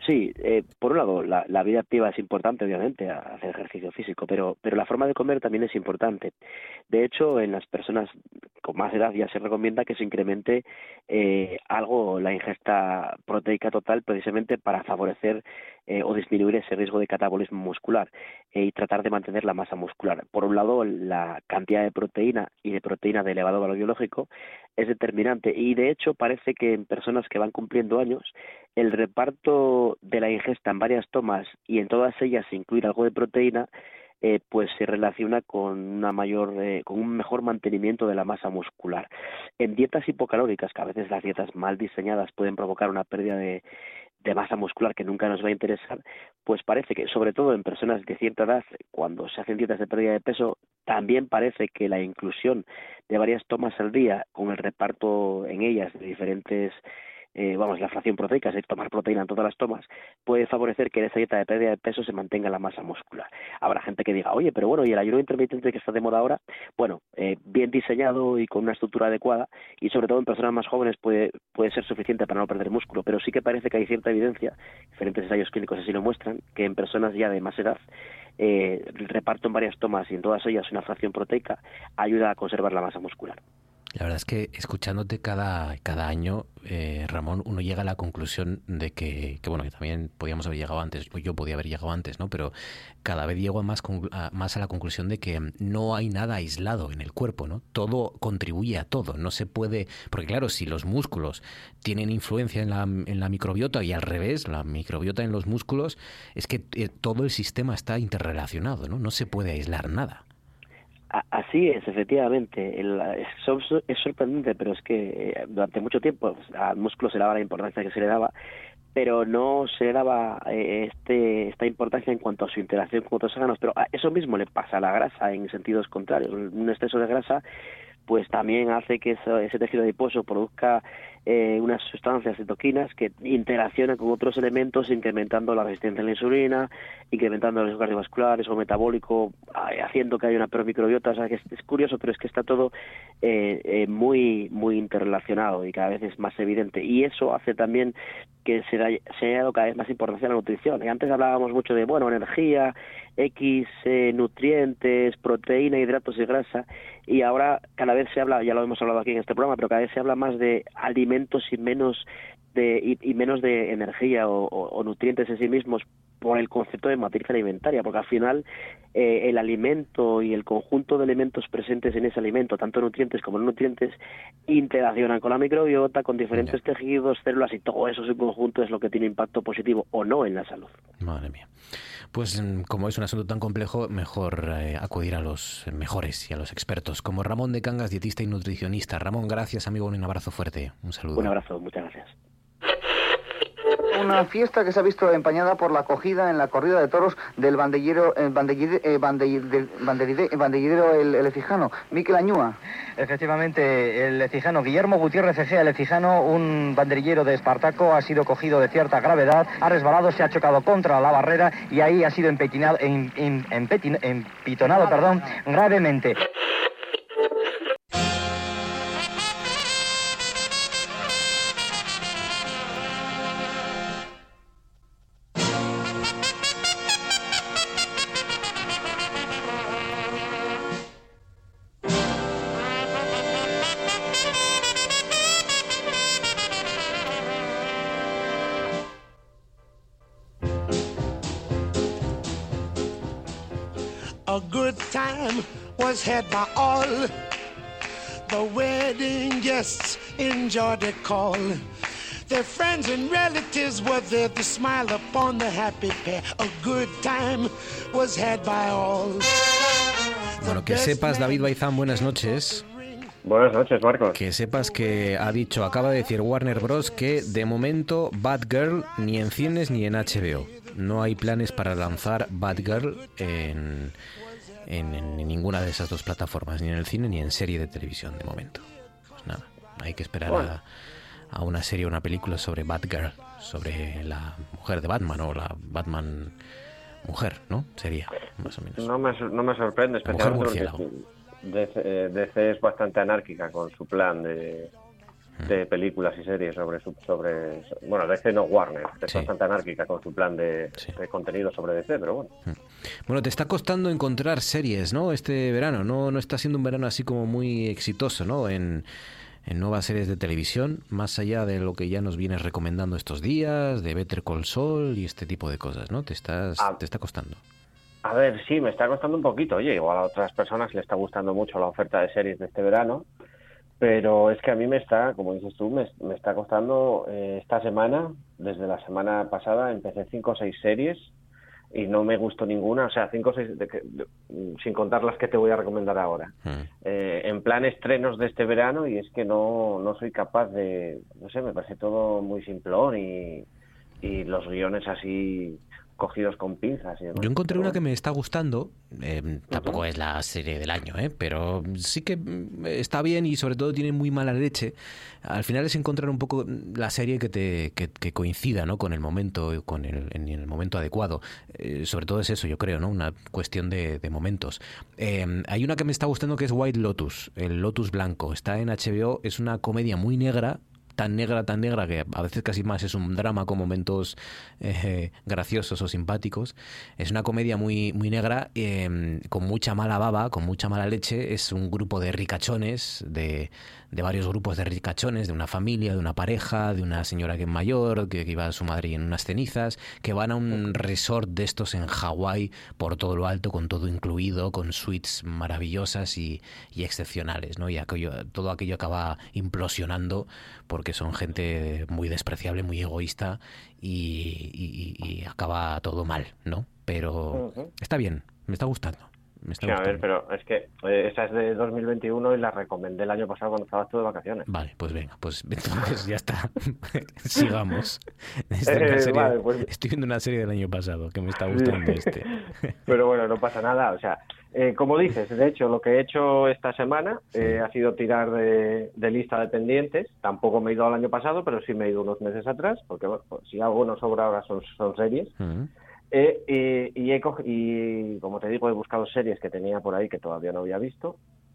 Sí, eh, por un lado, la, la vida activa es importante, obviamente, hacer ejercicio físico, pero, pero la forma de comer también es importante. De hecho, en las personas con más edad ya se recomienda que se incremente eh, algo la ingesta proteica total, precisamente para favorecer eh, o disminuir ese riesgo de catabolismo muscular eh, y tratar de mantener la masa muscular. Por un lado, la cantidad de proteína y de proteína de elevado valor biológico es determinante, y de hecho parece que en personas que van cumpliendo años, el reparto de la ingesta en varias tomas y en todas ellas incluir algo de proteína, eh, pues se relaciona con una mayor, eh, con un mejor mantenimiento de la masa muscular. En dietas hipocalóricas, que a veces las dietas mal diseñadas pueden provocar una pérdida de, de masa muscular que nunca nos va a interesar, pues parece que, sobre todo en personas de cierta edad, cuando se hacen dietas de pérdida de peso, también parece que la inclusión de varias tomas al día, con el reparto en ellas de diferentes Eh, vamos, la fracción proteica, es decir, tomar proteína en todas las tomas, puede favorecer que en esa dieta de pérdida de peso se mantenga la masa muscular. Habrá gente que diga, oye, pero bueno, ¿y el ayuno intermitente que está de moda ahora? Bueno, eh, bien diseñado y con una estructura adecuada, y sobre todo en personas más jóvenes puede, puede ser suficiente para no perder músculo, pero sí que parece que hay cierta evidencia, diferentes ensayos clínicos así lo muestran, que en personas ya de más edad, eh, el reparto en varias tomas y en todas ellas una fracción proteica ayuda a conservar la masa muscular. La verdad es que escuchándote cada, cada año, eh, Ramón, uno llega a la conclusión de que, que, bueno, que también podíamos haber llegado antes, yo podía haber llegado antes, ¿no? Pero cada vez llego a más, a, más a la conclusión de que no hay nada aislado en el cuerpo, ¿no? Todo contribuye a todo, no se puede... Porque claro, si los músculos tienen influencia en la, en la microbiota y al revés, la microbiota en los músculos, es que eh, todo el sistema está interrelacionado, ¿no? No se puede aislar nada. Así es, efectivamente. El, es, es sorprendente, pero es que eh, durante mucho tiempo pues, al músculo se le daba la importancia que se le daba, pero no se le daba eh, este, esta importancia en cuanto a su interacción con otros órganos. Pero eso mismo le pasa a la grasa en sentidos contrarios. Un exceso de grasa pues también hace que eso, ese tejido adiposo produzca eh, unas sustancias citoquinas que interaccionan con otros elementos, incrementando la resistencia a la insulina, incrementando el riesgo cardiovascular, riesgo metabólico, haciendo que haya una peor microbiota. O sea, que es, es curioso, pero es que está todo eh, eh, muy muy interrelacionado y cada vez es más evidente. Y eso hace también que se, da, se haya dado cada vez más importancia a la nutrición. Y antes hablábamos mucho de, bueno, energía, X eh, nutrientes, proteína, hidratos y grasa, y ahora cada vez se habla, ya lo hemos hablado aquí en este programa, pero cada vez se habla más de alimentos y menos de y, y menos de energía o, o, o nutrientes en sí mismos, por el concepto de matriz alimentaria, porque al final eh, el alimento y el conjunto de elementos presentes en ese alimento, tanto nutrientes como no nutrientes, interaccionan con la microbiota, con diferentes yeah. tejidos, células, y todo eso en conjunto es lo que tiene impacto positivo o no en la salud. Madre mía. Pues como es un asunto tan complejo, mejor eh, acudir a los mejores y a los expertos, como Ramón de Cangas, dietista y nutricionista. Ramón, gracias, amigo, un abrazo fuerte. Un saludo. Un abrazo, muchas gracias. Una fiesta que se ha visto empañada por la acogida en la corrida de toros del bandellero, eh, bandellide, eh, bandellide, bandellide, bandellidero el, el Ecijano, Miquel Añúa. Efectivamente, el ecijano Guillermo Gutiérrez Ejea, el ecijano, un banderillero de Espartaco, ha sido cogido de cierta gravedad, ha resbalado, se ha chocado contra la barrera y ahí ha sido empetinado, em, em, empetin, empitonado, perdón, gravemente. A good time was had by all. The wedding guests enjoyed the call. Their friends and relatives were there to smile upon the happy pair. A good time was had by all. Bueno, que sepas, David Baizán, buenas noches. Buenas noches, Marcos. Que sepas que ha dicho, acaba de decir Warner Bros. Que de momento Batgirl ni en cines ni en H B O. No hay planes para lanzar Batgirl en, en, en ninguna de esas dos plataformas, ni en el cine ni en serie de televisión de momento. Pues nada, hay que esperar bueno. a, a una serie o una película sobre Batgirl, sobre la mujer de Batman o la Batman mujer, ¿no? Sería, más o menos. No me, no me sorprende, especialmente porque D C, D C es bastante anárquica con su plan de, de películas y series sobre, sobre bueno, D C no, Warner, que es Sí. bastante anárquica con su plan de, de contenido sobre D C, pero bueno. Bueno, te está costando encontrar series, ¿no? Este verano, no, no está siendo un verano así como muy exitoso, ¿no? En, en nuevas series de televisión, más allá de lo que ya nos vienes recomendando estos días, de Better Call Saul y este tipo de cosas, ¿no? Te estás, Ah. te está costando. A ver, sí, me está costando un poquito. Oye, igual a otras personas le está gustando mucho la oferta de series de este verano, pero es que a mí me está, como dices tú, me, me está costando eh, esta semana, desde la semana pasada, empecé cinco o seis series y no me gustó ninguna, o sea, cinco o seis, de que- de- sin contar las que te voy a recomendar ahora. Eh, en plan estrenos de este verano, y es que no, no soy capaz de, no sé, me parece todo muy simplón y, y los guiones así cogidos con pinzas y demás. Yo encontré Pero una que me está gustando, eh, tampoco es la serie del año, ¿eh? Pero sí que mm, está bien y sobre todo tiene muy mala leche. Al final es encontrar un poco la serie que te que, que coincida, ¿no? Con el momento, con el, en el momento adecuado. Eh, sobre todo es eso, yo creo, ¿no? Una cuestión de, de momentos. Eh, hay una que me está gustando que es White Lotus, el Lotus Blanco. Está en H B O, es una comedia muy negra, tan negra, tan negra, que a veces casi más es un drama con momentos eh, graciosos o simpáticos. Es una comedia muy, muy negra, eh, con mucha mala baba, con mucha mala leche. Es un grupo de ricachones, de, de varios grupos de ricachones, de una familia, de una pareja, de una señora que es mayor, que, que iba a su madre en unas cenizas, que van a un resort de estos en Hawái, por todo lo alto, con todo incluido, con suites maravillosas y, y excepcionales, ¿no? Y aquello, todo aquello acaba implosionando porque son gente muy despreciable, muy egoísta y, y- y acaba todo mal, ¿no? Pero Ujú. está bien, me está gustando. Me está Sí, a gustando. ver, pero es que eh, esa es de dos mil veintiuno y la recomendé el año pasado cuando estabas tú de vacaciones. Vale, pues venga, pues entonces ya está. Sigamos. Esta es Eh, una serie- vale, pues- Estoy viendo una serie del año pasado que me está gustando este. Pero bueno, no pasa nada. O sea, eh, como dices, de hecho, lo que he hecho esta semana eh, ha sido tirar de, de lista de pendientes. Tampoco me he ido al año pasado, pero sí me he ido unos meses atrás, porque bueno, pues, si algo nos sobra ahora son, son series. Eh, y, y, he coge- y como te digo, he buscado series que tenía por ahí que todavía no había visto.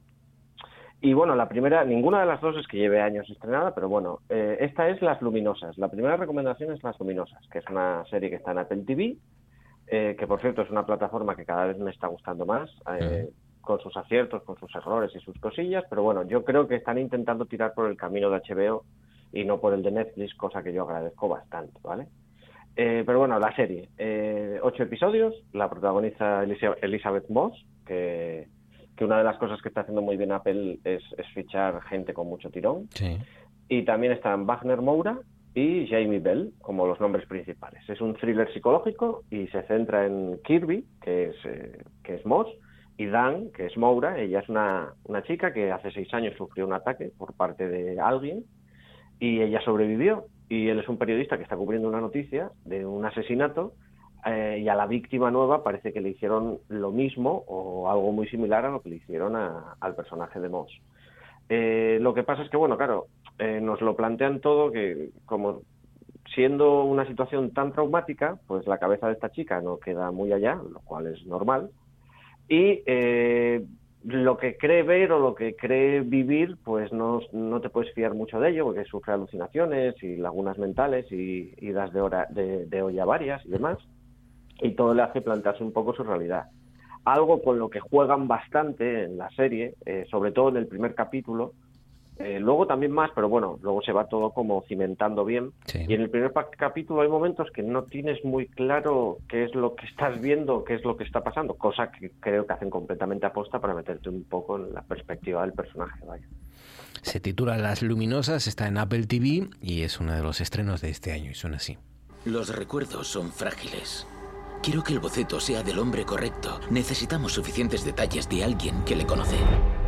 Y bueno, la primera, ninguna de las dos es que lleve años estrenada, pero bueno, eh, esta es Las Luminosas. La primera recomendación es Las Luminosas, que es una serie que está en Apple T V, eh, que por cierto es una plataforma que cada vez me está gustando más, eh, con sus aciertos, con sus errores y sus cosillas, pero bueno, yo creo que están intentando tirar por el camino de H B O y no por el de Netflix, cosa que yo agradezco bastante, ¿vale? Eh, pero bueno, la serie, eh, ocho episodios, la protagoniza Elisa- Elizabeth Moss, que, que una de las cosas que está haciendo muy bien Apple es, es fichar gente con mucho tirón. Sí. Y también están Wagner Moura y Jamie Bell como los nombres principales. Es un thriller psicológico y se centra en Kirby, que es, eh, que es Moss, y Dan, que es Moura. Ella es una, una chica que hace seis años sufrió un ataque por parte de alguien y ella sobrevivió. Y él es un periodista que está cubriendo una noticia de un asesinato eh, y a la víctima nueva parece que le hicieron lo mismo o algo muy similar a lo que le hicieron a- al personaje de Moss. Eh, lo que pasa es que, bueno, claro, eh, nos lo plantean todo que como siendo una situación tan traumática, pues la cabeza de esta chica no queda muy allá, lo cual es normal. Y eh, lo que cree ver o lo que cree vivir, pues no, no te puedes fiar mucho de ello, porque sufre alucinaciones y lagunas mentales y idas de, hora, de, de olla varias y demás, y todo le hace plantearse un poco su realidad. Algo con lo que juegan bastante en la serie, eh, sobre todo en el primer capítulo, eh, luego también más, pero bueno, luego se va todo como cimentando bien. Sí. Y en el primer pa- capítulo hay momentos que no tienes muy claro qué es lo que estás viendo, qué es lo que está pasando, cosa que creo que hacen completamente aposta para meterte un poco en la perspectiva del personaje, vaya. Se titula Las Luminosas, está en Apple T V y es uno de los estrenos de este año y suena así. Los recuerdos son frágiles. Quiero que el boceto sea del hombre correcto. Necesitamos suficientes detalles de alguien que le conoce.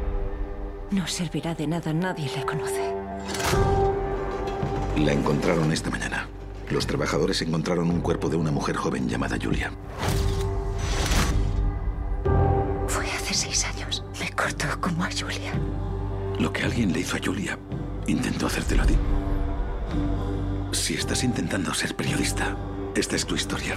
No servirá de nada, nadie le conoce. La encontraron esta mañana. Los trabajadores encontraron un cuerpo de una mujer joven llamada Julia. Fue hace seis años. Me cortó como a Julia. Lo que alguien le hizo a Julia, intentó hacértelo a ti. Si estás intentando ser periodista, esta es tu historia.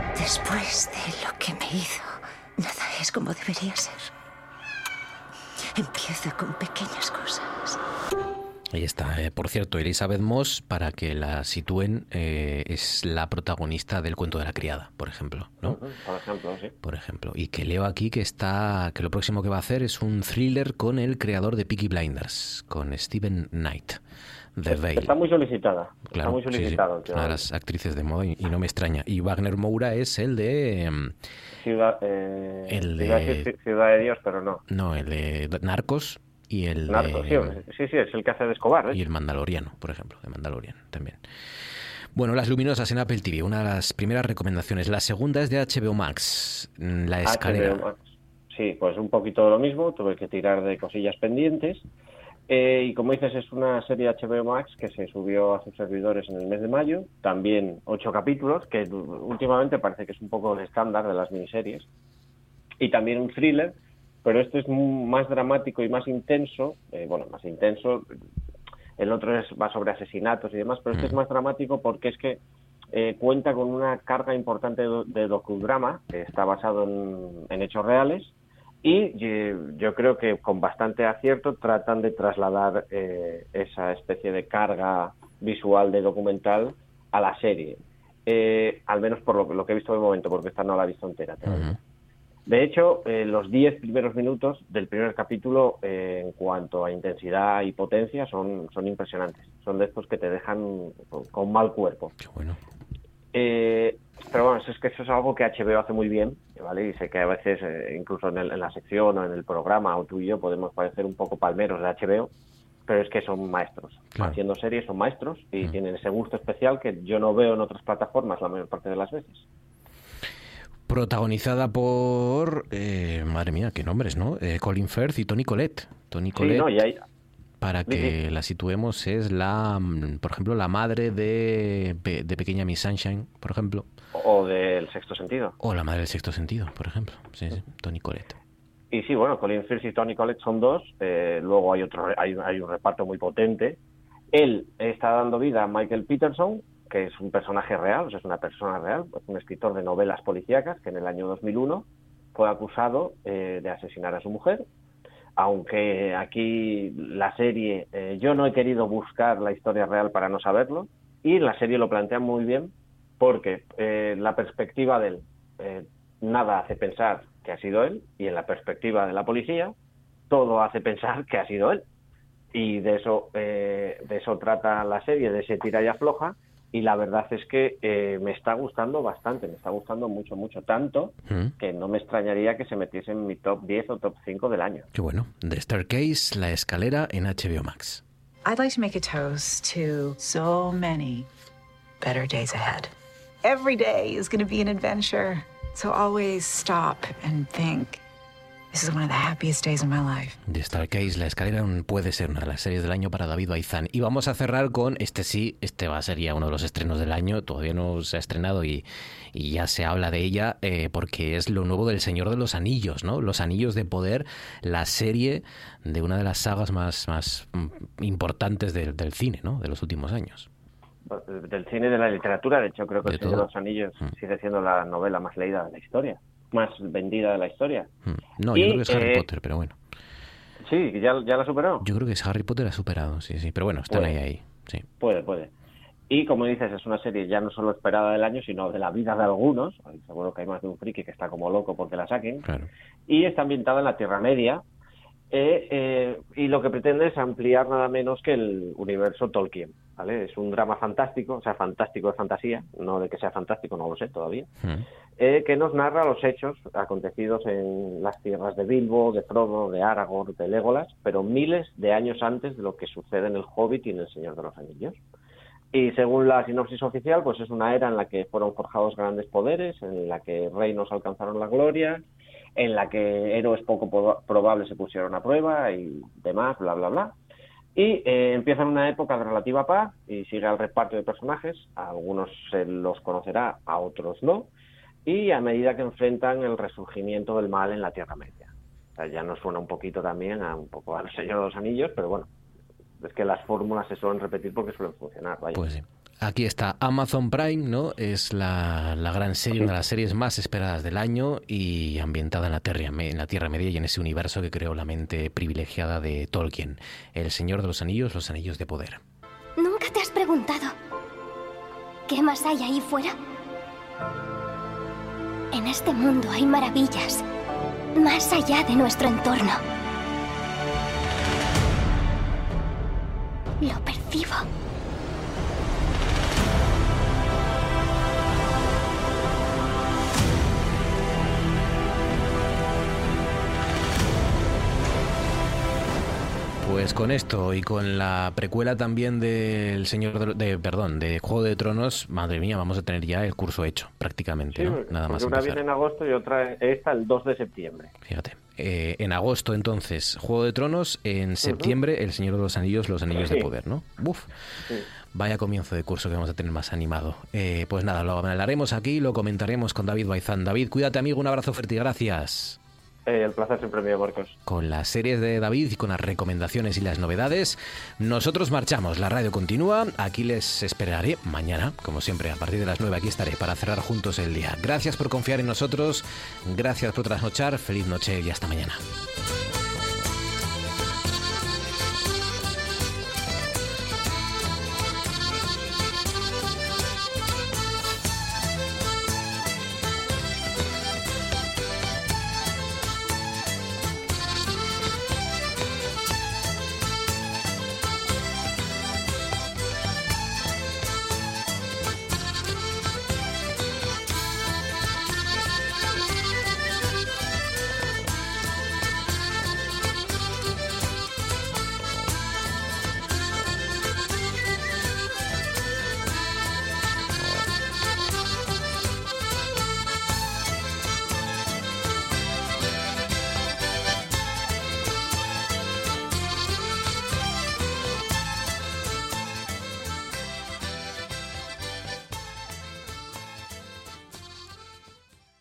Después de lo que me hizo, nada es como debería ser. empieza con pequeñas cosas. Ahí está. Eh, por cierto, Elizabeth Moss, para que la sitúen, eh, es la protagonista del Cuento de la criada, por ejemplo, ¿no? Uh-huh, por ejemplo, sí. Por ejemplo. Y que leo aquí que está, que lo próximo que va a hacer es un thriller con el creador de Peaky Blinders, con Stephen Knight, The Veil. Está muy solicitada. Claro, está muy solicitado. Sí, sí. Una de las actrices de moda y, y no me extraña. Y Wagner Moura es el de... Um, Ciudad, eh, el Ciudad, de... Ciudad de Dios, pero no. No, el de Narcos. Y el Narcos, de... sí, sí, es el que hace de Escobar, ¿eh? Y el Mandaloriano, por ejemplo, de Mandalorian también. Bueno, Las Luminosas en Apple T V, una de las primeras recomendaciones. La segunda es de H B O Max, La Escalera. H B O Max. Sí, pues un poquito de lo mismo, tuve que tirar de cosillas pendientes. Eh, y como dices, es una serie de H B O Max que se subió a sus servidores en el mes de mayo. También ocho capítulos, que últimamente parece que es un poco el estándar de las miniseries. Y también un thriller, pero este es más dramático y más intenso. Eh, bueno, más intenso. El otro es, va sobre asesinatos y demás, pero este es más dramático porque es que eh, cuenta con una carga importante de, de docudrama, que está basado en, en hechos reales. Y yo, yo creo que con bastante acierto tratan de trasladar eh, esa especie de carga visual de documental a la serie. Eh, al menos por lo, lo que he visto de momento, porque esta no la he visto entera todavía. Uh-huh. De hecho, eh, los diez primeros minutos del primer capítulo, eh, en cuanto a intensidad y potencia, son, son impresionantes. Son de estos que te dejan con, con mal cuerpo. Qué bueno. Eh, pero bueno, es que eso es algo que H B O hace muy bien, ¿vale? Y sé que a veces, eh, incluso en, el, en la sección o en el programa, o tú y yo, podemos parecer un poco palmeros de H B O, pero es que son maestros. Claro. Haciendo series son maestros y mm. tienen ese gusto especial que yo no veo en otras plataformas la mayor parte de las veces. Protagonizada por, eh, madre mía, qué nombres, ¿no? Eh, Colin Firth y Toni Collette. Toni Collette, sí, no, y hay... para que sí, sí. la situemos, es la, por ejemplo, la madre de, de Pequeña Miss Sunshine, por ejemplo. O del Sexto Sentido. O la madre del Sexto Sentido, por ejemplo. Sí, sí, Toni Collette. Y sí, bueno, Colin Firth y Toni Collette son dos. Eh, luego hay otro, hay, hay un reparto muy potente. Él está dando vida a Michael Peterson, que es un personaje real, o sea, es una persona real, es un escritor de novelas policíacas que en el año dos mil uno fue acusado eh, de asesinar a su mujer. Aunque aquí la serie, eh, yo no he querido buscar la historia real para no saberlo, y la serie lo plantea muy bien porque eh, la perspectiva de él, eh, nada hace pensar que ha sido él, y en la perspectiva de la policía, todo hace pensar que ha sido él. Y de eso, eh, de eso trata la serie, de ese tira y afloja, y la verdad es que eh, me está gustando bastante, me está gustando mucho, mucho, tanto mm. que no me extrañaría que se metiese en mi top diez o top cinco del año. Qué bueno. The Staircase, La Escalera en H B O Max. I'd like to make a toast to so many better days ahead. Every day is going to be an adventure, so always stop and think. This is one of the happiest days of my life. The Staircase, La Escalera, puede ser una de las series del año para David Baizán. Y vamos a cerrar con este sí, este va a ser ya uno de los estrenos del año. Todavía no se ha estrenado y, y ya se habla de ella eh, porque es lo nuevo del Señor de los Anillos, ¿no? Los Anillos de Poder, la serie de una de las sagas más, más importantes del, del cine, ¿no? De los últimos años. Del cine y de la literatura, de hecho, creo que de El Señor todo. de los Anillos mm. sigue siendo la novela más leída de la historia, más vendida de la historia. No, y, yo creo que es Harry eh, Potter, pero bueno. Sí, ¿ya, ya la superó? Yo creo que es Harry Potter ha superado, sí, sí. Pero bueno, están puede, ahí, ahí. Sí. Puede, puede. Y como dices, es una serie ya no solo esperada del año, sino de la vida de algunos. Seguro que hay más de un friki que está como loco porque la saquen. Claro. Y está ambientada en la Tierra Media. Eh, eh, y lo que pretende es ampliar nada menos que el universo Tolkien, ¿vale? Es un drama fantástico, o sea, fantástico de fantasía, no de que sea fantástico, no lo sé todavía, mm. eh, que nos narra los hechos acontecidos en las tierras de Bilbo, de Frodo, de Aragorn, de Legolas, pero miles de años antes de lo que sucede en El Hobbit y en El Señor de los Anillos. Y según la sinopsis oficial, pues es una era en la que fueron forjados grandes poderes, en la que reinos alcanzaron la gloria, en la que héroes poco probables se pusieron a prueba y demás, bla, bla, bla. Y eh, empieza en una época de relativa paz y sigue al reparto de personajes. A algunos se los conocerá, a otros no. Y a medida que enfrentan el resurgimiento del mal en la Tierra Media. O sea, ya nos suena un poquito también a un poco al Señor de los Anillos, pero bueno, es que las fórmulas se suelen repetir porque suelen funcionar, vaya. Pues sí. Aquí está Amazon Prime, ¿no? Es la, la gran serie, una de las series más esperadas del año y ambientada en la, tierra, en la Tierra Media y en ese universo que creó la mente privilegiada de Tolkien. El Señor de los Anillos, los Anillos de Poder. ¿Nunca te has preguntado qué más hay ahí fuera? En este mundo hay maravillas más allá de nuestro entorno. Lo percibo. Pues con esto y con la precuela también del Señor de, de perdón, de Juego de Tronos, madre mía, vamos a tener ya el curso hecho prácticamente, sí, ¿no? Nada más una empezar. viene en agosto y otra esta el dos de septiembre. Fíjate. Eh, en agosto entonces Juego de Tronos, en septiembre uh-huh. El Señor de los Anillos, los Anillos sí. de Poder, ¿no? Uf. Sí. Vaya comienzo de curso que vamos a tener más animado. Eh, pues nada, lo hablaremos aquí, lo comentaremos con David Baizán. David, cuídate, amigo, un abrazo fuerte y gracias. Eh, el placer siempre mío, Marcos. Con las series de David y con las recomendaciones y las novedades, nosotros marchamos. La radio continúa. Aquí les esperaré mañana, como siempre, a partir de las nueve. Aquí estaré para cerrar juntos el día. Gracias por confiar en nosotros. Gracias por trasnochar. Feliz noche y hasta mañana.